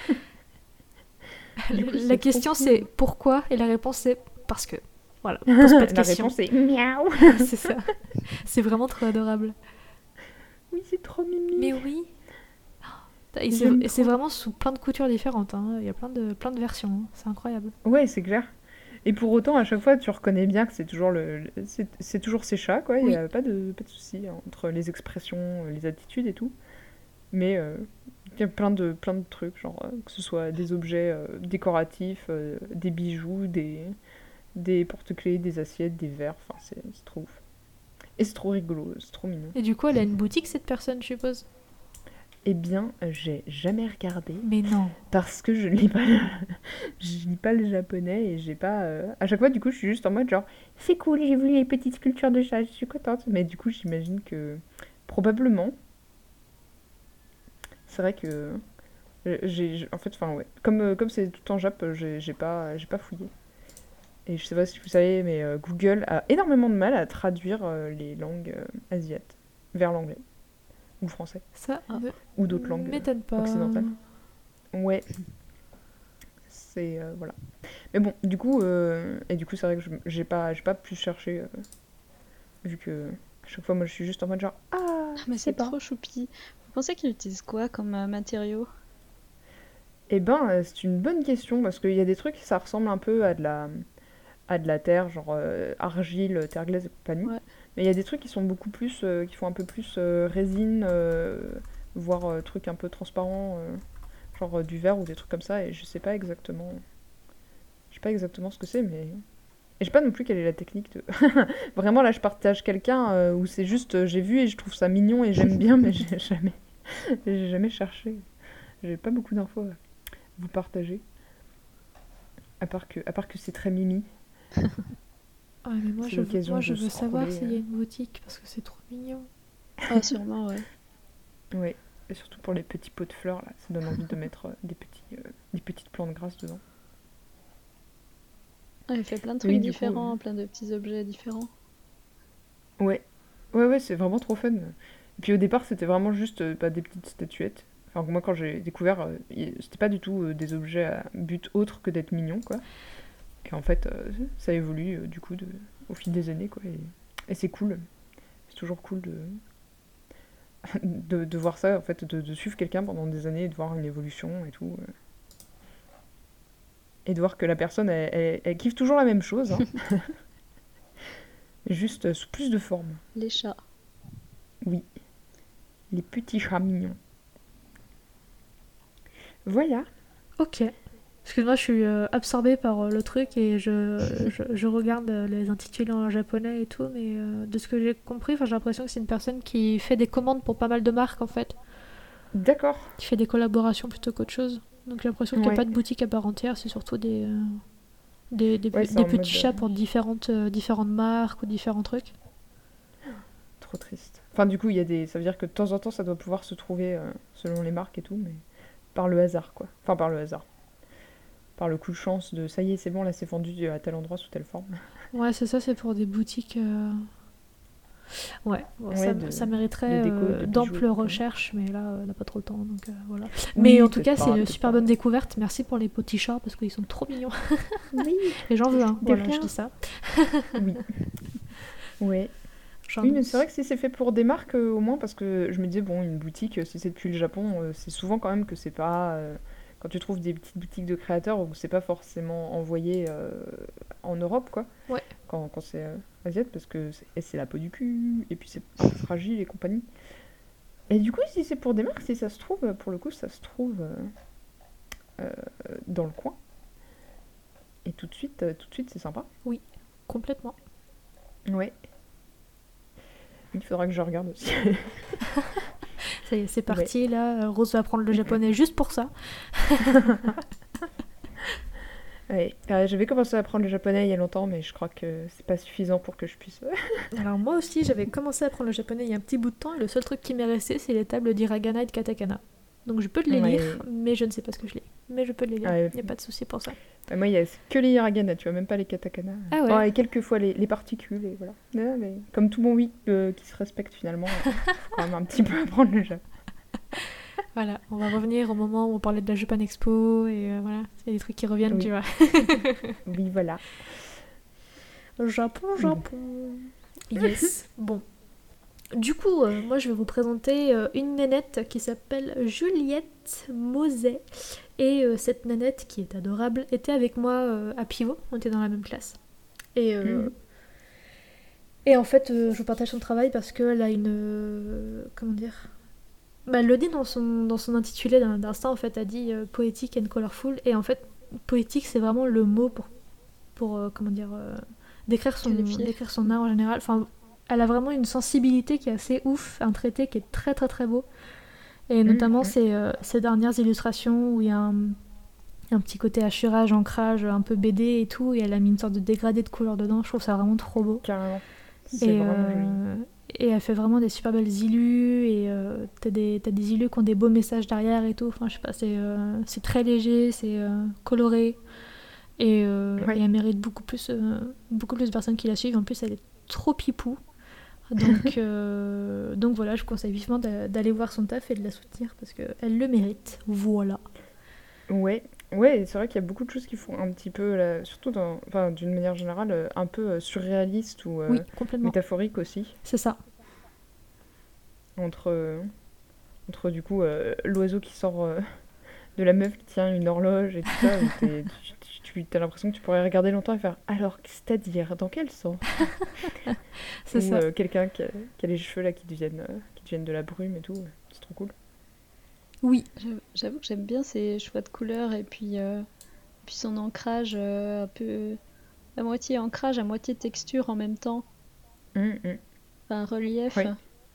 Du coup, La c'est question trop c'est cool. pourquoi et la réponse c'est parce que. Voilà, pose pas de La questions. réponse est miaou. C'est ça. C'est vraiment trop adorable. Oui, c'est trop mimi. Mais oui. Et J'aime c'est trop. vraiment sous plein de coutures différentes. Hein. Il y a plein de versions. Hein. C'est incroyable. Ouais, c'est clair. Et pour autant, à chaque fois, tu reconnais bien que c'est toujours c'est toujours ces chats, quoi. Il Oui. n'y a pas de souci entre les expressions, les attitudes et tout. Mais il y a plein de trucs, genre que ce soit des objets décoratifs, des bijoux, des porte-clés, des assiettes, des verres. Enfin, c'est trop ouf. Et c'est trop rigolo, c'est trop mignon. Et du coup, elle a une boutique cette personne, je suppose. Eh bien, j'ai jamais regardé Mais non. parce que je lis pas le japonais et j'ai pas. À chaque fois, du coup, je suis juste en mode genre, c'est cool, j'ai vu les petites sculptures de chat, je suis contente. Mais du coup, j'imagine que probablement, c'est vrai que en fait, enfin ouais, comme c'est tout en Jap, j'ai pas fouillé. Et je sais pas si vous savez, mais Google a énormément de mal à traduire les langues asiates vers l'anglais ou le français Ça Ah. ne ou d'autres langues m'étonne pas. occidentales. Ouais, c'est voilà. Mais bon, du coup, c'est vrai que j'ai pas pu chercher vu que à chaque fois moi je suis juste en mode genre Mais je sais c'est pas. trop choupi. Vous pensez qu'il utilise quoi comme matériaux? Eh ben, c'est une bonne question parce qu'il y a des trucs ça ressemble un peu à de la terre, genre argile, terre glaise et compagnie. Ouais. Mais il y a des trucs qui sont beaucoup plus, qui font un peu plus résine, voire trucs un peu transparents, genre du verre ou des trucs comme ça. Et je sais pas exactement ce que c'est, mais et je sais pas non plus quelle est la technique de. Vraiment là, je partage quelqu'un où c'est juste j'ai vu et je trouve ça mignon et j'aime bien, mais j'ai jamais cherché. J'ai pas beaucoup d'infos à vous partager. À part que c'est très mimi. Ah, mais moi C'est je l'occasion de veux savoir scroller, s'il y a une boutique parce que c'est trop mignon. Ah, sûrement, ouais. Ouais, et surtout pour les petits pots de fleurs, là, ça donne envie de mettre des petites plantes grasses dedans. Ah, il fait plein de trucs Oui, du coup, différents, plein de petits objets différents. Ouais, ouais, c'est vraiment trop fun. Et puis au départ, c'était vraiment juste des petites statuettes. Enfin, moi, quand j'ai découvert, c'était pas du tout des objets à but autre que d'être mignon, quoi. Et en fait, ça évolue, du coup, au fil des années, quoi. Et c'est cool. C'est toujours cool de voir ça, en fait, de suivre quelqu'un pendant des années et de voir une évolution et tout. Et de voir que la personne, elle kiffe toujours la même chose, hein. Juste sous plus de forme. Les chats. Oui, les petits chats mignons. Voilà. Ok. Excuse-moi, je suis absorbée par le truc et je regarde les intitulés en japonais et tout, mais de ce que j'ai compris, j'ai l'impression que c'est une personne qui fait des commandes pour pas mal de marques en fait, D'accord. qui fait des collaborations plutôt qu'autre chose. Donc j'ai l'impression qu'il n'y a Ouais. pas de boutique à part entière, c'est surtout des Ouais, c'est des en petits mode, chats pour différentes marques ou différents trucs. trop triste. Enfin, du coup, ça veut dire que de temps en temps, ça doit pouvoir se trouver selon les marques et tout, mais par le hasard, quoi. Enfin, par le hasard. Par le coup de chance de ça y est, c'est bon, là, c'est vendu à tel endroit, sous telle forme. Ouais, c'est ça, c'est pour des boutiques. Ouais, bon, Ouais, ça de mériterait déco, de bijoux, d'amples etc. recherches, mais là, on n'a pas trop le temps, donc voilà. Oui, Mais en tout peut-être cas, pas, c'est une peut-être super pas. bonne découverte. Merci pour les petits chats, parce qu'ils sont trop mignons. Oui, Et j'en veux un, de voilà, rien. je dis ça. Oui. Ouais. J'en Oui, ai mais c'est vrai que aussi. si c'est fait pour des marques, au moins, parce que je me disais, bon, une boutique, si c'est depuis le Japon, c'est souvent quand même que c'est pas. Quand tu trouves des petites boutiques de créateurs où c'est pas forcément envoyé en Europe, quoi, Ouais. quand c'est asiatique, parce que c'est la peau du cul, et puis c'est un peu fragile et compagnie. Et du coup, si c'est pour des marques, si ça se trouve, pour le coup, ça se trouve euh, dans le coin. Et tout de suite, c'est sympa. Oui, complètement. Ouais. Il faudra que je regarde aussi. Ça y est, c'est Ouais. parti, là. Rose va apprendre le japonais juste pour ça. Ouais. J'avais commencé à apprendre le japonais il y a longtemps, mais je crois que c'est pas suffisant pour que je puisse. Alors moi aussi, j'avais commencé à apprendre le japonais il y a un petit bout de temps, et le seul truc qui m'est resté, c'est les tables d'hiragana et de katakana. Donc je peux les Ouais. lire, mais je ne sais pas ce que je lis. Mais je peux les lire, Ouais. il n'y a pas de souci pour ça. Moi, il y a que les hiragana, tu vois, même pas les katakana. Ah ouais. Oh, et quelques fois les particules, et voilà. Ouais, mais comme tout bon oui qui se respecte finalement, faut quand même un petit peu apprendre le japonais. Voilà, on va revenir au moment où on parlait de la Japan Expo, et voilà, c'est des trucs qui reviennent, Oui. tu vois. Oui, voilà. Japon, Oui. Japon. Yes. Bon. Du coup, moi je vais vous présenter une nénette qui s'appelle Juliette Moset. Et cette nénette qui est adorable était avec moi à Pivot, on était dans la même classe. Et, et en fait, je vous partage son travail parce qu'elle a une. Comment dire, bah, elle le dit dans son intitulé d'Insta, en fait, elle dit poétique and colorful. Et en fait, poétique, c'est vraiment le mot pour comment dire, décrire son art en général. Enfin, elle a vraiment une sensibilité qui est assez ouf, un traité qui est très très très beau. Et notamment ces dernières illustrations où il y a un petit côté hachurage, ancrage, un peu BD et tout, et elle a mis une sorte de dégradé de couleurs dedans. Je trouve ça vraiment trop beau. Carrément. C'est vraiment joli. Et elle fait vraiment des super belles illus, et t'as des illus qui ont des beaux messages derrière et tout. Enfin, je sais pas, c'est très léger, c'est coloré. Et elle mérite beaucoup plus de personnes qui la suivent. En plus, elle est trop pipou. Donc voilà, je vous conseille vivement d'aller voir son taf et de la soutenir parce qu'elle le mérite. Voilà. Ouais, c'est vrai qu'il y a beaucoup de choses qui font un petit peu, surtout d'une manière générale, un peu surréaliste ou Oui, complètement. métaphorique aussi. C'est ça. Entre du coup l'oiseau qui sort de la meuf qui tient une horloge et tout ça, où tu as l'impression que tu pourrais regarder longtemps et faire alors, c'est-à-dire, dans quel sens? C'est Ou ça. quelqu'un qui a les cheveux là qui deviennent de la brume et tout, c'est trop cool. Oui. J'avoue que j'aime bien ses choix de couleurs et puis son ancrage un peu à moitié ancrage, à moitié texture en même temps. Enfin, relief. Ouais.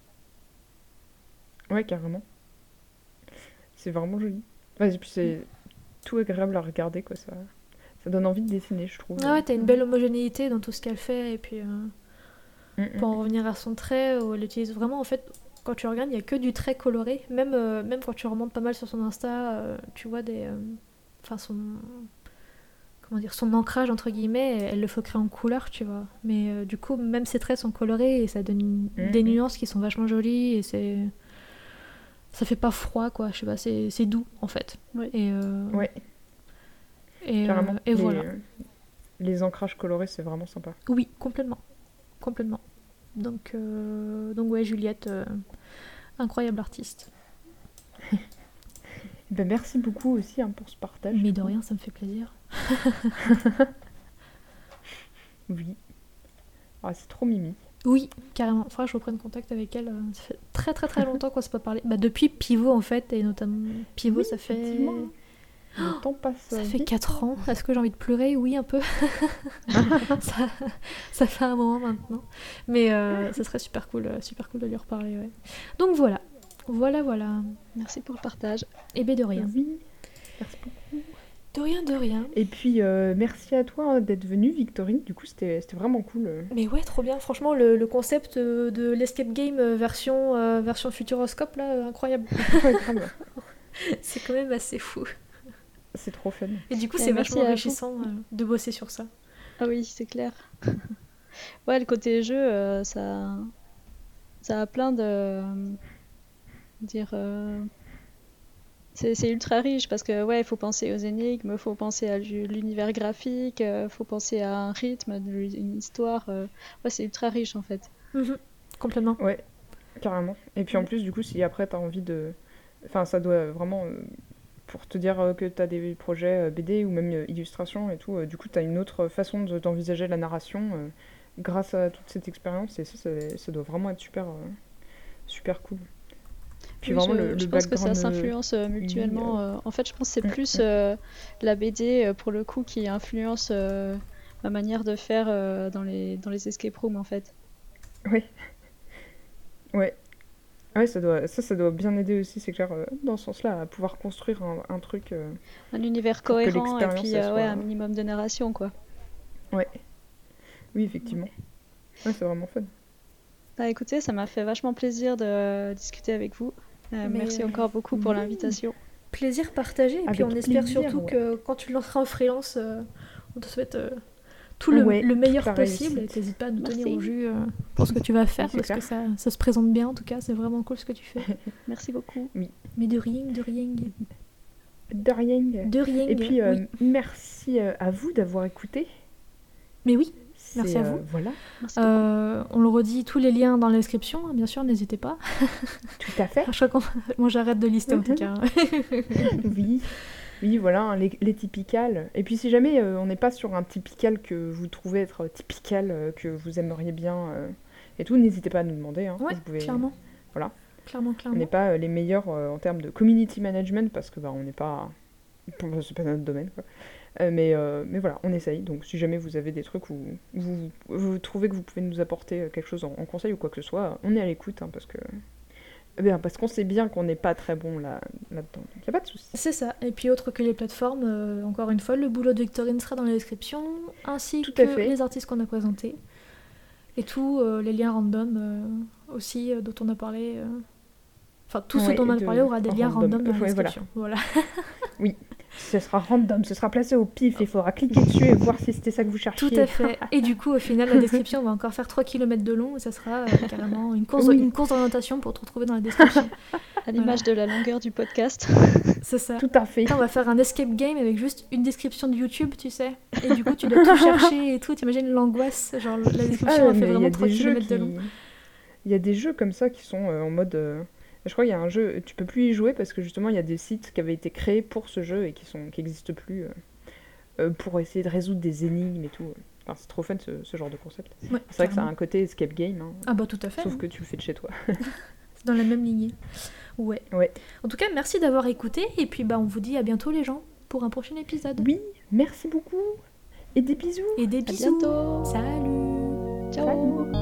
Ouais, carrément. C'est vraiment joli. Ouais, et puis c'est tout agréable à regarder, quoi. Ça donne envie de dessiner, je trouve. Ah ouais, t'as une belle homogénéité dans tout ce qu'elle fait. Et puis, pour en revenir à son trait, où elle utilise vraiment, en fait, quand tu regardes, il n'y a que du trait coloré. Même quand tu remontes pas mal sur son Insta, tu vois enfin, son ancrage, entre guillemets, elle le faut créer en couleur, tu vois. Mais du coup, même ses traits sont colorés et ça donne des nuances qui sont vachement jolies et ça fait pas froid, quoi. Je sais pas, c'est doux, en fait. Ouais. Ouais, Et carrément. voilà. Les ancrages colorés, c'est vraiment sympa. Oui, complètement. Donc ouais, Juliette, incroyable artiste. Ben, merci beaucoup aussi pour ce partage. Mais de rien, ça me fait plaisir. Oui. Ah, c'est trop mimi. Oui, carrément. Faudra que je reprenne contact avec elle. Ça fait très très très longtemps qu'on s'est pas parlé. Bah, depuis Pivot, en fait, et notamment Pivot, Oui, ça fait... effectivement. Le temps passe Ça fait vite. 4 ans. Est-ce que j'ai envie de pleurer? Oui, un peu. ça fait un moment maintenant. Mais ça serait super cool de lui reparler. Ouais. Donc voilà. Voilà. Merci pour le partage. Et bien de rien. Oui, merci beaucoup. De rien. Et puis, merci à toi d'être venue, Victorine. Du coup, c'était vraiment cool. Mais ouais, trop bien. Franchement, le concept de l'escape game version Futuroscope, là, incroyable. Ouais, grave. C'est quand même assez fou. C'est trop fun. Et du coup, Ouais, c'est merci vachement à vous. enrichissant de bosser sur ça. Ah oui, c'est clair. Ouais, le côté jeu, ça a plein de... dire... C'est ultra riche parce que ouais, il faut penser aux énigmes, il faut penser à l'univers graphique, il faut penser à un rythme, une histoire. Ouais, c'est ultra riche en fait. Mhm. Complètement. Ouais, carrément. Et puis en plus, du coup, si après t'as envie de... Enfin, ça doit vraiment... pour te dire que t'as des projets BD ou même illustration et tout, du coup, t'as une autre façon d'envisager la narration grâce à toute cette expérience. Et ça doit vraiment être super cool. Puis Oui, vraiment, je pense que ça s'influence mutuellement. En fait, je pense que c'est plus la BD pour le coup qui influence ma manière de faire dans les escape rooms en fait. Ouais. Ouais. Ouais, ça doit bien aider aussi, c'est clair, dans ce sens-là, à pouvoir construire un truc. Un univers pour que cohérent et l'expérience, puis elle soit- ouais, un minimum de narration quoi. Ouais. Oui, effectivement. Ouais, c'est vraiment fun. Bah écoutez, ça m'a fait vachement plaisir de discuter avec vous. Mais Merci encore beaucoup pour oui. l'invitation. Plaisir partagé. Et puis Avec on espère plaisir, surtout ouais. que quand tu lanceras en freelance, on te souhaite tout le Ouais, meilleur toute la possible. Et réussite. t'hésites pas à nous tenir Merci. au jus pour ce que tu vas faire, Oui, c'est parce que ça se présente bien en tout cas. C'est vraiment cool ce que tu fais. Merci beaucoup. Mais de rien. De rien. De rien. Et puis, oui. merci à vous d'avoir écouté. Mais oui. Merci à vous. Voilà, Merci beaucoup. On le redit, tous les liens dans la description, hein, bien sûr, n'hésitez pas. tout à fait. Je crois moi j'arrête de lister en tout cas. Oui, voilà, hein, les typicales. Et puis si jamais on n'est pas sur un typical que vous trouvez être typical, que vous aimeriez bien et tout, n'hésitez pas à nous demander. Hein. Ouais, Vous pouvez... clairement. Voilà. Clairement. On n'est pas les meilleurs en termes de community management parce que on n'est pas... C'est pas notre domaine, quoi. Mais voilà, on essaye. Donc si jamais vous avez des trucs où vous trouvez que vous pouvez nous apporter quelque chose en conseil ou quoi que ce soit, on est à l'écoute, hein, parce qu'on sait bien qu'on n'est pas très bon là-dedans. Donc il n'y a pas de souci. C'est ça. Et puis autre que les plateformes, encore une fois, le boulot de Victorine sera dans la description, ainsi Tout à que fait. les artistes qu'on a présentés. Et tous les liens random aussi dont on a parlé. Enfin, tout ce Ouais, dont on a parlé aura des liens random. random dans la Ouais, description. Voilà. Oui, ce sera random, ce sera placé au pif, il faudra cliquer dessus et voir si c'était ça que vous cherchiez. Tout à fait. Et du coup, au final, la description va encore faire 3 km de long et ça sera carrément une course d'orientation pour te retrouver dans la description. À l'image de la longueur du podcast. C'est ça. Tout à fait. Là, on va faire un escape game avec juste une description de YouTube, tu sais. Et du coup, tu dois tout chercher et tout. T'imagines l'angoisse. Genre, la description, elle fait mais il y vraiment a 3 des jeux km de long. Il y a des jeux comme ça qui sont en mode... Je crois qu'il y a un jeu, tu peux plus y jouer parce que justement il y a des sites qui avaient été créés pour ce jeu et qui n'existent plus pour essayer de résoudre des énigmes et tout. Enfin, c'est trop fun ce genre de concept. Ouais, C'est vrai que ça a un côté escape game, hein, Ah bah tout à fait. sauf que tu le fais de chez toi. C'est dans la même lignée. Ouais. En tout cas, merci d'avoir écouté et puis bah on vous dit à bientôt les gens pour un prochain épisode. Oui, merci beaucoup et des bisous. Et des À bisous. bientôt. Salut. Ciao. Salut.